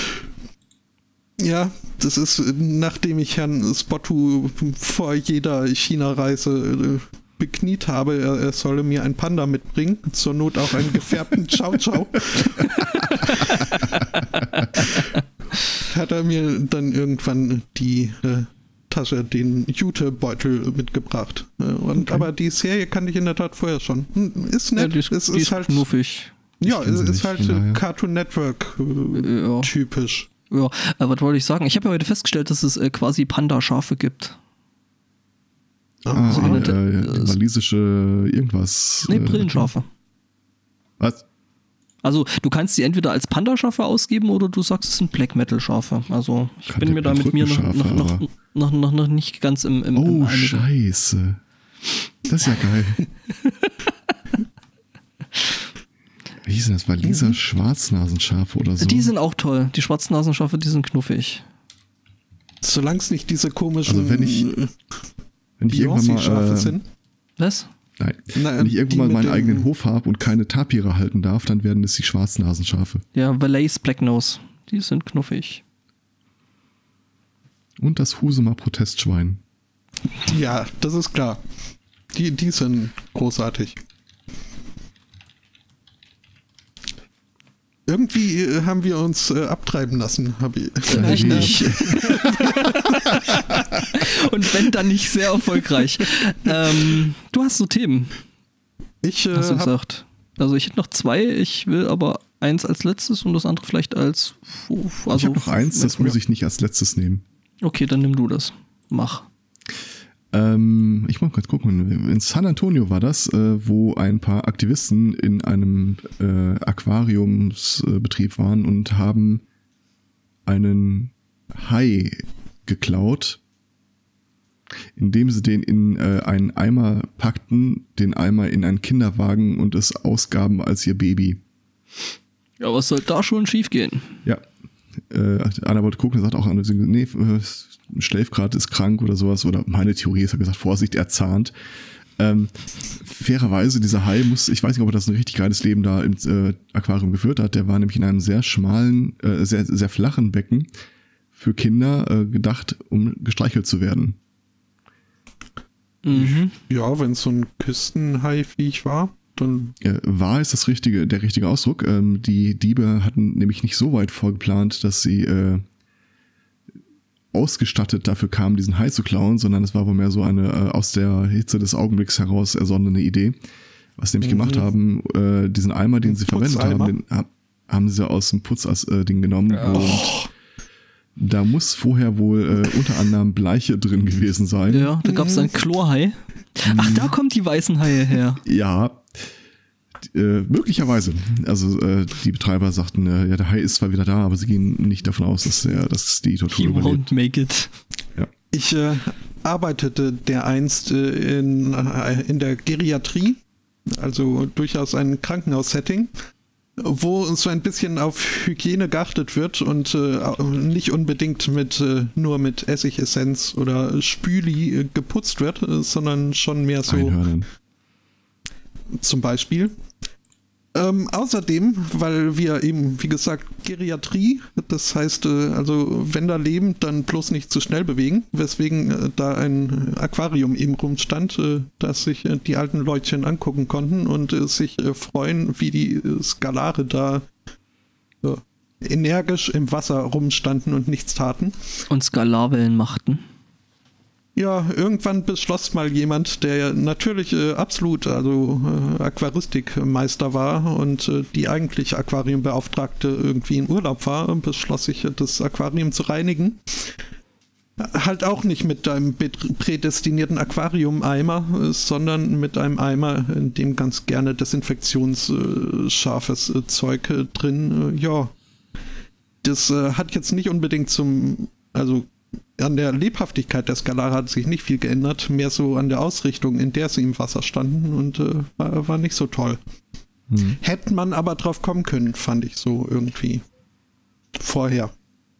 Ja, das ist, nachdem ich Herrn Spottu vor jeder China-Reise bekniet habe, er solle mir ein Panda mitbringen, zur Not auch einen gefärbten Chow-Chow. Hat er mir dann irgendwann die Tasche, den Jutebeutel mitgebracht. Okay. Aber die Serie kannte ich in der Tat vorher schon. Ist nett. Ja, die ist halt knuffig. Ja, es ist halt Cartoon Network typisch. Ja, was wollte ich sagen? Ich habe ja heute festgestellt, dass es quasi Panda-Schafe gibt. Walisische irgendwas. Nee, Brillenschafe. Was? Also du kannst sie entweder als Panda-Schafe ausgeben oder du sagst, es sind Black-Metal-Schafe. Also ich bin mir da mit mir noch nicht ganz im Einigen. Scheiße. Das ist ja geil. Wie hieß denn das? Waliser Schwarznasenschafe oder so? Die sind auch toll. Die Schwarznasenschafe, die sind knuffig. Solange es nicht diese komischen... Also wenn ich irgendwann mal... sind. Was? Nein. Wenn ich irgendwann mal meinen eigenen Hof habe und keine Tapire halten darf, dann werden es die Schwarznasenschafe. Ja, Valais Blacknose. Die sind knuffig. Und das Husumer Protestschwein. Ja, das ist klar. Die sind großartig. Irgendwie haben wir uns abtreiben lassen, habe ich. Ich nicht. Und wenn, dann nicht sehr erfolgreich. Du hast so Themen. Ich hast du gesagt. Also ich hätte noch 2, ich will aber eins als letztes und das andere vielleicht als... Also, ich habe noch eins, das muss ich nicht als letztes nehmen. Okay, dann nimm du das. Mach. Ich muss kurz gucken. In San Antonio war das, wo ein paar Aktivisten in einem Aquariumsbetrieb waren und haben einen Hai geklaut, indem sie den in einen Eimer packten, den Eimer in einen Kinderwagen und es ausgaben als ihr Baby. Ja, was soll da schon schief gehen? Ja. Anna wollte gucken und sagt auch, nee, Schläfgrad ist krank oder sowas. Oder meine Theorie ist, er gesagt, Vorsicht, er zahnt. Fairerweise, dieser Hai ich weiß nicht, ob er das ein richtig geiles Leben da im Aquarium geführt hat. Der war nämlich in einem sehr schmalen, sehr, sehr flachen Becken für Kinder gedacht, um gestreichelt zu werden. Mhm. Ja, wenn es so ein Küstenhai-Viech war, dann... War ist der richtige Ausdruck. Die Diebe hatten nämlich nicht so weit vorgeplant, dass sie ausgestattet dafür kamen, diesen Hai zu klauen, sondern es war wohl mehr so eine aus der Hitze des Augenblicks heraus ersonnene Idee. Was sie nämlich gemacht haben, diesen Eimer, den sie verwendet haben, den haben sie aus dem Putz-Ding genommen. Und da muss vorher wohl unter anderem Bleiche drin gewesen sein. Ja, da gab es einen Chlorhai. Ach, da kommen die weißen Haie her. Ja, möglicherweise. Also die Betreiber sagten, ja, der Hai ist zwar wieder da, aber sie gehen nicht davon aus, dass die Tortur überlebt. He won't make it. Ja. Ich arbeitete dereinst in der Geriatrie, also durchaus ein Krankenhaussetting, wo so ein bisschen auf Hygiene geachtet wird und nicht unbedingt nur mit Essigessenz oder Spüli geputzt wird, sondern schon mehr so Einhörnern. Zum Beispiel. Außerdem, weil wir eben, wie gesagt, Geriatrie, das heißt, also wenn da leben, dann bloß nicht zu schnell bewegen, weswegen da ein Aquarium eben rumstand, dass sich die alten Leutchen angucken konnten und sich freuen, wie die Skalare da energisch im Wasser rumstanden und nichts taten. Und Skalarwellen machten. Ja, irgendwann beschloss mal jemand, der natürlich absolut Aquaristikmeister war und die eigentlich Aquariumbeauftragte irgendwie in Urlaub war, beschloss sich das Aquarium zu reinigen. Halt auch nicht mit einem prädestinierten Aquarium-Eimer, sondern mit einem Eimer, in dem ganz gerne desinfektionsscharfes Zeug drin. Ja, das hat jetzt nicht unbedingt an der Lebhaftigkeit der Skalare hat sich nicht viel geändert, mehr so an der Ausrichtung, in der sie im Wasser standen und war nicht so toll. Hätte man aber drauf kommen können, fand ich so irgendwie vorher.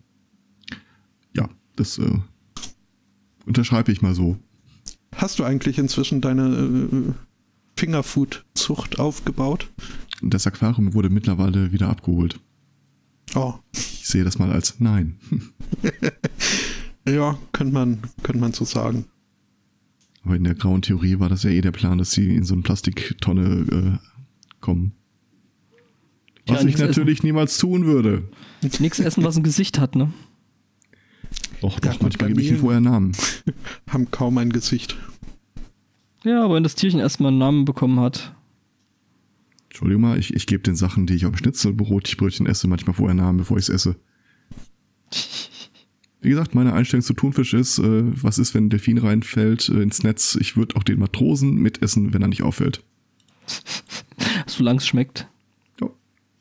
Ja, das unterschreibe ich mal so. Hast du eigentlich inzwischen deine Fingerfood-Zucht aufgebaut? Das Aquarium wurde mittlerweile wieder abgeholt. Oh. Ich sehe das mal als nein. Ja, könnte man so sagen. Aber in der grauen Theorie war das ja der Plan, dass sie in so eine Plastiktonne kommen. Was ich natürlich niemals tun würde. Nichts essen, was ein Gesicht hat, ne? Doch, manchmal gebe ich ihnen vorher Namen. Haben kaum ein Gesicht. Ja, aber wenn das Tierchen erstmal einen Namen bekommen hat. Entschuldigung mal, ich gebe den Sachen, die ich auf dem Schnitzelbrötchen esse, manchmal vorher Namen, bevor ich es esse. Wie gesagt, meine Einstellung zu Thunfisch ist, was ist, wenn ein Delfin reinfällt ins Netz? Ich würde auch den Matrosen mitessen, wenn er nicht auffällt. Solange es schmeckt. Ja.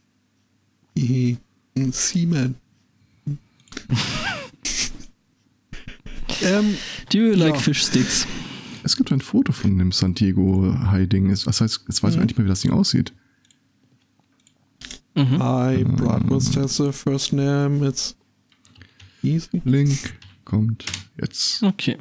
Seaman. Do you like fish sticks? Es gibt ein Foto von dem Santiago-Hai-Ding. Was heißt, jetzt weiß ich eigentlich mal, wie das Ding aussieht. Hi, Bratwurst has a first name, it's easy. Link kommt jetzt. Okay.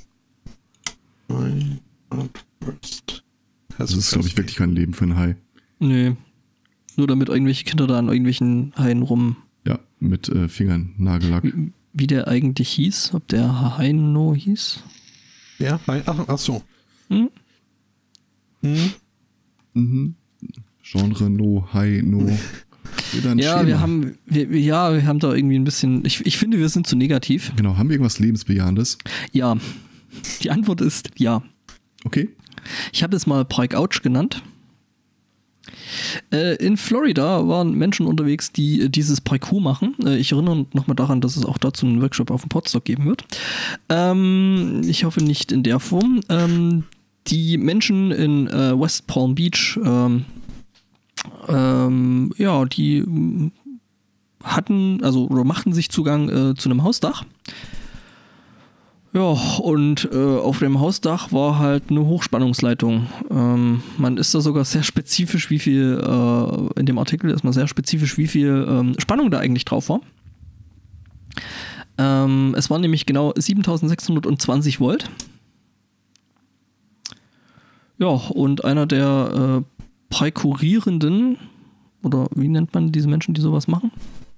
Hi, Bratwurst. Das ist, glaube ich, wirklich kein Leben für einen Hai. Nee. Nur damit irgendwelche Kinder da an irgendwelchen Haien rum... Ja, mit Fingern, Nagellack. Wie der eigentlich hieß? Ob der Haino hieß? Ja, ach so. Genre no, Hai no. Ja, wir haben da irgendwie ein bisschen. Ich finde, wir sind zu negativ. Genau, haben wir irgendwas Lebensbejahendes? Ja. Die Antwort ist ja. Okay. Ich habe es mal Pike Ouch genannt. In Florida waren Menschen unterwegs, die dieses Parkour machen. Ich erinnere nochmal daran, dass es auch dazu einen Workshop auf dem Podstock geben wird. Ich hoffe nicht in der Form. Die Menschen in West Palm Beach, die machten sich Zugang zu einem Hausdach. Ja, und auf dem Hausdach war halt eine Hochspannungsleitung. Man ist da sogar sehr spezifisch, wie viel, in dem Artikel ist man sehr spezifisch, wie viel Spannung da eigentlich drauf war. Es waren nämlich genau 7620 Volt. Ja, und einer der Parkourierenden, oder wie nennt man diese Menschen, die sowas machen?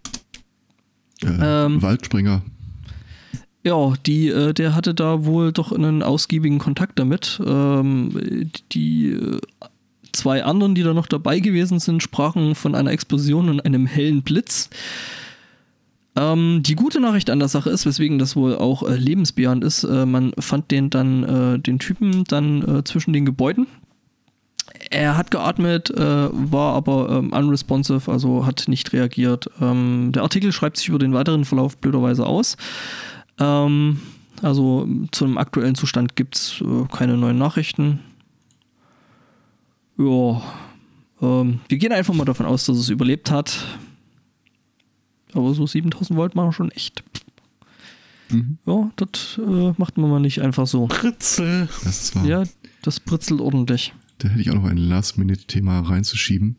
Waldspringer. Ja, der hatte da wohl doch einen ausgiebigen Kontakt damit. Die zwei anderen, die da noch dabei gewesen sind, sprachen von einer Explosion und einem hellen Blitz. Die gute Nachricht an der Sache ist, weswegen das wohl auch lebensbejahend ist, man fand den Typen dann zwischen den Gebäuden. Er hat geatmet, war aber unresponsive, also hat nicht reagiert. Der Artikel schreibt sich über den weiteren Verlauf blöderweise aus. Also zum aktuellen Zustand gibt es keine neuen Nachrichten. Ja, wir gehen einfach mal davon aus, dass es überlebt hat. Aber so 7000 Volt machen schon echt. Mhm. Ja, das macht man mal nicht einfach so. Britzel. Das ist wahr. Ja, das britzelt ordentlich. Da hätte ich auch noch ein Last-Minute-Thema reinzuschieben.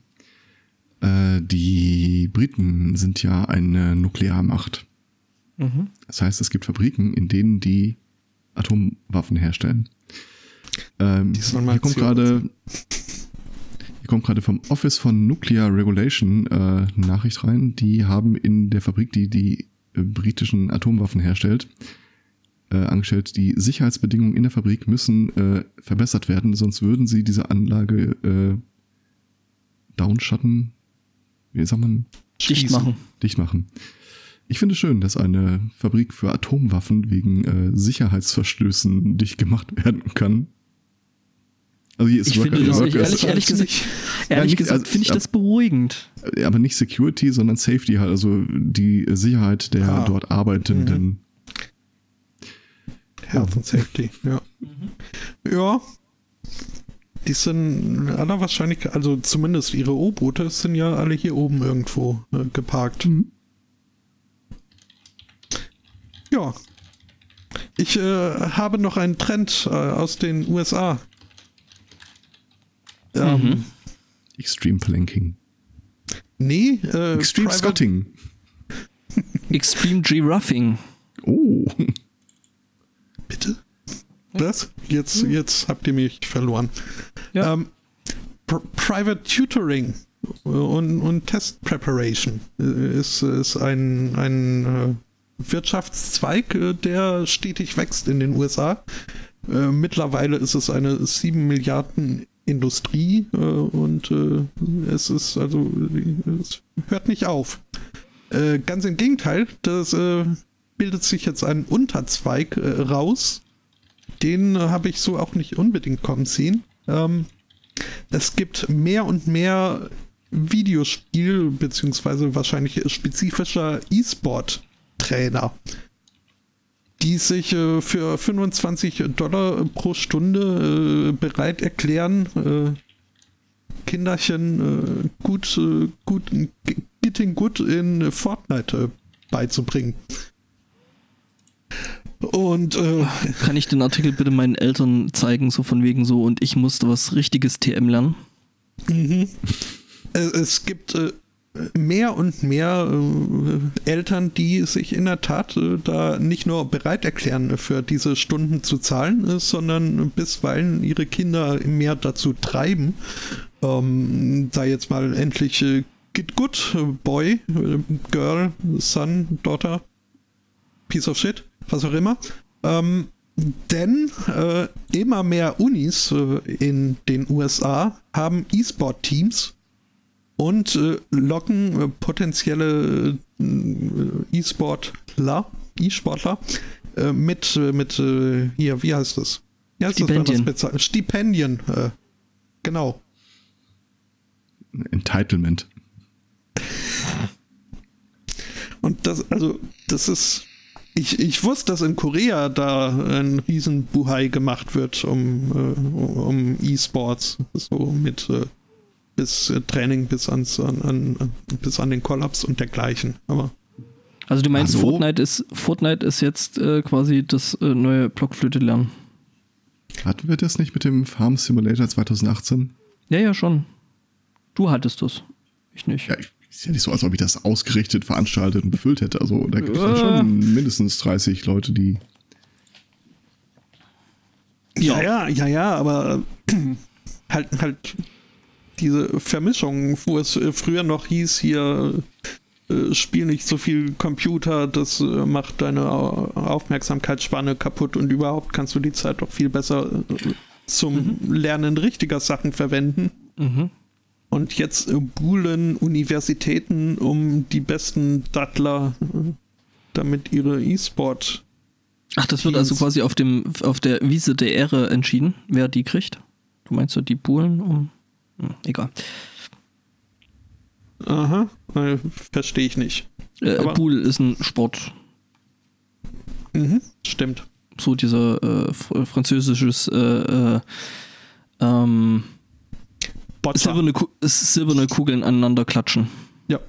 Die Briten sind ja eine Nuklearmacht. Mhm. Das heißt, es gibt Fabriken, in denen die Atomwaffen herstellen. Hier kommt gerade vom Office von Nuclear Regulation Nachricht rein. Die haben in der Fabrik, die britischen Atomwaffen herstellt, angestellt, die Sicherheitsbedingungen in der Fabrik müssen verbessert werden, sonst würden sie diese Anlage downshutten, wie sagt man? Dicht machen. Ich finde es schön, dass eine Fabrik für Atomwaffen wegen Sicherheitsverstößen dicht gemacht werden kann. Also hier ist ich finde das, ehrlich gesagt finde ich das beruhigend. Aber nicht Security, sondern Safety halt, also die Sicherheit der dort Arbeitenden. Mhm. Health and Safety, ja. Mhm. Ja. Die sind aller wahrscheinlich, also zumindest ihre U-Boote sind ja alle hier oben irgendwo geparkt. Mhm. Ja. Ich habe noch einen Trend aus den USA. Extreme Planking. Nee, Extreme Scotting. Extreme Giraffing. Oh. Bitte? Was? Jetzt habt ihr mich verloren. Ja. Private Tutoring und Test Preparation ist ein Wirtschaftszweig, der stetig wächst in den USA. Mittlerweile ist es eine 7 Milliarden Industrie und es hört nicht auf. Ganz im Gegenteil, das bildet sich jetzt ein Unterzweig raus. Den habe ich so auch nicht unbedingt kommen sehen. Es gibt mehr und mehr Videospiel- beziehungsweise wahrscheinlich spezifischer E-Sport-Trainer, die sich für $25 pro Stunde bereit erklären, Kinderchen Getting Good in Fortnite beizubringen. Und kann ich den Artikel bitte meinen Eltern zeigen, so von wegen so, und ich musste was richtiges TM lernen? Mhm. Es gibt mehr und mehr Eltern, die sich in der Tat da nicht nur bereit erklären, für diese Stunden zu zahlen, sondern bisweilen ihre Kinder mehr dazu treiben, sei jetzt mal endlich Get Good, Boy, Girl, Son, Daughter, Piece of Shit, was auch immer. Denn immer mehr Unis in den USA haben E-Sport-Teams und locken potenzielle E-Sportler mit hier, wie heißt das? Ja, Stipendien. Stipendien, genau. Entitlement. Und das ist, ich wusste, dass in Korea da ein riesen Buhai gemacht wird um E-Sports, so mit bis Training bis an den Kollaps und dergleichen. Aber also du meinst, Fortnite ist jetzt quasi das neue Blockflöte lernen. Hatten wir das nicht mit dem Farm Simulator 2018? Ja, schon. Du hattest das. Ich nicht. Ja, ist ja nicht so, als ob ich das ausgerichtet, veranstaltet und befüllt hätte. Also da gibt es dann schon mindestens 30 Leute, die... Ja, aber halt diese Vermischung, wo es früher noch hieß, hier spiel nicht so viel Computer, das macht deine Aufmerksamkeitsspanne kaputt und überhaupt kannst du die Zeit doch viel besser zum Lernen richtiger Sachen verwenden. Mhm. Und jetzt buhlen Universitäten um die besten Dattler, damit ihre E-Sport... Ach, das wird also quasi auf der Wiese der Ehre entschieden, wer die kriegt? Du meinst so, die buhlen um... egal. Aha, verstehe ich nicht. Buhl ist ein Sport. Mhm, stimmt. So dieser französisches silberne Kugeln aneinander klatschen. Ja.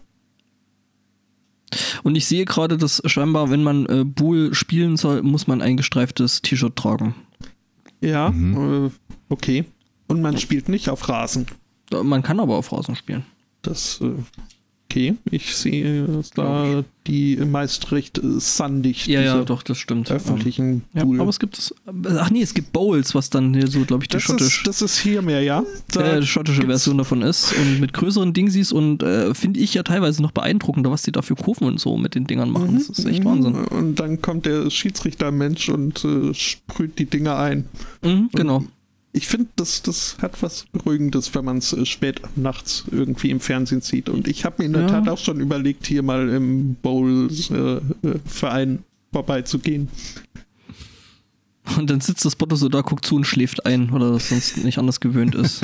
Und ich sehe gerade, dass scheinbar, wenn man Buhl spielen soll, muss man ein gestreiftes T-Shirt tragen. Ja, okay. Und man spielt nicht auf Rasen. Man kann aber auf Rasen spielen. Das, okay. Ich sehe da die meist recht sandig. Ja, doch, das stimmt. Öffentlichen Pool. Ja, aber es gibt es gibt Bowls, was dann hier so, glaube ich, das ist hier mehr, ja. Die schottische Version davon ist und mit größeren Dingsies und finde ich ja teilweise noch beeindruckender, was die da für Kurven und so mit den Dingern machen. Das ist echt Wahnsinn. Und dann kommt der Schiedsrichtermensch und sprüht die Dinger ein. Genau. Ich finde, das hat was Beruhigendes, wenn man es spät nachts irgendwie im Fernsehen sieht. Und ich habe mir in der Tat auch schon überlegt, hier mal im Bowl-Verein vorbeizugehen. Und dann sitzt das Botto so da, guckt zu und schläft ein, oder das sonst nicht anders gewöhnt ist.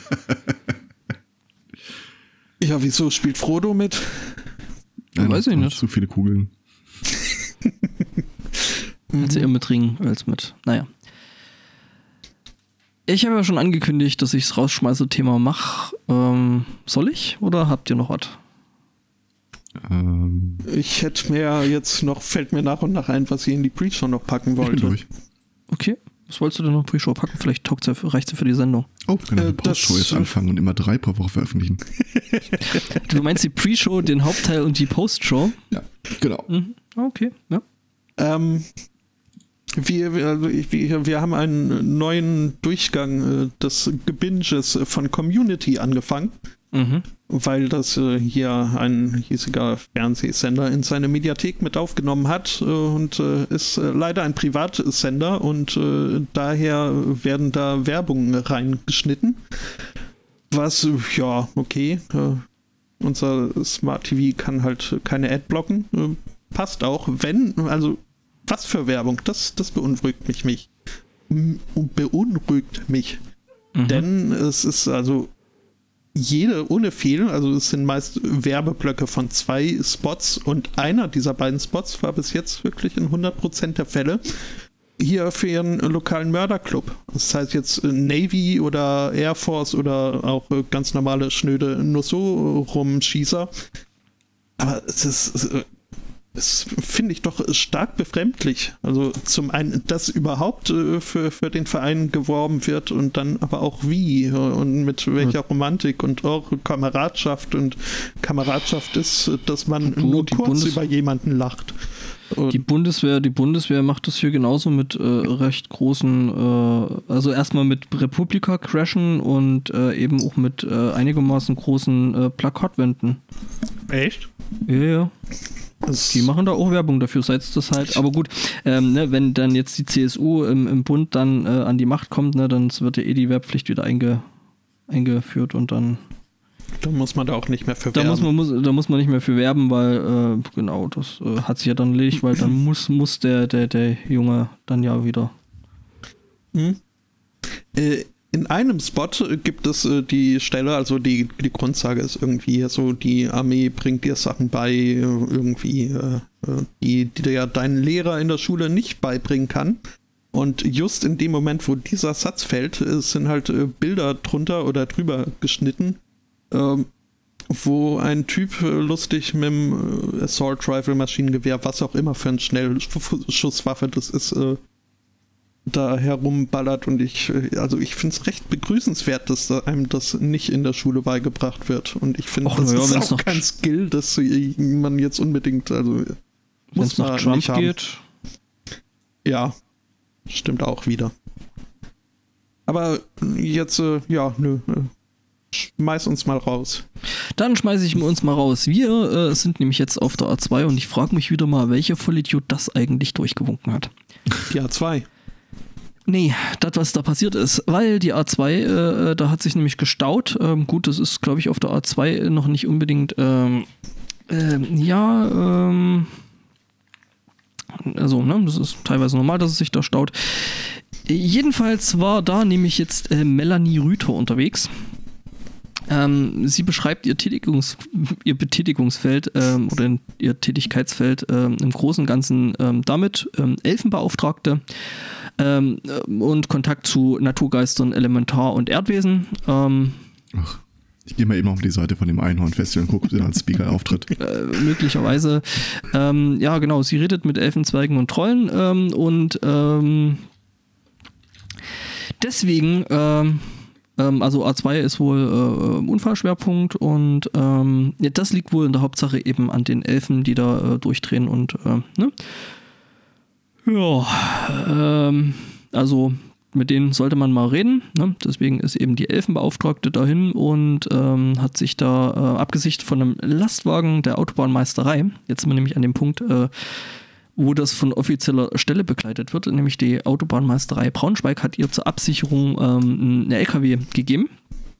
Ja, wieso spielt Frodo mit? Ja, weiß ich nicht. So viele Kugeln. Kannst du eher mit Ringen als mit. Naja. Ich habe ja schon angekündigt, dass ich das Rausschmeiße-Thema mache. Soll ich oder habt ihr noch was? Ich hätte mir jetzt noch, fällt mir nach und nach ein, was ich in die Pre-Show noch packen wollte. Ich bin durch. Okay, was wolltest du denn noch Pre-Show packen? Vielleicht reicht es für die Sendung. Oh, wir können die Post-Show jetzt anfangen und immer 3 pro Woche veröffentlichen. Du meinst die Pre-Show, den Hauptteil und die Post-Show? Ja, genau. Okay, ja. Wir haben einen neuen Durchgang des Gebinges von Community angefangen, weil das hier ein hiesiger Fernsehsender in seine Mediathek mit aufgenommen hat und ist leider ein Privatsender und daher werden da Werbungen reingeschnitten. Was, ja, okay, unser Smart TV kann halt keine Ad blocken, passt auch, was für Werbung? Das beunruhigt mich. Denn es ist also ohne Fehlen, also es sind meist Werbeblöcke von 2 Spots und einer dieser beiden Spots war bis jetzt wirklich in 100% der Fälle hier für ihren lokalen Mörderclub. Das heißt jetzt Navy oder Air Force oder auch ganz normale schnöde Nusso-Rumschießer. Aber das finde ich doch stark befremdlich. Also zum einen, dass überhaupt für den Verein geworben wird und dann aber auch wie und mit welcher Romantik und auch Kameradschaft. Und Kameradschaft ist, dass man nur kurz über jemanden lacht. Und die Bundeswehr macht das hier genauso mit recht großen, also erstmal mit Republika crashen und eben auch mit einigermaßen großen Plakatwänden. Echt? Ja. Die machen da auch Werbung dafür, seit das halt, aber gut, wenn dann jetzt die CSU im Bund dann an die Macht kommt, dann wird ja die Werbpflicht wieder eingeführt und dann muss man da auch nicht mehr für werben. Da muss man nicht mehr für werben, weil genau, das hat sich ja dann erledigt, weil dann muss der Junge dann ja wieder. in einem Spot gibt es die Stelle, also die Grundsage ist irgendwie so, die Armee bringt dir Sachen bei, irgendwie, die dir dein Lehrer in der Schule nicht beibringen kann. Und just in dem Moment, wo dieser Satz fällt, sind halt Bilder drunter oder drüber geschnitten, wo ein Typ lustig mit dem Assault Rifle, Maschinengewehr, was auch immer für eine Schnellschusswaffe das ist, da herumballert. Und ich finde es recht begrüßenswert, dass einem das nicht in der Schule beigebracht wird. Und ich finde, das ist auch kein Skill, dass man jetzt unbedingt, also muss man nach Trump nicht haben. geht. Ja, stimmt auch wieder. Aber jetzt, schmeiß uns mal raus. Dann schmeiße ich uns mal raus. Wir sind nämlich jetzt auf der A2 und ich frage mich wieder mal, welcher Vollidiot das eigentlich durchgewunken hat. Die A2? Nee, das, was da passiert ist. Weil die A2, da hat sich nämlich gestaut. Gut, das ist, glaube ich, auf der A2 noch nicht unbedingt, also, ne, das ist teilweise normal, dass es sich da staut. Jedenfalls war da nämlich jetzt Melanie Rüther unterwegs. Sie beschreibt ihr Betätigungsfeld oder ihr Tätigkeitsfeld im Großen und Ganzen damit Elfenbeauftragte und Kontakt zu Naturgeistern, Elementar- und Erdwesen. Ach, ich gehe mal eben auf die Seite von dem Einhorn-Festival und gucke, ob sie da als Speaker auftritt. Möglicherweise. Ja, genau. Sie redet mit Elfenzwergen und Trollen und deswegen also A2 ist wohl Unfallschwerpunkt und das liegt wohl in der Hauptsache eben an den Elfen, die da durchdrehen und ne? Ja, also mit denen sollte man mal reden, ne? Deswegen ist eben die Elfenbeauftragte dahin und hat sich da abgesichert von einem Lastwagen der Autobahnmeisterei, jetzt sind wir nämlich an dem Punkt, wo das von offizieller Stelle begleitet wird, nämlich die Autobahnmeisterei Braunschweig hat ihr zur Absicherung eine LKW gegeben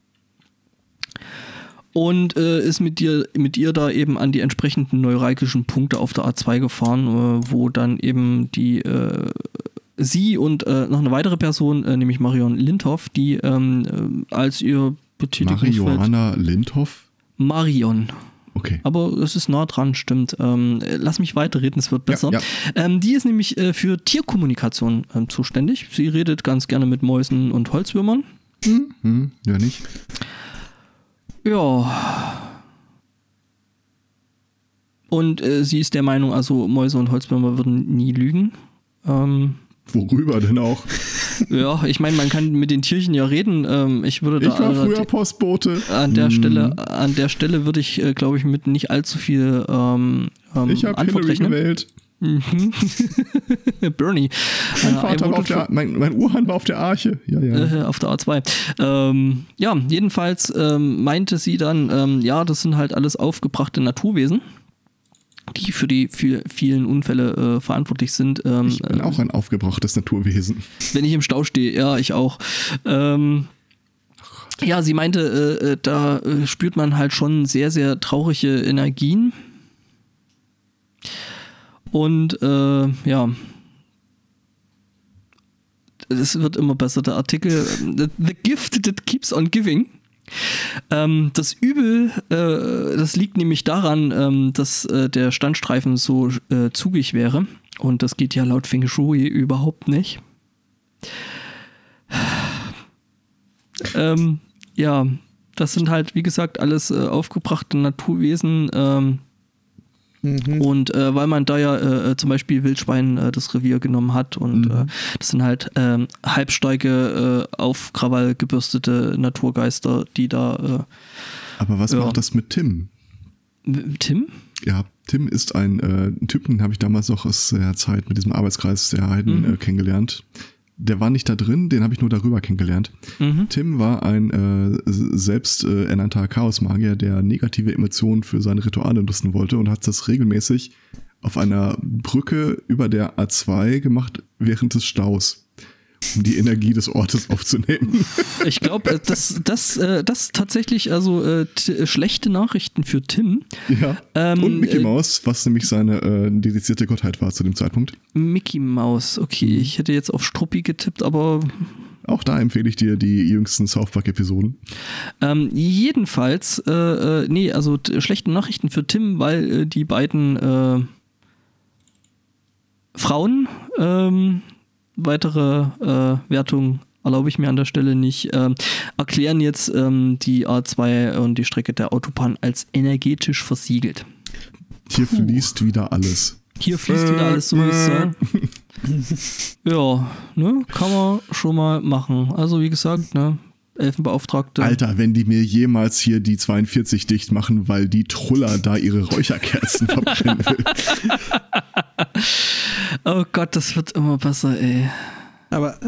und ist mit ihr da eben an die entsprechenden neuralgischen Punkte auf der A2 gefahren, wo dann eben sie und noch eine weitere Person, nämlich Marion Lindhoff, die als ihr Betätigungsfeld... Marihuana Lindhoff? Marion. Okay. Aber es ist nah dran, stimmt. Lass mich weiterreden, es wird besser. Ja. Die ist nämlich für Tierkommunikation zuständig. Sie redet ganz gerne mit Mäusen und Holzwürmern. Ja, nicht. Ja. Und sie ist der Meinung, also Mäuse und Holzwürmer würden nie lügen. Worüber denn auch? Ja, ich meine, man kann mit den Tierchen ja reden. Ich war früher Postbote. An der Stelle würde ich, glaube ich, mit nicht allzu viel ich habe Hillary gewählt. Bernie. Mein Urhahn war auf der Arche. Ja. Auf der A2. Ja, jedenfalls meinte sie dann, ja, das sind halt alles aufgebrachte Naturwesen, die für die vielen Unfälle verantwortlich sind. Ich bin auch ein aufgebrachtes Naturwesen. Wenn ich im Stau stehe, ja, ich auch. Ja, sie meinte, da spürt man halt schon sehr, sehr traurige Energien. Und ja, es wird immer besser, der Artikel. The gift that keeps on giving. Das Übel, das liegt nämlich daran, dass der Standstreifen so zugig wäre. Und das geht ja laut Feng Shui überhaupt nicht. Ja, das sind halt, wie gesagt, alles aufgebrachte Naturwesen. Und weil man da ja zum Beispiel Wildschwein das Revier genommen hat und das sind halt halbstarke, auf Krawall gebürstete Naturgeister, die da... Aber was macht das mit Tim? Tim? Ja, Tim ist ein Typ, den habe ich damals noch aus der Zeit mit diesem Arbeitskreis der Heiden kennengelernt. Der war nicht da drin, den habe ich nur darüber kennengelernt. Tim war ein selbsternannter Chaosmagier, der negative Emotionen für seine Rituale nutzen wollte und hat das regelmäßig auf einer Brücke über der A2 gemacht während des Staus, um die Energie des Ortes aufzunehmen. Ich glaube, das tatsächlich, also schlechte Nachrichten für Tim. Ja, und Mickey Mouse, was nämlich seine dedizierte Gottheit war zu dem Zeitpunkt. Mickey Mouse, okay. Ich hätte jetzt auf Struppi getippt, aber... Auch da empfehle ich dir die jüngsten South Park-Episoden. Jedenfalls, schlechte Nachrichten für Tim, weil die beiden Frauen, weitere Wertung erlaube ich mir an der Stelle nicht, erklären jetzt die A2 und die Strecke der Autobahn als energetisch versiegelt. Hier fließt wieder alles. Hier fließt wieder alles, so wie es soll. Ja, ne, kann man schon mal machen. Also wie gesagt, ne, Elfenbeauftragte. Alter, wenn die mir jemals hier die 42 dicht machen, weil die Truller da ihre Räucherkerzen verbrennen will. Oh Gott, das wird immer besser, ey. Aber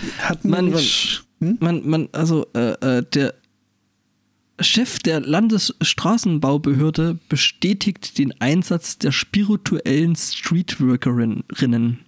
der Chef der Landesstraßenbaubehörde bestätigt den Einsatz der spirituellen Streetworkerinnen.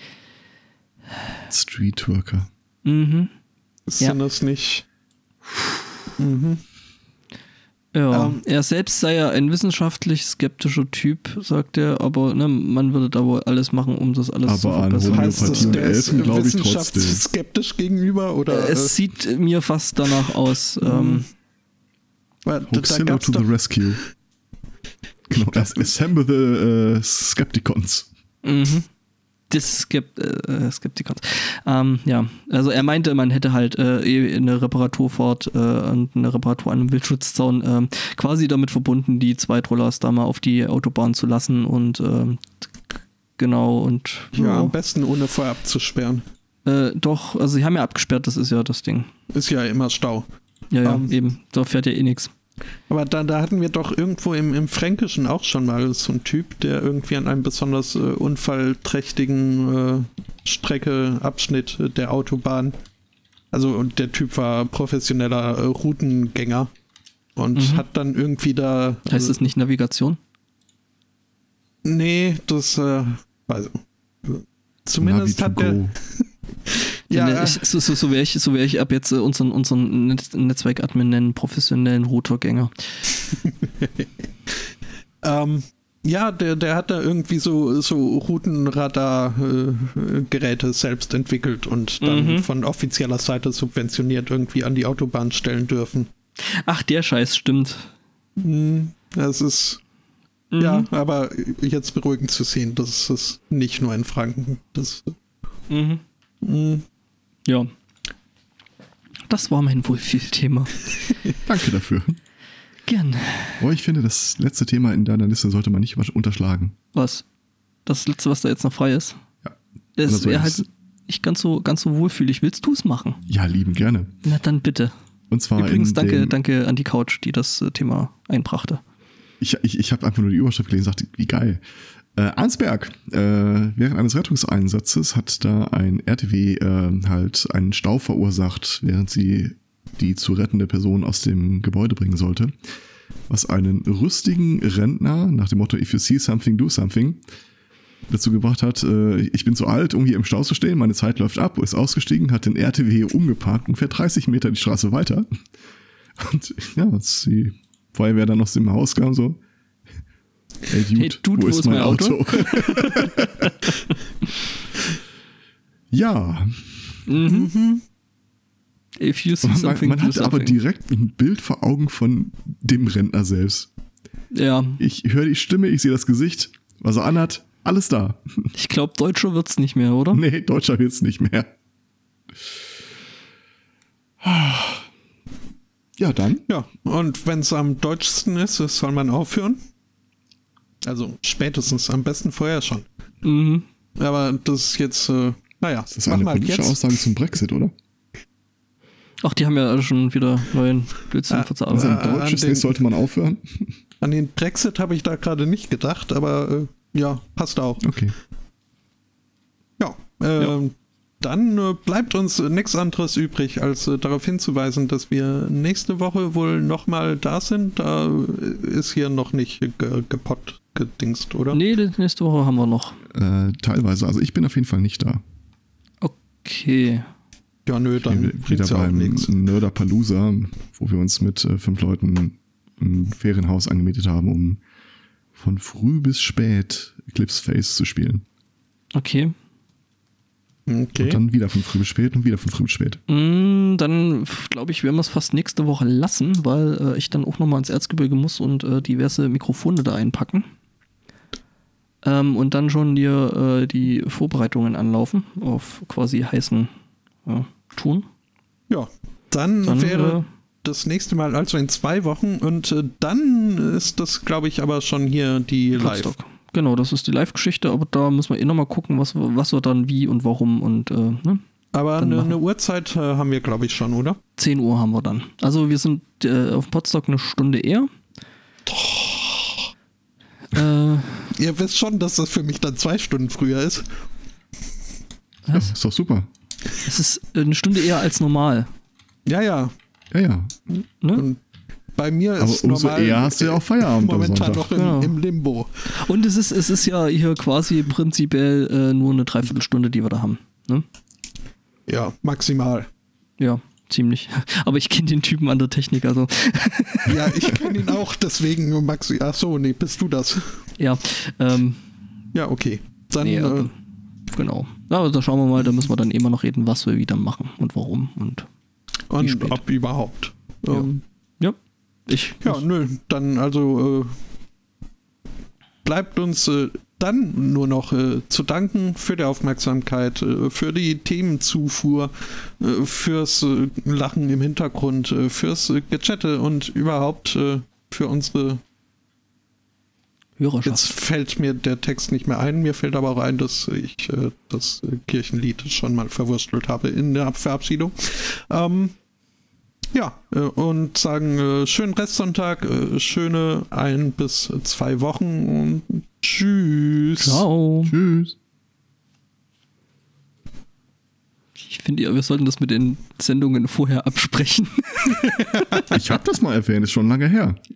Streetworker. Mhm. Sind das nicht? Mhm. Ja, er selbst sei ja ein wissenschaftlich skeptischer Typ, sagt er, aber ne, man würde da wohl alles machen, um das alles zu verbessern. Aber an Homöopathie und Elfen glaube ich trotzdem. Skeptisch gegenüber? Oder, es sieht mir fast danach aus. Hoaxilla to the rescue. Genau, assemble the Skepticons. Mhm. Skeptikons. Ja, also er meinte, man hätte halt eine Reparaturfahrt und eine Reparatur an einem Wildschutzzaun quasi damit verbunden, die 2 Trollers da mal auf die Autobahn zu lassen und genau und ja, am besten ohne vorher abzusperren. Doch, also sie haben ja abgesperrt, das ist ja das Ding. Ist ja immer Stau. Ja, eben, da fährt ja eh nichts. Aber da hatten wir doch irgendwo im Fränkischen auch schon mal so einen Typ, der irgendwie an einem besonders unfallträchtigen Abschnitt der Autobahn, also und der Typ war professioneller Routengänger und hat dann irgendwie da... Heißt das nicht Navigation? Nee, das zumindest hat der... Ja, so wär ich ab jetzt unseren Netzwerk-Admin nennen, professionellen Routergänger. Ja, der hat da irgendwie so Routenradar-Geräte selbst entwickelt und dann von offizieller Seite subventioniert irgendwie an die Autobahn stellen dürfen. Ach, der Scheiß, stimmt. Das ist... Ja, aber jetzt beruhigend zu sehen, das ist nicht nur in Franken. Das... Ja. Das war mein Wohlfühlthema. Danke dafür. Gern. Oh, ich finde, das letzte Thema in deiner Liste sollte man nicht unterschlagen. Was? Das letzte, was da jetzt noch frei ist? Ja. Es wäre halt nicht ganz so wohlfühlig. Willst du es machen? Ja, lieben gerne. Na dann bitte. Und zwar übrigens danke an die Couch, die das Thema einbrachte. Ich habe einfach nur die Überschrift gelesen und dachte, wie geil. Arnsberg, während eines Rettungseinsatzes hat da ein RTW halt einen Stau verursacht, während sie die zu rettende Person aus dem Gebäude bringen sollte. Was einen rüstigen Rentner nach dem Motto If you see something, do something dazu gebracht hat, ich bin zu alt, um hier im Stau zu stehen, meine Zeit läuft ab, ist ausgestiegen, hat den RTW umgeparkt und fährt 30 Meter die Straße weiter. Und ja, als die Feuerwehr dann aus dem Haus kam, so Hey Dude, wo ist mein Auto? Ja. If you see something, man hat aber direkt ein Bild vor Augen von dem Rentner selbst. Ja. Ich höre die Stimme, ich sehe das Gesicht, was er anhat, alles da. Ich glaube, Deutscher wird's nicht mehr, oder? Nee, Deutscher wird's nicht mehr. Ja, dann. Ja, und wenn es am deutschsten ist, soll man aufhören. Also spätestens, am besten vorher schon. Aber das ist jetzt, naja. Das ist eine politische Aussage zum Brexit, oder? Ach, die haben ja schon wieder neuen Blödsinn verzahlt. Also am deutschen sollte man aufhören. An den Brexit habe ich da gerade nicht gedacht, aber ja, passt auch. Okay. Ja, dann bleibt uns nichts anderes übrig, als darauf hinzuweisen, dass wir nächste Woche wohl nochmal da sind. Da ist hier noch nicht gedingst, oder? Nee, nächste Woche haben wir noch. Teilweise, also ich bin auf jeden Fall nicht da. Okay. Ja, nö, dann wieder beim Nerdapalooza, wo wir uns mit 5 Leuten ein Ferienhaus angemietet haben, um von früh bis spät Eclipse Phase zu spielen. Okay. Okay. Und dann wieder von früh bis spät und wieder von früh bis spät. Dann glaube ich, werden wir es fast nächste Woche lassen, weil ich dann auch nochmal ins Erzgebirge muss und diverse Mikrofone da einpacken. Und dann schon die Vorbereitungen anlaufen auf quasi heißen Tun. Ja, dann wäre das nächste Mal also in 2 Wochen und dann ist das, glaube ich, aber schon hier die Live. Genau, das ist die Live-Geschichte, aber da müssen wir nochmal gucken, was wir dann wie und warum und ne? Aber eine Uhrzeit haben wir, glaube ich, schon, oder? 10 Uhr haben wir dann. Also wir sind auf Potsdok eine Stunde eher. Ihr wisst schon, dass das für mich dann 2 Stunden früher ist. Was? Ja, ist doch super. Es ist eine Stunde eher als normal. Ja. Ja. Ne? Und bei mir ist aber umso normal eher hast du ja auch Feierabend momentan am Sonntag. noch im Limbo. Und es ist ja hier quasi prinzipiell nur eine Dreiviertelstunde, die wir da haben. Ne? Ja, maximal. Ja, ziemlich. Aber ich kenne den Typen an der Technik, also. Ja, ich kenne ihn auch, deswegen Maxi. Ach so, nee, bist du das? Ja. Ja, okay. Dann. Nee, genau. Aber da schauen wir mal, da müssen wir dann immer noch reden, was wir wieder machen und warum und wie spät. Ob überhaupt. Ja. Nö, dann also bleibt uns dann nur noch zu danken für die Aufmerksamkeit, für die Themenzufuhr, fürs Lachen im Hintergrund, fürs Gechatte und überhaupt für unsere Hörerschaft. Jetzt fällt mir der Text nicht mehr ein, mir fällt aber auch ein, dass ich das Kirchenlied schon mal verwurstelt habe in der Verabschiedung. Und sagen schönen Restsonntag, schöne 1 bis 2 Wochen und tschüss. Ciao. Tschüss. Ich finde ja, wir sollten das mit den Sendungen vorher absprechen. Ich habe das mal erwähnt, ist schon lange her.